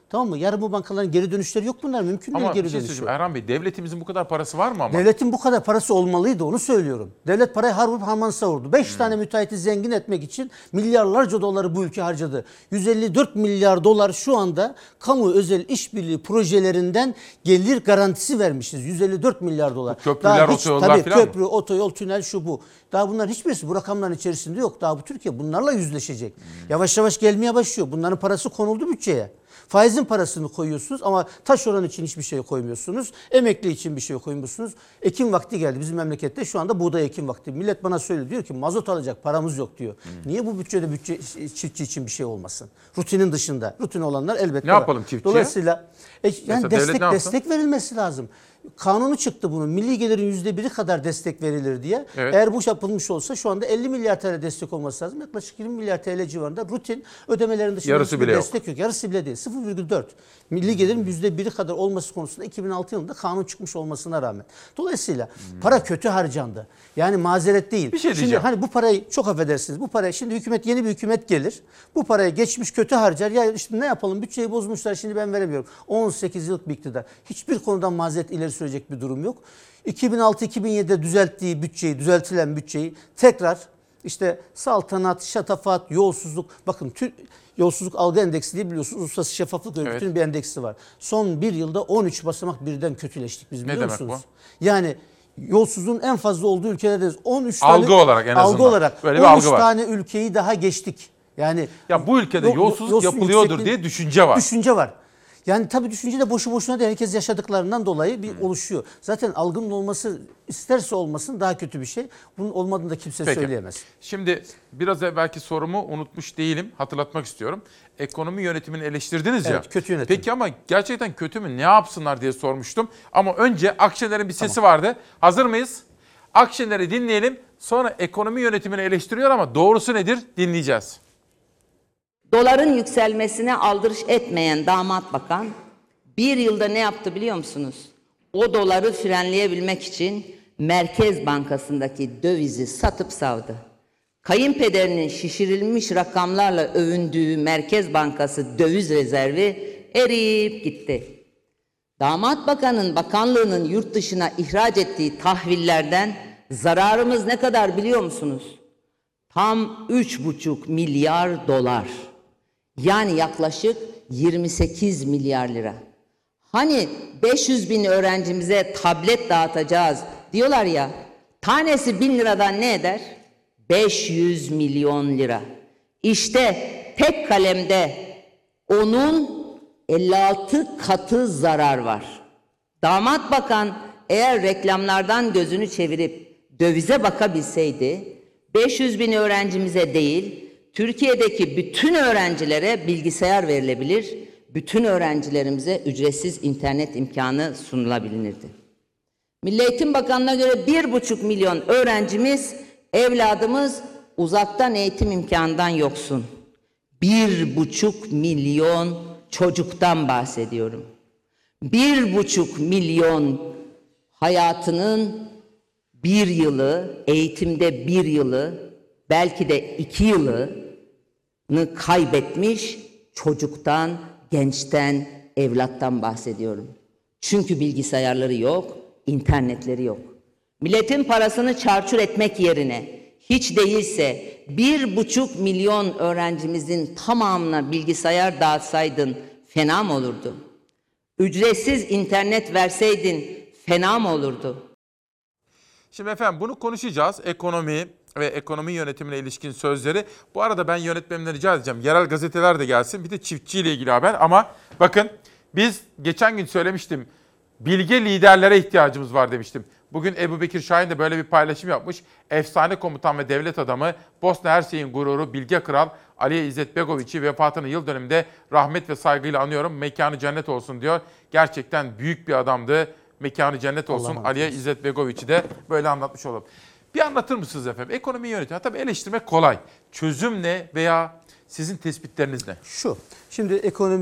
Tamam mı? Yarın bu bankaların geri dönüşleri yok bunlar. Mümkün değil Ama geri bir şey dönüşü. söyleyeyim Erhan Bey, devletimizin bu kadar parası var mı ama? Devletin bu kadar parası olmalıydı, onu söylüyorum. Devlet parayı har vurup harman savurdu. beş hmm. tane müteahhiti zengin etmek için milyarlarca doları bu ülke harcadı. yüz elli dört milyar dolar şu anda kamu özel işbirliği projelerinden gelir garantisi vermişiz. yüz elli dört milyar dolar. Bu köprüler, hiç, otoyollar tabii, falan köprü, mı? Otoyol, tünel, şu bu. Daha bunların hiçbirisi bu rakamların içerisinde yok. Daha bu Türkiye bunlarla yüzleşecek. Hmm. Yavaş yavaş gelmeye başlıyor. Bunların parası konuldu bütçeye. Faizin parasını koyuyorsunuz ama taş oran için hiçbir şey koymuyorsunuz. Emekli için bir şey koymuyorsunuz. Ekim vakti geldi. Bizim memlekette şu anda buğday ekim vakti. Millet bana söylüyor, diyor ki mazot alacak paramız yok diyor. Hmm. Niye bu bütçede bütçe çiftçi için bir şey olmasın? Rutinin dışında. Rutin olanlar elbette ne var. yapalım çiftçiye? Dolayısıyla e, yani destek destek verilmesi lazım. Kanunu çıktı bunun. Milli gelirin yüzde biri kadar destek verilir diye. Evet. Eğer bu yapılmış olsa şu anda elli milyar T L destek olması lazım. Yaklaşık yirmi milyar T L civarında rutin ödemelerin dışında yarısı bile destek yok. yok. Yarısı bile değil. sıfır virgül dört. Milli gelirin yüzde biri kadar olması konusunda iki bin altı yılında kanun çıkmış olmasına rağmen. Dolayısıyla hmm. para kötü harcandı. Yani mazeret değil. Bir şey şimdi hani bu parayı çok affedersiniz. Bu parayı şimdi hükümet yeni bir hükümet gelir. Bu parayı geçmiş kötü harcar. Ya işte ne yapalım? Bütçeyi bozmuşlar. Şimdi ben veremiyorum. on sekiz yıllık bir iktidar. Hiçbir konudan mazeret ileri sürecek bir durum yok. iki bin altı iki bin yedide düzelttiği bütçeyi, düzeltilen bütçeyi tekrar işte saltanat, şatafat, yolsuzluk. Bakın Türk yolsuzluk algı endeksi diye biliyorsunuz. Uluslararası Şeffaflık Örgütü'nün evet. bir endeksi var. Son bir yılda on üç basamak birden kötüleştik biz, biliyor ne musunuz? demek bu? Yani yolsuzluğun en fazla olduğu ülkelerdeyiz. on üç algı tane, olarak en azından. Algı olarak. Böyle bir algı var. tane ülkeyi daha geçtik. Yani ya bu ülkede yolsuzluk yapılıyordur diye düşünce var. Düşünce var. Yani tabii düşünce de boşu boşuna değil. Herkes yaşadıklarından dolayı bir hmm. oluşuyor. Zaten algının olması isterse olmasın daha kötü bir şey. Bunun olmadığını da kimse Peki. söyleyemez. Şimdi biraz evvelki sorumu unutmuş değilim. Hatırlatmak istiyorum. Ekonomi yönetimini eleştirdiniz evet, ya. Kötü yönetim. Peki ama gerçekten kötü mü? Ne yapsınlar diye sormuştum. Ama önce Akşener'in bir sesi tamam. vardı. Hazır mıyız? Akşener'i dinleyelim. Sonra ekonomi yönetimini eleştiriyor ama doğrusu nedir? Dinleyeceğiz. Doların yükselmesine aldırış etmeyen damat bakan bir yılda ne yaptı biliyor musunuz? O doları frenleyebilmek için Merkez Bankası'ndaki dövizi satıp savdı. Kayınpederinin şişirilmiş rakamlarla övündüğü Merkez Bankası döviz rezervi eriyip gitti. Damat bakanın bakanlığının yurt dışına ihraç ettiği tahvillerden zararımız ne kadar biliyor musunuz? Tam üç buçuk milyar dolar. Yani yaklaşık yirmi sekiz milyar lira. Hani beş yüz bin öğrencimize tablet dağıtacağız diyorlar ya, tanesi bin liradan ne eder? beş yüz milyon lira. İşte tek kalemde onun elli altı katı zarar var. Damat bakan eğer reklamlardan gözünü çevirip dövize bakabilseydi, beş yüz bin öğrencimize değil, Türkiye'deki bütün öğrencilere bilgisayar verilebilir, bütün öğrencilerimize ücretsiz internet imkanı sunulabilirdi. Milli Eğitim Bakanlığı'na göre bir buçuk milyon öğrencimiz, evladımız uzaktan eğitim imkanından yoksun. Bir buçuk milyon çocuktan bahsediyorum. Bir buçuk milyon hayatının bir yılı, eğitimde bir yılı, belki de iki yılını kaybetmiş çocuktan, gençten, evlattan bahsediyorum. Çünkü bilgisayarları yok, internetleri yok. Milletin parasını çarçur etmek yerine hiç değilse bir buçuk milyon öğrencimizin tamamına bilgisayar dağıtsaydın fena mı olurdu? Ücretsiz internet verseydin fena mı olurdu? Şimdi efendim bunu konuşacağız. Ekonomi ve ekonomi yönetimine ilişkin sözleri. Bu arada ben yönetmenimden rica edeceğim. Yerel gazeteler de gelsin. Bir de çiftçiyle ilgili haber. Ama bakın biz geçen gün söylemiştim. Bilge liderlere ihtiyacımız var demiştim. Bugün Ebu Bekir Şahin de böyle bir paylaşım yapmış. Efsane komutan ve devlet adamı, Bosna Hersek'in gururu Bilge Kral Aliye İzzet Begoviç'i vefatının yıl dönümünde rahmet ve saygıyla anıyorum. Mekanı cennet olsun diyor. Gerçekten büyük bir adamdı. Mekanı cennet olsun. Aliye İzzet Begoviç'i de böyle anlatmış olalım. Bir anlatır mısınız efendim? Ekonomi yönetimi. Tabii eleştirmek kolay. Çözüm ne veya sizin tespitleriniz ne? Şu, şimdi ekonomi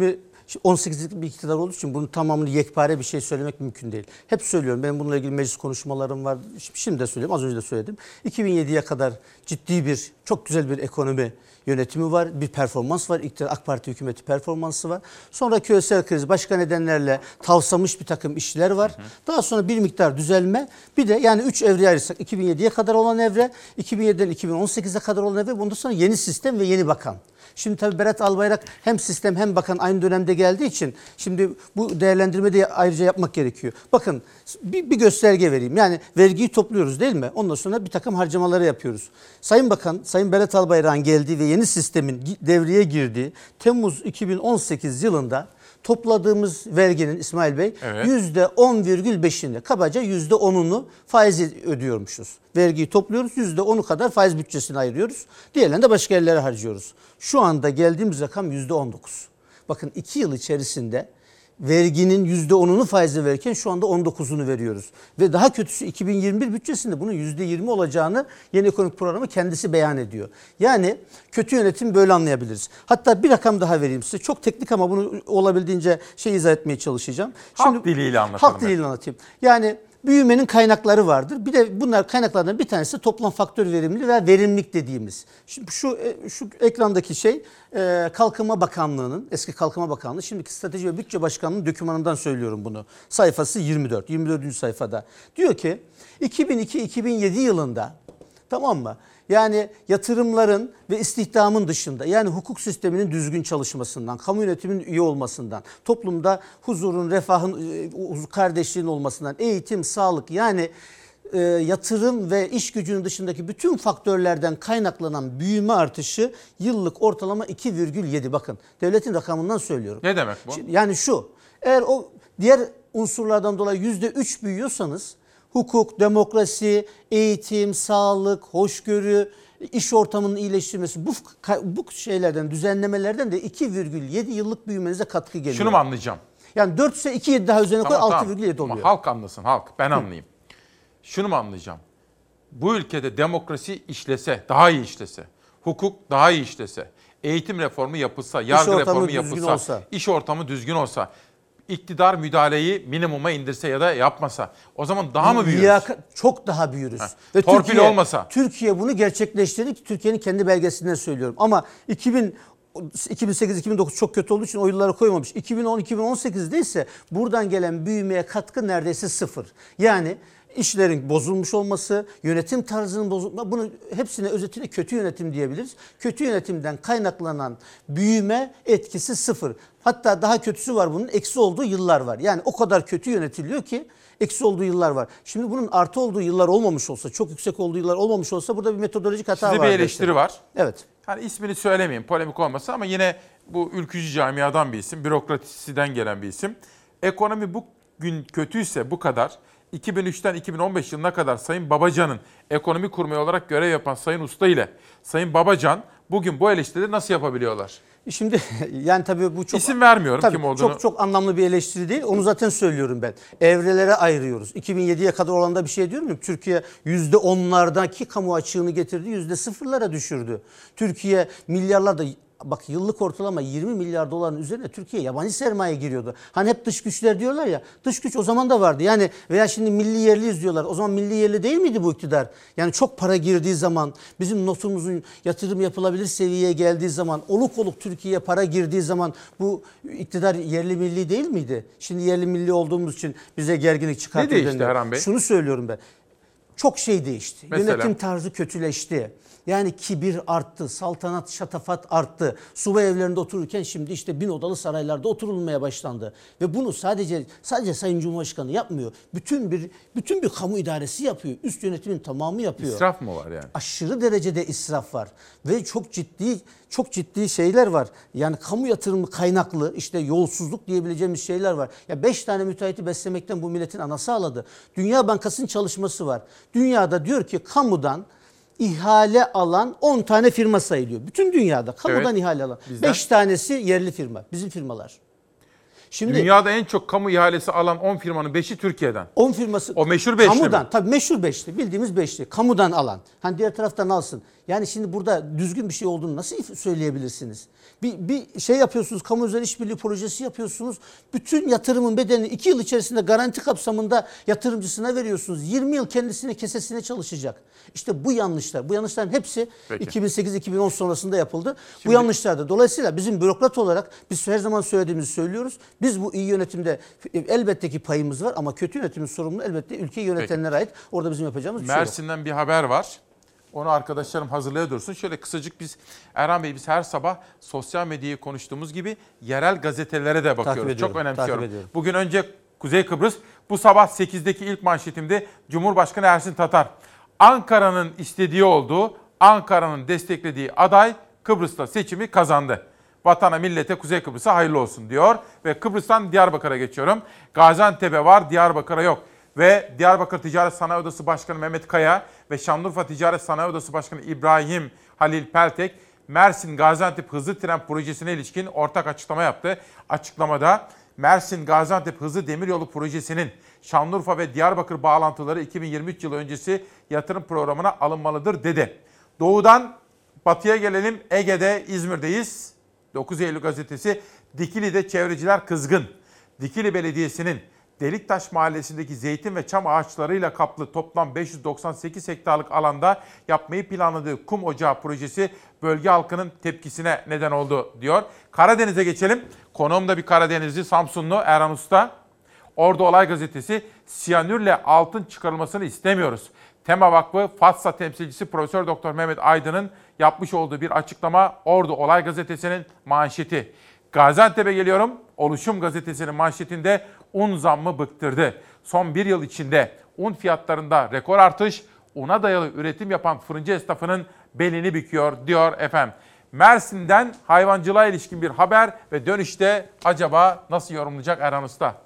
on sekizlik bir iktidar olduğu için bunun tamamını yekpare bir şey söylemek mümkün değil. Hep söylüyorum, benim bununla ilgili meclis konuşmalarım var. Şimdi de söyleyeyim, az önce de söyledim. iki bin yediye kadar ciddi bir, çok güzel bir ekonomi yönetimi var. Bir performans var. İktidar, AK Parti hükümeti performansı var. Sonra küresel kriz, başka nedenlerle tavsamış bir takım işler var. Hı hı. Daha sonra bir miktar düzelme. Bir de yani üç evreye ayırsak iki bin yediye kadar olan evre, iki bin yediden iki bin on sekize kadar olan evre, bundan sonra yeni sistem ve yeni bakan. Şimdi tabii Berat Albayrak hem sistem hem bakan aynı dönemde geldiği için şimdi bu değerlendirmeyi de ayrıca yapmak gerekiyor. Bakın bir, bir gösterge vereyim. Yani vergiyi topluyoruz değil mi? Ondan sonra bir takım harcamaları yapıyoruz. Sayın Bakan, Sayın Berat Albayrak'ın geldiği ve yeni sistemin devreye girdiği Temmuz iki bin on sekiz yılında topladığımız verginin İsmail Bey evet. yüzde on virgül beşini, kabaca yüzde onunu faiz ödüyormuşuz. Vergiyi topluyoruz, yüzde onu kadar faiz bütçesine ayırıyoruz. Diğerlerini de başka yerlere harcıyoruz. Şu anda geldiğimiz rakam yüzde on dokuz. Bakın iki yıl içerisinde verginin yüzde onunu faize verirken şu anda on dokuzunu veriyoruz. Ve daha kötüsü iki bin yirmi bir bütçesinde bunun yüzde yirmi olacağını yeni ekonomik programı kendisi beyan ediyor. Yani kötü yönetim böyle anlayabiliriz. Hatta bir rakam daha vereyim size. Çok teknik ama bunu olabildiğince şey izah etmeye çalışacağım. Halk Şimdi, diliyle anlatalım. Halk diliyle anlatayım. Yani büyümenin kaynakları vardır. Bir de bunlar kaynaklardan bir tanesi toplam faktör verimli ve verimlilik dediğimiz. Şimdi şu şu ekrandaki şey Kalkınma Bakanlığı'nın, eski Kalkınma Bakanlığı, şimdiki Strateji ve Bütçe Başkanlığı'nın dokümanından söylüyorum bunu. Sayfası yirmi dört, yirmi dördüncü sayfada. Diyor ki iki bin iki iki bin yedi yılında, tamam mı? Yani yatırımların ve istihdamın dışında, yani hukuk sisteminin düzgün çalışmasından, kamu yönetiminin iyi olmasından, toplumda huzurun, refahın, kardeşliğin olmasından, eğitim, sağlık, yani e, yatırım ve iş gücünün dışındaki bütün faktörlerden kaynaklanan büyüme artışı yıllık ortalama iki virgül yedi. Bakın devletin rakamından söylüyorum. Ne demek bu? Yani şu, eğer o diğer unsurlardan dolayı yüzde üç büyüyorsanız, hukuk, demokrasi, eğitim, sağlık, hoşgörü, iş ortamının iyileştirmesi, bu, bu şeylerden, düzenlemelerden de iki virgül yedi yıllık büyümenize katkı geliyor. Şunu mu anlayacağım? Yani dört ise iki virgül yedi daha üzerine tamam, koy, tamam. altı virgül yedi oluyor. Ama halk anlasın, halk. Ben anlayayım. Şunu mu anlayacağım? Bu ülkede demokrasi işlese, daha iyi işlese, hukuk daha iyi işlese, eğitim reformu yapılsa, yargı reformu yapılsa, olsa. iş ortamı düzgün olsa, iktidar müdahaleyi minimuma indirse ya da yapmasa, o zaman daha mı büyürüz? Liyaka, çok daha büyürüz. Ha, Ve torpil Türkiye, olmasa. Türkiye bunu gerçekleştirdi ki Türkiye'nin kendi belgesinden söylüyorum. Ama iki bin iki bin sekiz iki bin dokuz çok kötü olduğu için o yıllara koymamış. iki bin on iki bin on sekizde ise buradan gelen büyümeye katkı neredeyse sıfır. Yani işlerin bozulmuş olması, yönetim tarzının bozulması, bunu hepsine özetine kötü yönetim diyebiliriz. Kötü yönetimden kaynaklanan büyüme etkisi sıfır. Hatta daha kötüsü var, bunun eksi olduğu yıllar var. Yani o kadar kötü yönetiliyor ki eksi olduğu yıllar var. Şimdi bunun artı olduğu yıllar olmamış olsa, çok yüksek olduğu yıllar olmamış olsa burada bir metodolojik hata var. Sizde bir eleştiri işte. var. Evet. Hani ismini söylemeyeyim, polemik olmasın ama yine bu ülkücü camiadan bir isim, bürokrasiden gelen bir isim. Ekonomi bugün kötüyse bu kadar, iki bin üçten iki bin on beş yılına kadar Sayın Babacan'ın ekonomi kurmayı olarak görev yapan Sayın Usta ile Sayın Babacan bugün bu eleştirileri nasıl yapabiliyorlar? Şimdi yani tabii bu çok... İsim vermiyorum tabii, kim olduğunu. Çok çok anlamlı bir eleştiri değil. Onu zaten söylüyorum ben. Evrelere ayırıyoruz. iki bin yediye kadar olanda bir şey diyorum ya. Türkiye yüzde onlardaki kamu açığını getirdi. Yüzde sıfırlara düşürdü. Türkiye milyarlarda... Bak yıllık ortalama yirmi milyar doların üzerine Türkiye yabancı sermaye giriyordu. Hani hep dış güçler diyorlar ya, dış güç o zaman da vardı. Yani veya şimdi milli yerliyiz diyorlar. O zaman milli yerli değil miydi bu iktidar? Yani çok para girdiği zaman, bizim notumuzun yatırım yapılabilir seviyeye geldiği zaman, oluk oluk Türkiye'ye para girdiği zaman bu iktidar yerli milli değil miydi? Şimdi yerli milli olduğumuz için bize gerginlik çıkartıyor. Ne değişti Erhan Bey? Şunu söylüyorum ben. Çok şey değişti. Mesela? Yönetim tarzı kötüleşti. Yani kibir arttı, saltanat, şatafat arttı. Subay evlerinde otururken şimdi işte bin odalı saraylarda oturulmaya başlandı. Ve bunu sadece sadece Sayın Cumhurbaşkanı yapmıyor. Bütün bir bütün bir kamu idaresi yapıyor. Üst yönetimin tamamı yapıyor. İsraf mı var yani? Aşırı derecede israf var ve çok ciddi çok ciddi şeyler var. Yani kamu yatırımı kaynaklı işte yolsuzluk diyebileceğimiz şeyler var. Ya beş tane müteahhiti beslemekten bu milletin anası ağladı. Dünya Bankası'nın çalışması var. Dünyada diyor ki kamudan ihale alan on tane firma sayılıyor. Bütün dünyada kamudan evet, ihale alan. beş tanesi yerli firma. Bizim firmalar. Şimdi dünyada en çok kamu ihalesi alan on firmanın beşi Türkiye'den. on firması o meşhur beşli kamudan, mi? Tabii meşhur beşli. Bildiğimiz beşli. Kamudan alan. Hani diğer taraftan alsın. Yani şimdi burada düzgün bir şey olduğunu nasıl söyleyebilirsiniz? Bir, bir şey yapıyorsunuz, kamu özel işbirliği projesi yapıyorsunuz. Bütün yatırımın bedelini iki yıl içerisinde garanti kapsamında yatırımcısına veriyorsunuz. yirmi yıl kendisine kesesine çalışacak. İşte bu yanlışlar. Bu yanlışların hepsi Peki. iki bin sekiz iki bin on sonrasında yapıldı. Şimdi, bu yanlışlarda. Dolayısıyla bizim bürokrat olarak biz her zaman söylediğimizi söylüyoruz. Biz bu iyi yönetimde elbette ki payımız var ama kötü yönetimin sorumluluğu elbette ülkeyi yönetenlere ait. Orada bizim yapacağımız bir şey yok. Mersin'den bir haber var. Onu arkadaşlarım hazırlaya dursun. Şöyle kısacık biz, Erhan Bey, biz her sabah sosyal medyayı konuştuğumuz gibi yerel gazetelere de bakıyoruz. Takip ediyorum, Çok önemsiyorum. takip ediyorum. Bugün önce Kuzey Kıbrıs. Bu sabah sekizdeki ilk manşetimde Cumhurbaşkanı Ersin Tatar. Ankara'nın istediği olduğu, Ankara'nın desteklediği aday Kıbrıs'ta seçimi kazandı. Vatana, millete, Kuzey Kıbrıs'a hayırlı olsun diyor. Ve Kıbrıs'tan Diyarbakır'a geçiyorum. Gaziantep'e var, Diyarbakır'a yok. Ve Diyarbakır Ticaret Sanayi Odası Başkanı Mehmet Kaya ve Şanlıurfa Ticaret Sanayi Odası Başkanı İbrahim Halil Peltek, Mersin Gaziantep Hızlı Tren Projesi'ne ilişkin ortak açıklama yaptı. Açıklamada Mersin Gaziantep Hızlı Demiryolu Projesi'nin Şanlıurfa ve Diyarbakır bağlantıları iki bin yirmi üç yılı öncesi yatırım programına alınmalıdır dedi. Doğudan batıya gelelim. Ege'de, İzmir'deyiz. dokuz Eylül gazetesi, Dikili'de çevreciler kızgın. Dikili Belediyesi'nin Deliktaş Mahallesi'ndeki zeytin ve çam ağaçlarıyla kaplı toplam beş yüz doksan sekiz hektarlık alanda yapmayı planladığı kum ocağı projesi bölge halkının tepkisine neden oldu diyor. Karadeniz'e geçelim. Konuğum da bir Karadenizli, Samsunlu Erhan Usta. Ordu Olay Gazetesi, siyanürle altın çıkarılmasını istemiyoruz. Tema Vakfı Fatsa temsilcisi Profesör Doktor Mehmet Aydın'ın yapmış olduğu bir açıklama Ordu Olay Gazetesi'nin manşeti. Gaziantep'e geliyorum. Oluşum Gazetesi'nin manşetinde un zammı bıktırdı. Son bir yıl içinde un fiyatlarında rekor artış, una dayalı üretim yapan fırıncı esnafının belini büküyor diyor efendim. Mersin'den hayvancılığa ilişkin bir haber ve dönüşte acaba nasıl yorumlayacak Erhan Usta?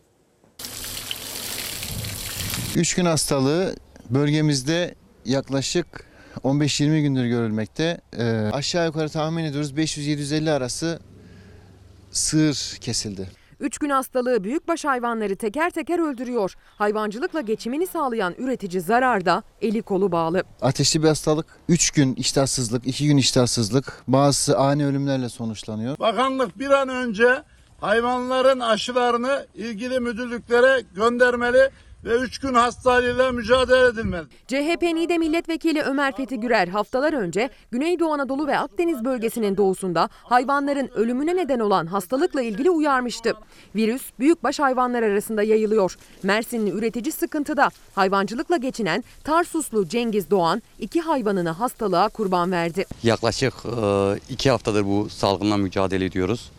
Üç gün hastalığı bölgemizde yaklaşık on beş yirmi gündür görülmekte. Ee, aşağı yukarı tahmin ediyoruz beş yüz yedi yüz elli arası sığır kesildi. Üç gün hastalığı büyükbaş hayvanları teker teker öldürüyor. Hayvancılıkla geçimini sağlayan üretici zararda, eli kolu bağlı. Ateşli bir hastalık. üç gün iştahsızlık, iki gün iştahsızlık. Bazısı ani ölümlerle sonuçlanıyor. Bakanlık bir an önce hayvanların aşılarını ilgili müdürlüklere göndermeli ve üç gün hastalığıyla mücadele edilmeli. C H P Niğde Milletvekili Ömer Fethi Gürer haftalar önce Güneydoğu Anadolu ve Akdeniz bölgesinin doğusunda hayvanların ölümüne neden olan hastalıkla ilgili uyarmıştı. Virüs büyükbaş hayvanlar arasında yayılıyor. Mersinli üretici sıkıntıda. Hayvancılıkla geçinen Tarsuslu Cengiz Doğan iki hayvanını hastalığa kurban verdi. Yaklaşık iki haftadır bu salgınla mücadele ediyoruz.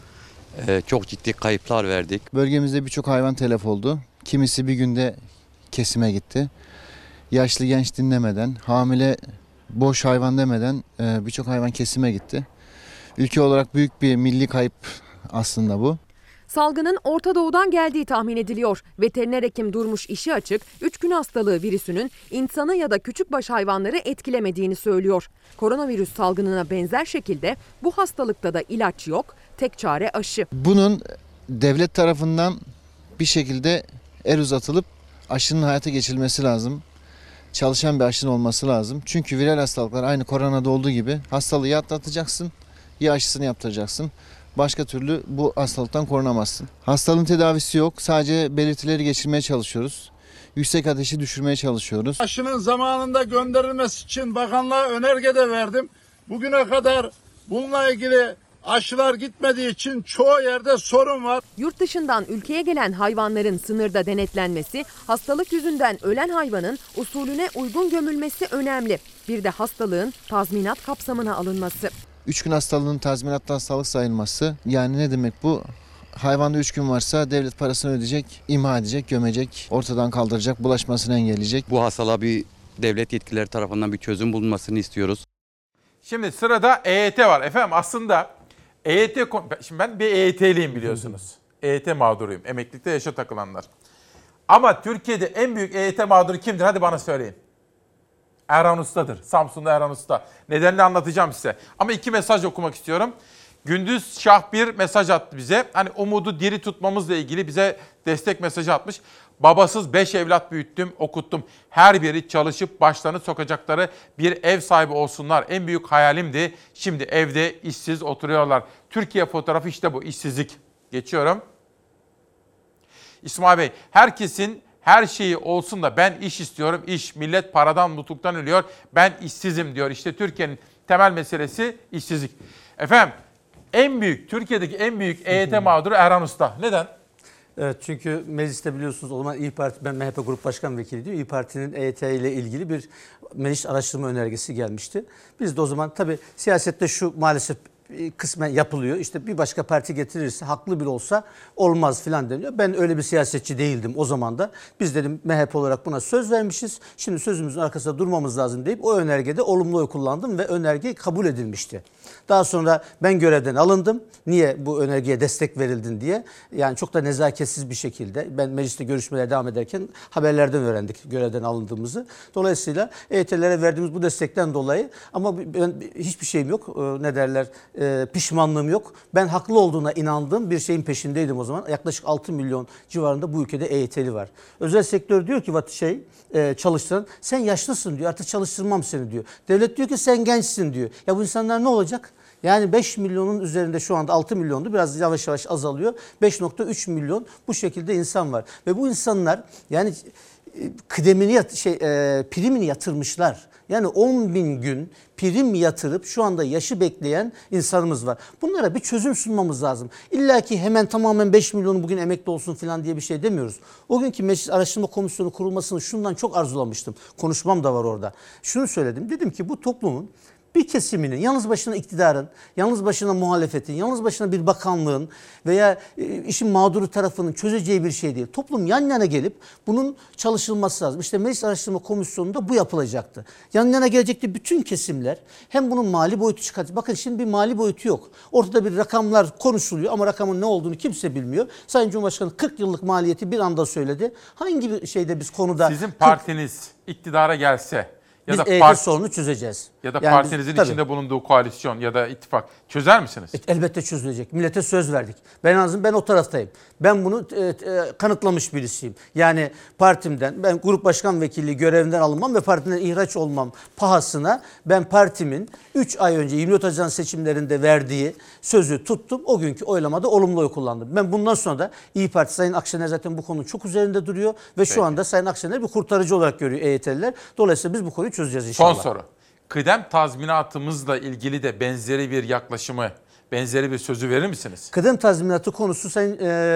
Çok ciddi kayıplar verdik. Bölgemizde birçok hayvan telef oldu. Kimisi bir günde kesime gitti. Yaşlı genç dinlemeden, hamile boş hayvan demeden birçok hayvan kesime gitti. Ülke olarak büyük bir milli kayıp aslında bu. Salgının Orta Doğu'dan geldiği tahmin ediliyor. Veteriner hekim Durmuş işi açık, üç gün hastalığı virüsünün insanı ya da küçükbaş hayvanları etkilemediğini söylüyor. Koronavirüs salgınına benzer şekilde bu hastalıkta da ilaç yok, tek çare aşı. Bunun devlet tarafından bir şekilde el uzatılıp aşının hayata geçirilmesi lazım. Çalışan bir aşının olması lazım. Çünkü viral hastalıklar aynı koronada olduğu gibi hastalığı ya atlatacaksın ya aşısını yaptıracaksın. Başka türlü bu hastalıktan korunamazsın. Hastalığın tedavisi yok. Sadece belirtileri geçirmeye çalışıyoruz. Yüksek ateşi düşürmeye çalışıyoruz. Aşının zamanında gönderilmesi için bakanlığa önerge de verdim. Bugüne kadar bununla ilgili aşılar gitmediği için çoğu yerde sorun var. Yurt dışından ülkeye gelen hayvanların sınırda denetlenmesi, hastalık yüzünden ölen hayvanın usulüne uygun gömülmesi önemli. Bir de hastalığın tazminat kapsamına alınması. Üç gün hastalığın tazminatlı hastalık sayılması, yani ne demek bu? Hayvanda üç gün varsa devlet parasını ödeyecek, imha edecek, gömecek, ortadan kaldıracak, bulaşmasını engelleyecek. Bu hastalığa bir devlet yetkilileri tarafından bir çözüm bulunmasını istiyoruz. Şimdi sırada E Y T var. Efendim aslında E Y T, şimdi ben bir E Y T'liyim biliyorsunuz. E Y T mağduruyum. Emeklilikte yaşa takılanlar. Ama Türkiye'de en büyük E Y T mağduru kimdir? Hadi bana söyleyin. Erhan Usta'dır. Samsun'da Erhan Usta. Nedenini anlatacağım size. Ama iki mesaj okumak istiyorum. Gündüz Şah bir mesaj attı bize. Hani umudu diri tutmamızla ilgili bize destek mesajı atmış. Babasız beş evlat büyüttüm, okuttum. Her biri çalışıp başlarını sokacakları bir ev sahibi olsunlar. En büyük hayalimdi. Şimdi evde işsiz oturuyorlar. Türkiye fotoğrafı işte bu, işsizlik. Geçiyorum. İsmail Bey, herkesin her şeyi olsun da ben iş istiyorum. İş, millet paradan, mutluluktan ölüyor. Ben işsizim diyor. İşte Türkiye'nin temel meselesi işsizlik. Efendim, en büyük, Türkiye'deki en büyük E Y T mağduru Erhan Usta. Neden? Evet, çünkü mecliste biliyorsunuz o zaman İYİ Parti, ben M H P Grup Başkan Vekili diyor. İYİ Parti'nin E Y T ile ilgili bir meclis araştırma önergesi gelmişti. Biz de o zaman tabii siyasette şu maalesef kısmen yapılıyor. İşte bir başka parti getirirse haklı bile olsa olmaz filan deniyor. Ben öyle bir siyasetçi değildim o zaman da. Biz dedim M H P olarak buna söz vermişiz. Şimdi sözümüzün arkasında durmamız lazım deyip o önergede olumlu oy kullandım ve önerge kabul edilmişti. Daha sonra ben görevden alındım. Niye bu önergeye destek verildin diye. Yani çok da nezaketsiz bir şekilde ben mecliste görüşmelere devam ederken haberlerden öğrendik görevden alındığımızı. Dolayısıyla E Y T'lere verdiğimiz bu destekten dolayı ama ben hiçbir şeyim yok. Ne derler? E, pişmanlığım yok. Ben haklı olduğuna inandığım bir şeyin peşindeydim o zaman. Yaklaşık altı milyon civarında bu ülkede E Y T'li var. Özel sektör diyor ki şey e, çalıştıran sen yaşlısın diyor, artık çalıştırmam seni diyor. Devlet diyor ki sen gençsin diyor. Ya bu insanlar ne olacak? Yani beş milyonun üzerinde şu anda altı milyondu, biraz yavaş yavaş azalıyor. beş nokta üç milyon bu şekilde insan var. Ve bu insanlar yani kıdemini yat, şey e, primini yatırmışlar. Yani on bin gün prim yatırıp şu anda yaşı bekleyen insanımız var. Bunlara bir çözüm sunmamız lazım. İlla ki hemen tamamen beş milyonu bugün emekli olsun falan diye bir şey demiyoruz. O günkü Meclis Araştırma Komisyonu kurulmasını şundan çok arzulamıştım. Konuşmam da var orada. Şunu söyledim. Dedim ki bu toplumun bir kesiminin, yalnız başına iktidarın, yalnız başına muhalefetin, yalnız başına bir bakanlığın veya işin mağduru tarafının çözeceği bir şey değil. Toplum yan yana gelip bunun çalışılması lazım. İşte Meclis Araştırma Komisyonu'nda bu yapılacaktı. Yan yana gelecekti bütün kesimler. Hem bunun mali boyutu çıkartacak. Bakın şimdi bir mali boyutu yok. Ortada bir rakamlar konuşuluyor ama rakamın ne olduğunu kimse bilmiyor. Sayın Cumhurbaşkanı kırk yıllık maliyeti bir anda söyledi. Hangi bir şeyde biz konuda... Sizin partiniz iktidara gelse... Ya biz da E Y T part- sorunu çözeceğiz. Ya da yani partinizin biz, içinde bulunduğu koalisyon ya da ittifak çözer misiniz? Elbette çözülecek. Millete söz verdik. Ben en azından ben o taraftayım. Ben bunu e, e, kanıtlamış birisiyim. Yani partimden, ben grup başkan vekilliği görevinden alınmam ve partiden ihraç olmam pahasına ben partimin üç ay önce yirmi dört Haziran seçimlerinde verdiği sözü tuttum. O günkü oylamada olumlu oy kullandım. Ben bundan sonra da İYİ Parti, Sayın Akşener zaten bu konunun çok üzerinde duruyor ve şu Peki. anda Sayın Akşener bir kurtarıcı olarak görüyor E Y T'liler. Dolayısıyla biz bu konuyu çözeceğiz inşallah. Son soru. Kıdem tazminatımızla ilgili de benzeri bir yaklaşımı, benzeri bir sözü verir misiniz? Kıdem tazminatı konusu Sayın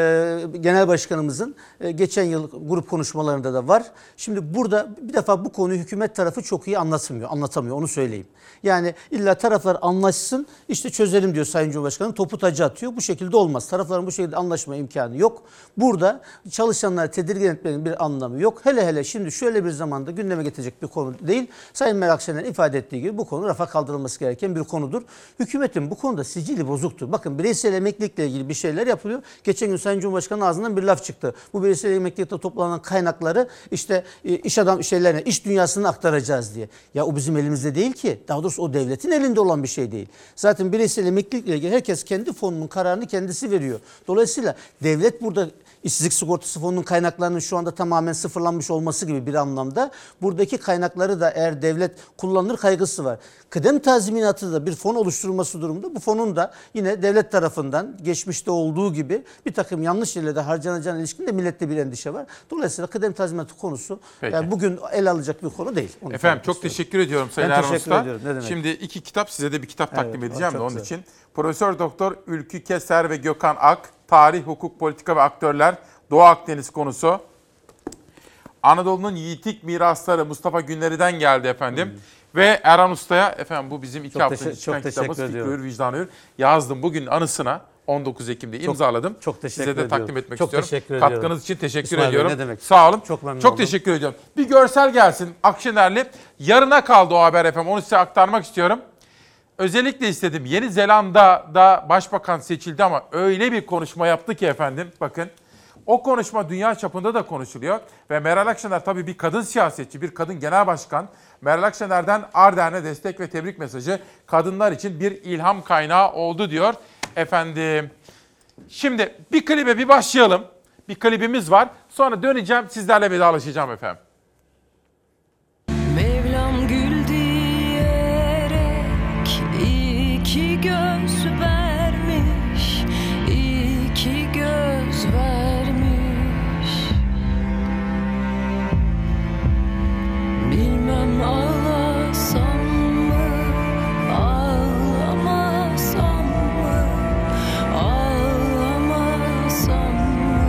e, Genel Başkanımızın e, geçen yıl grup konuşmalarında da var. Şimdi burada bir defa bu konuyu hükümet tarafı çok iyi anlatmıyor, anlatamıyor, onu söyleyeyim. Yani illa taraflar anlaşsın, işte çözelim diyor Sayın Cumhurbaşkanı, topu tacı atıyor. Bu şekilde olmaz. Tarafların bu şekilde anlaşma imkanı yok. Burada çalışanları tedirgin etmenin bir anlamı yok. Hele hele şimdi şöyle bir zamanda gündeme getirecek bir konu değil. Sayın Meral Akşener'in ifade ettiği gibi bu konu rafa kaldırılması gereken bir konudur. Hükümetin bu konuda sicili bozuktur. Bakın bireysel emeklilikle ilgili bir şeyler yapılıyor. Geçen gün Sayın Cumhurbaşkanı'nın ağzından bir laf çıktı. Bu bireysel emeklilikte toplanan kaynakları işte iş adam şeylerine, iş dünyasına aktaracağız diye. Ya o bizim elimizde değil ki. Daha doğrusu o devletin elinde olan bir şey değil. Zaten bireysel emeklilikle ilgili herkes kendi fonunun kararını kendisi veriyor. Dolayısıyla devlet burada İşsizlik Sigortası Fonu'nun kaynaklarının şu anda tamamen sıfırlanmış olması gibi bir anlamda buradaki kaynakları da eğer devlet kullanır kaygısı var. Kıdem tazminatı da bir fon oluşturulması durumunda bu fonun da yine devlet tarafından geçmişte olduğu gibi bir takım yanlış yerlerde harcanacağına ilişkin de millette bir endişe var. Dolayısıyla kıdem tazminatı konusu yani bugün ele alacak bir konu değil. Onu Efendim çok istiyorum. Teşekkür ediyorum Sayın ben Erhan teşekkür Usta. ediyorum. Ne demek? Şimdi iki kitap, size de bir kitap takdim Evet, edeceğim de onun güzel. için. Profesör Doktor Ülkü Keser ve Gökhan Ak, Tarih, Hukuk, Politika ve Aktörler, Doğu Akdeniz konusu. Anadolu'nun yiğitlik mirasları Mustafa Günleri'den geldi efendim. Hmm. Ve Erhan Usta'ya efendim bu bizim iki Çok hafta teşekkür- çıkan çok kitabımız teşekkür Fikri ediyorum. Hür, Vicdanı Hür. Yazdım bugün anısına on dokuz Ekim'de Çok- imzaladım. çok teşekkür Size de takdim ediyorum. etmek Çok istiyorum. teşekkür ediyorum. Katkınız için teşekkür İsmail Bey, ediyorum. ne demek? Sağ olun. Çok memnun Çok oldum. teşekkür ediyorum. Bir görsel gelsin Akşener'li. Yarına kaldı o haber efendim. Onu size aktarmak istiyorum. Özellikle istedim. Yeni Zelanda'da başbakan seçildi ama öyle bir konuşma yaptı ki efendim bakın. O konuşma dünya çapında da konuşuluyor. Ve Meral Akşener tabii bir kadın siyasetçi, bir kadın genel başkan. Meral Akşener'den Ardahan'a destek ve tebrik mesajı kadınlar için bir ilham kaynağı oldu diyor. Efendim, şimdi bir klibe bir başlayalım. Bir klibimiz var. Sonra döneceğim, sizlerle vedalaşacağım efendim. Mevlam gül diyerek iki göz vermiş, iki göz vermiş. Bilmem ağlasam mı, ağlamasam mı, ağlamasam mı?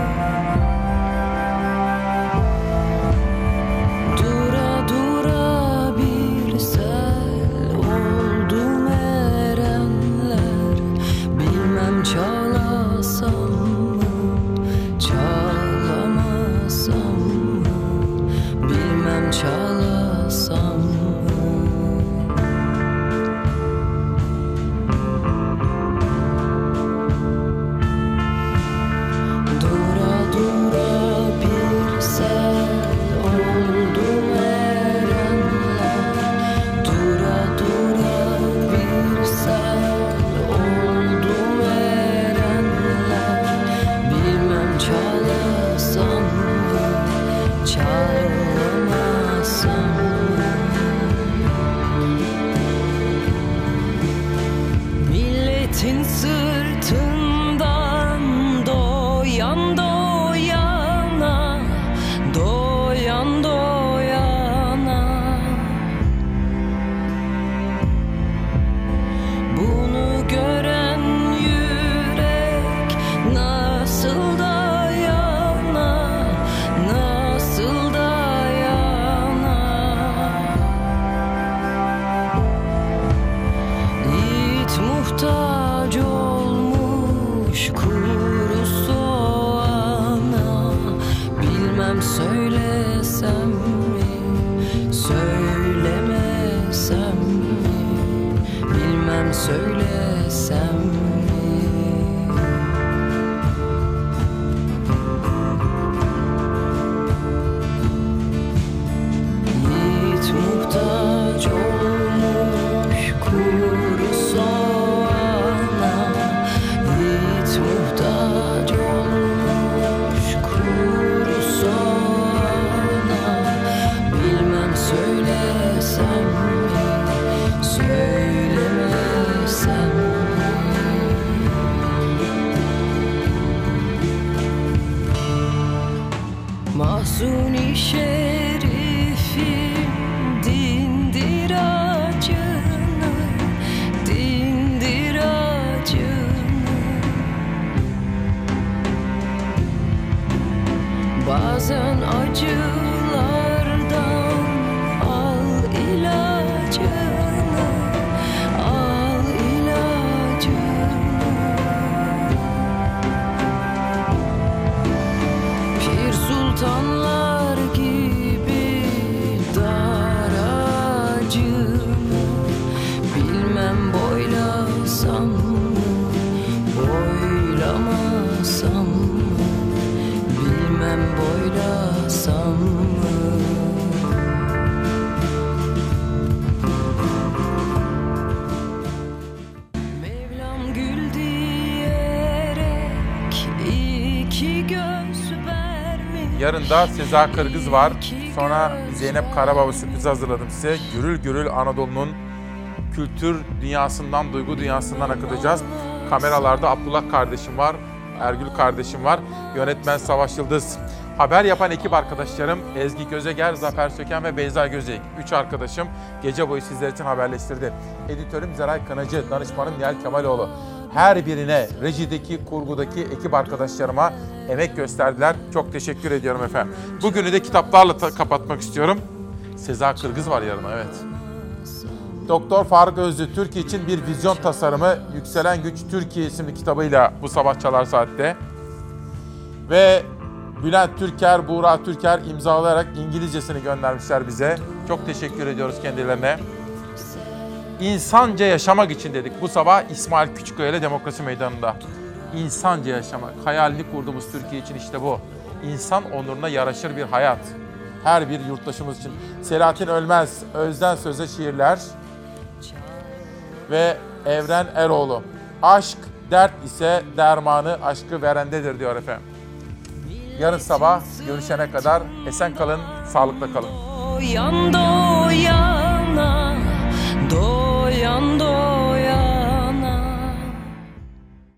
Dura dura bir sel oldum erenler, bilmem çalasam mı, çalamasam mı, bilmem çalasam mı? Dura dura bir sel oldum erenler, dura dura bir sel oldum erenler, bilmem çalasam mı, çalamasam mı? Milletin sırtından doyan doyana, doyan doyana, bunu gören yürek nasıl dayana, nasıl dayana? Yiğit muhtaç olmuş kuru soğana, bilmem söylesem mi, söylemesem mi, bilmem söylesem mi? Yiğit muhtaç olmuş kuru soğana, yiğit muhtaç olmuş kuru soğana, bilmem söylesem mi, söylemesem mi? Mahzuni şerifim dindir acını, dindir acını. Bazen acılardan al ilacını, al ilacını. Pir sultanlar gibi daracını, bilmem boylasam mı, boylamasam mı, bilmem boylasam mı? Mevlam gül diyerek iki göz vermiş. Yarın da Seza Kırgız var. Sonra Zeynep Karababa sürprizi hazırladım size. Gürül gürül Anadolu'nun kültür dünyasından, duygu dünyasından akıtacağız. Kameralarda Abdullah kardeşim var, Ergül kardeşim var, yönetmen Savaş Yıldız. Haber yapan ekip arkadaşlarım Ezgi Gözeger, Zafer Söken ve Beyza Gözeyik. Üç arkadaşım gece boyu sizler için haberleştirdi. Editörüm Zeray Kanacı, danışmanım Nihal Kemaloğlu. Her birine, rejideki, kurgudaki ekip arkadaşlarıma emek gösterdiler. Çok teşekkür ediyorum efendim. Bugünü de kitaplarla ta- kapatmak istiyorum. Seza Kırgız var yarın, evet. Doktor Faruk Özlü, Türkiye için bir vizyon tasarımı, Yükselen Güç Türkiye isimli kitabıyla bu sabah Çalar Saat'te. Ve Bülent Türker, Buğra Türker imzalayarak İngilizcesini göndermişler bize. Çok teşekkür ediyoruz kendilerine. İnsanca yaşamak için dedik bu sabah İsmail Küçükkaya ile Demokrasi Meydanı'nda. İnsanca yaşamak, hayalini kurduğumuz Türkiye için işte bu. İnsan onuruna yaraşır bir hayat. Her bir yurttaşımız için. Selahattin Ölmez, Özden Söze şiirler ve Evren Eroğlu. Aşk, Dert ise dermanı aşkı verendedir diyor efendim. Yarın sabah görüşene kadar esen kalın, sağlıkla kalın. Doyan doyana, doyan doyana.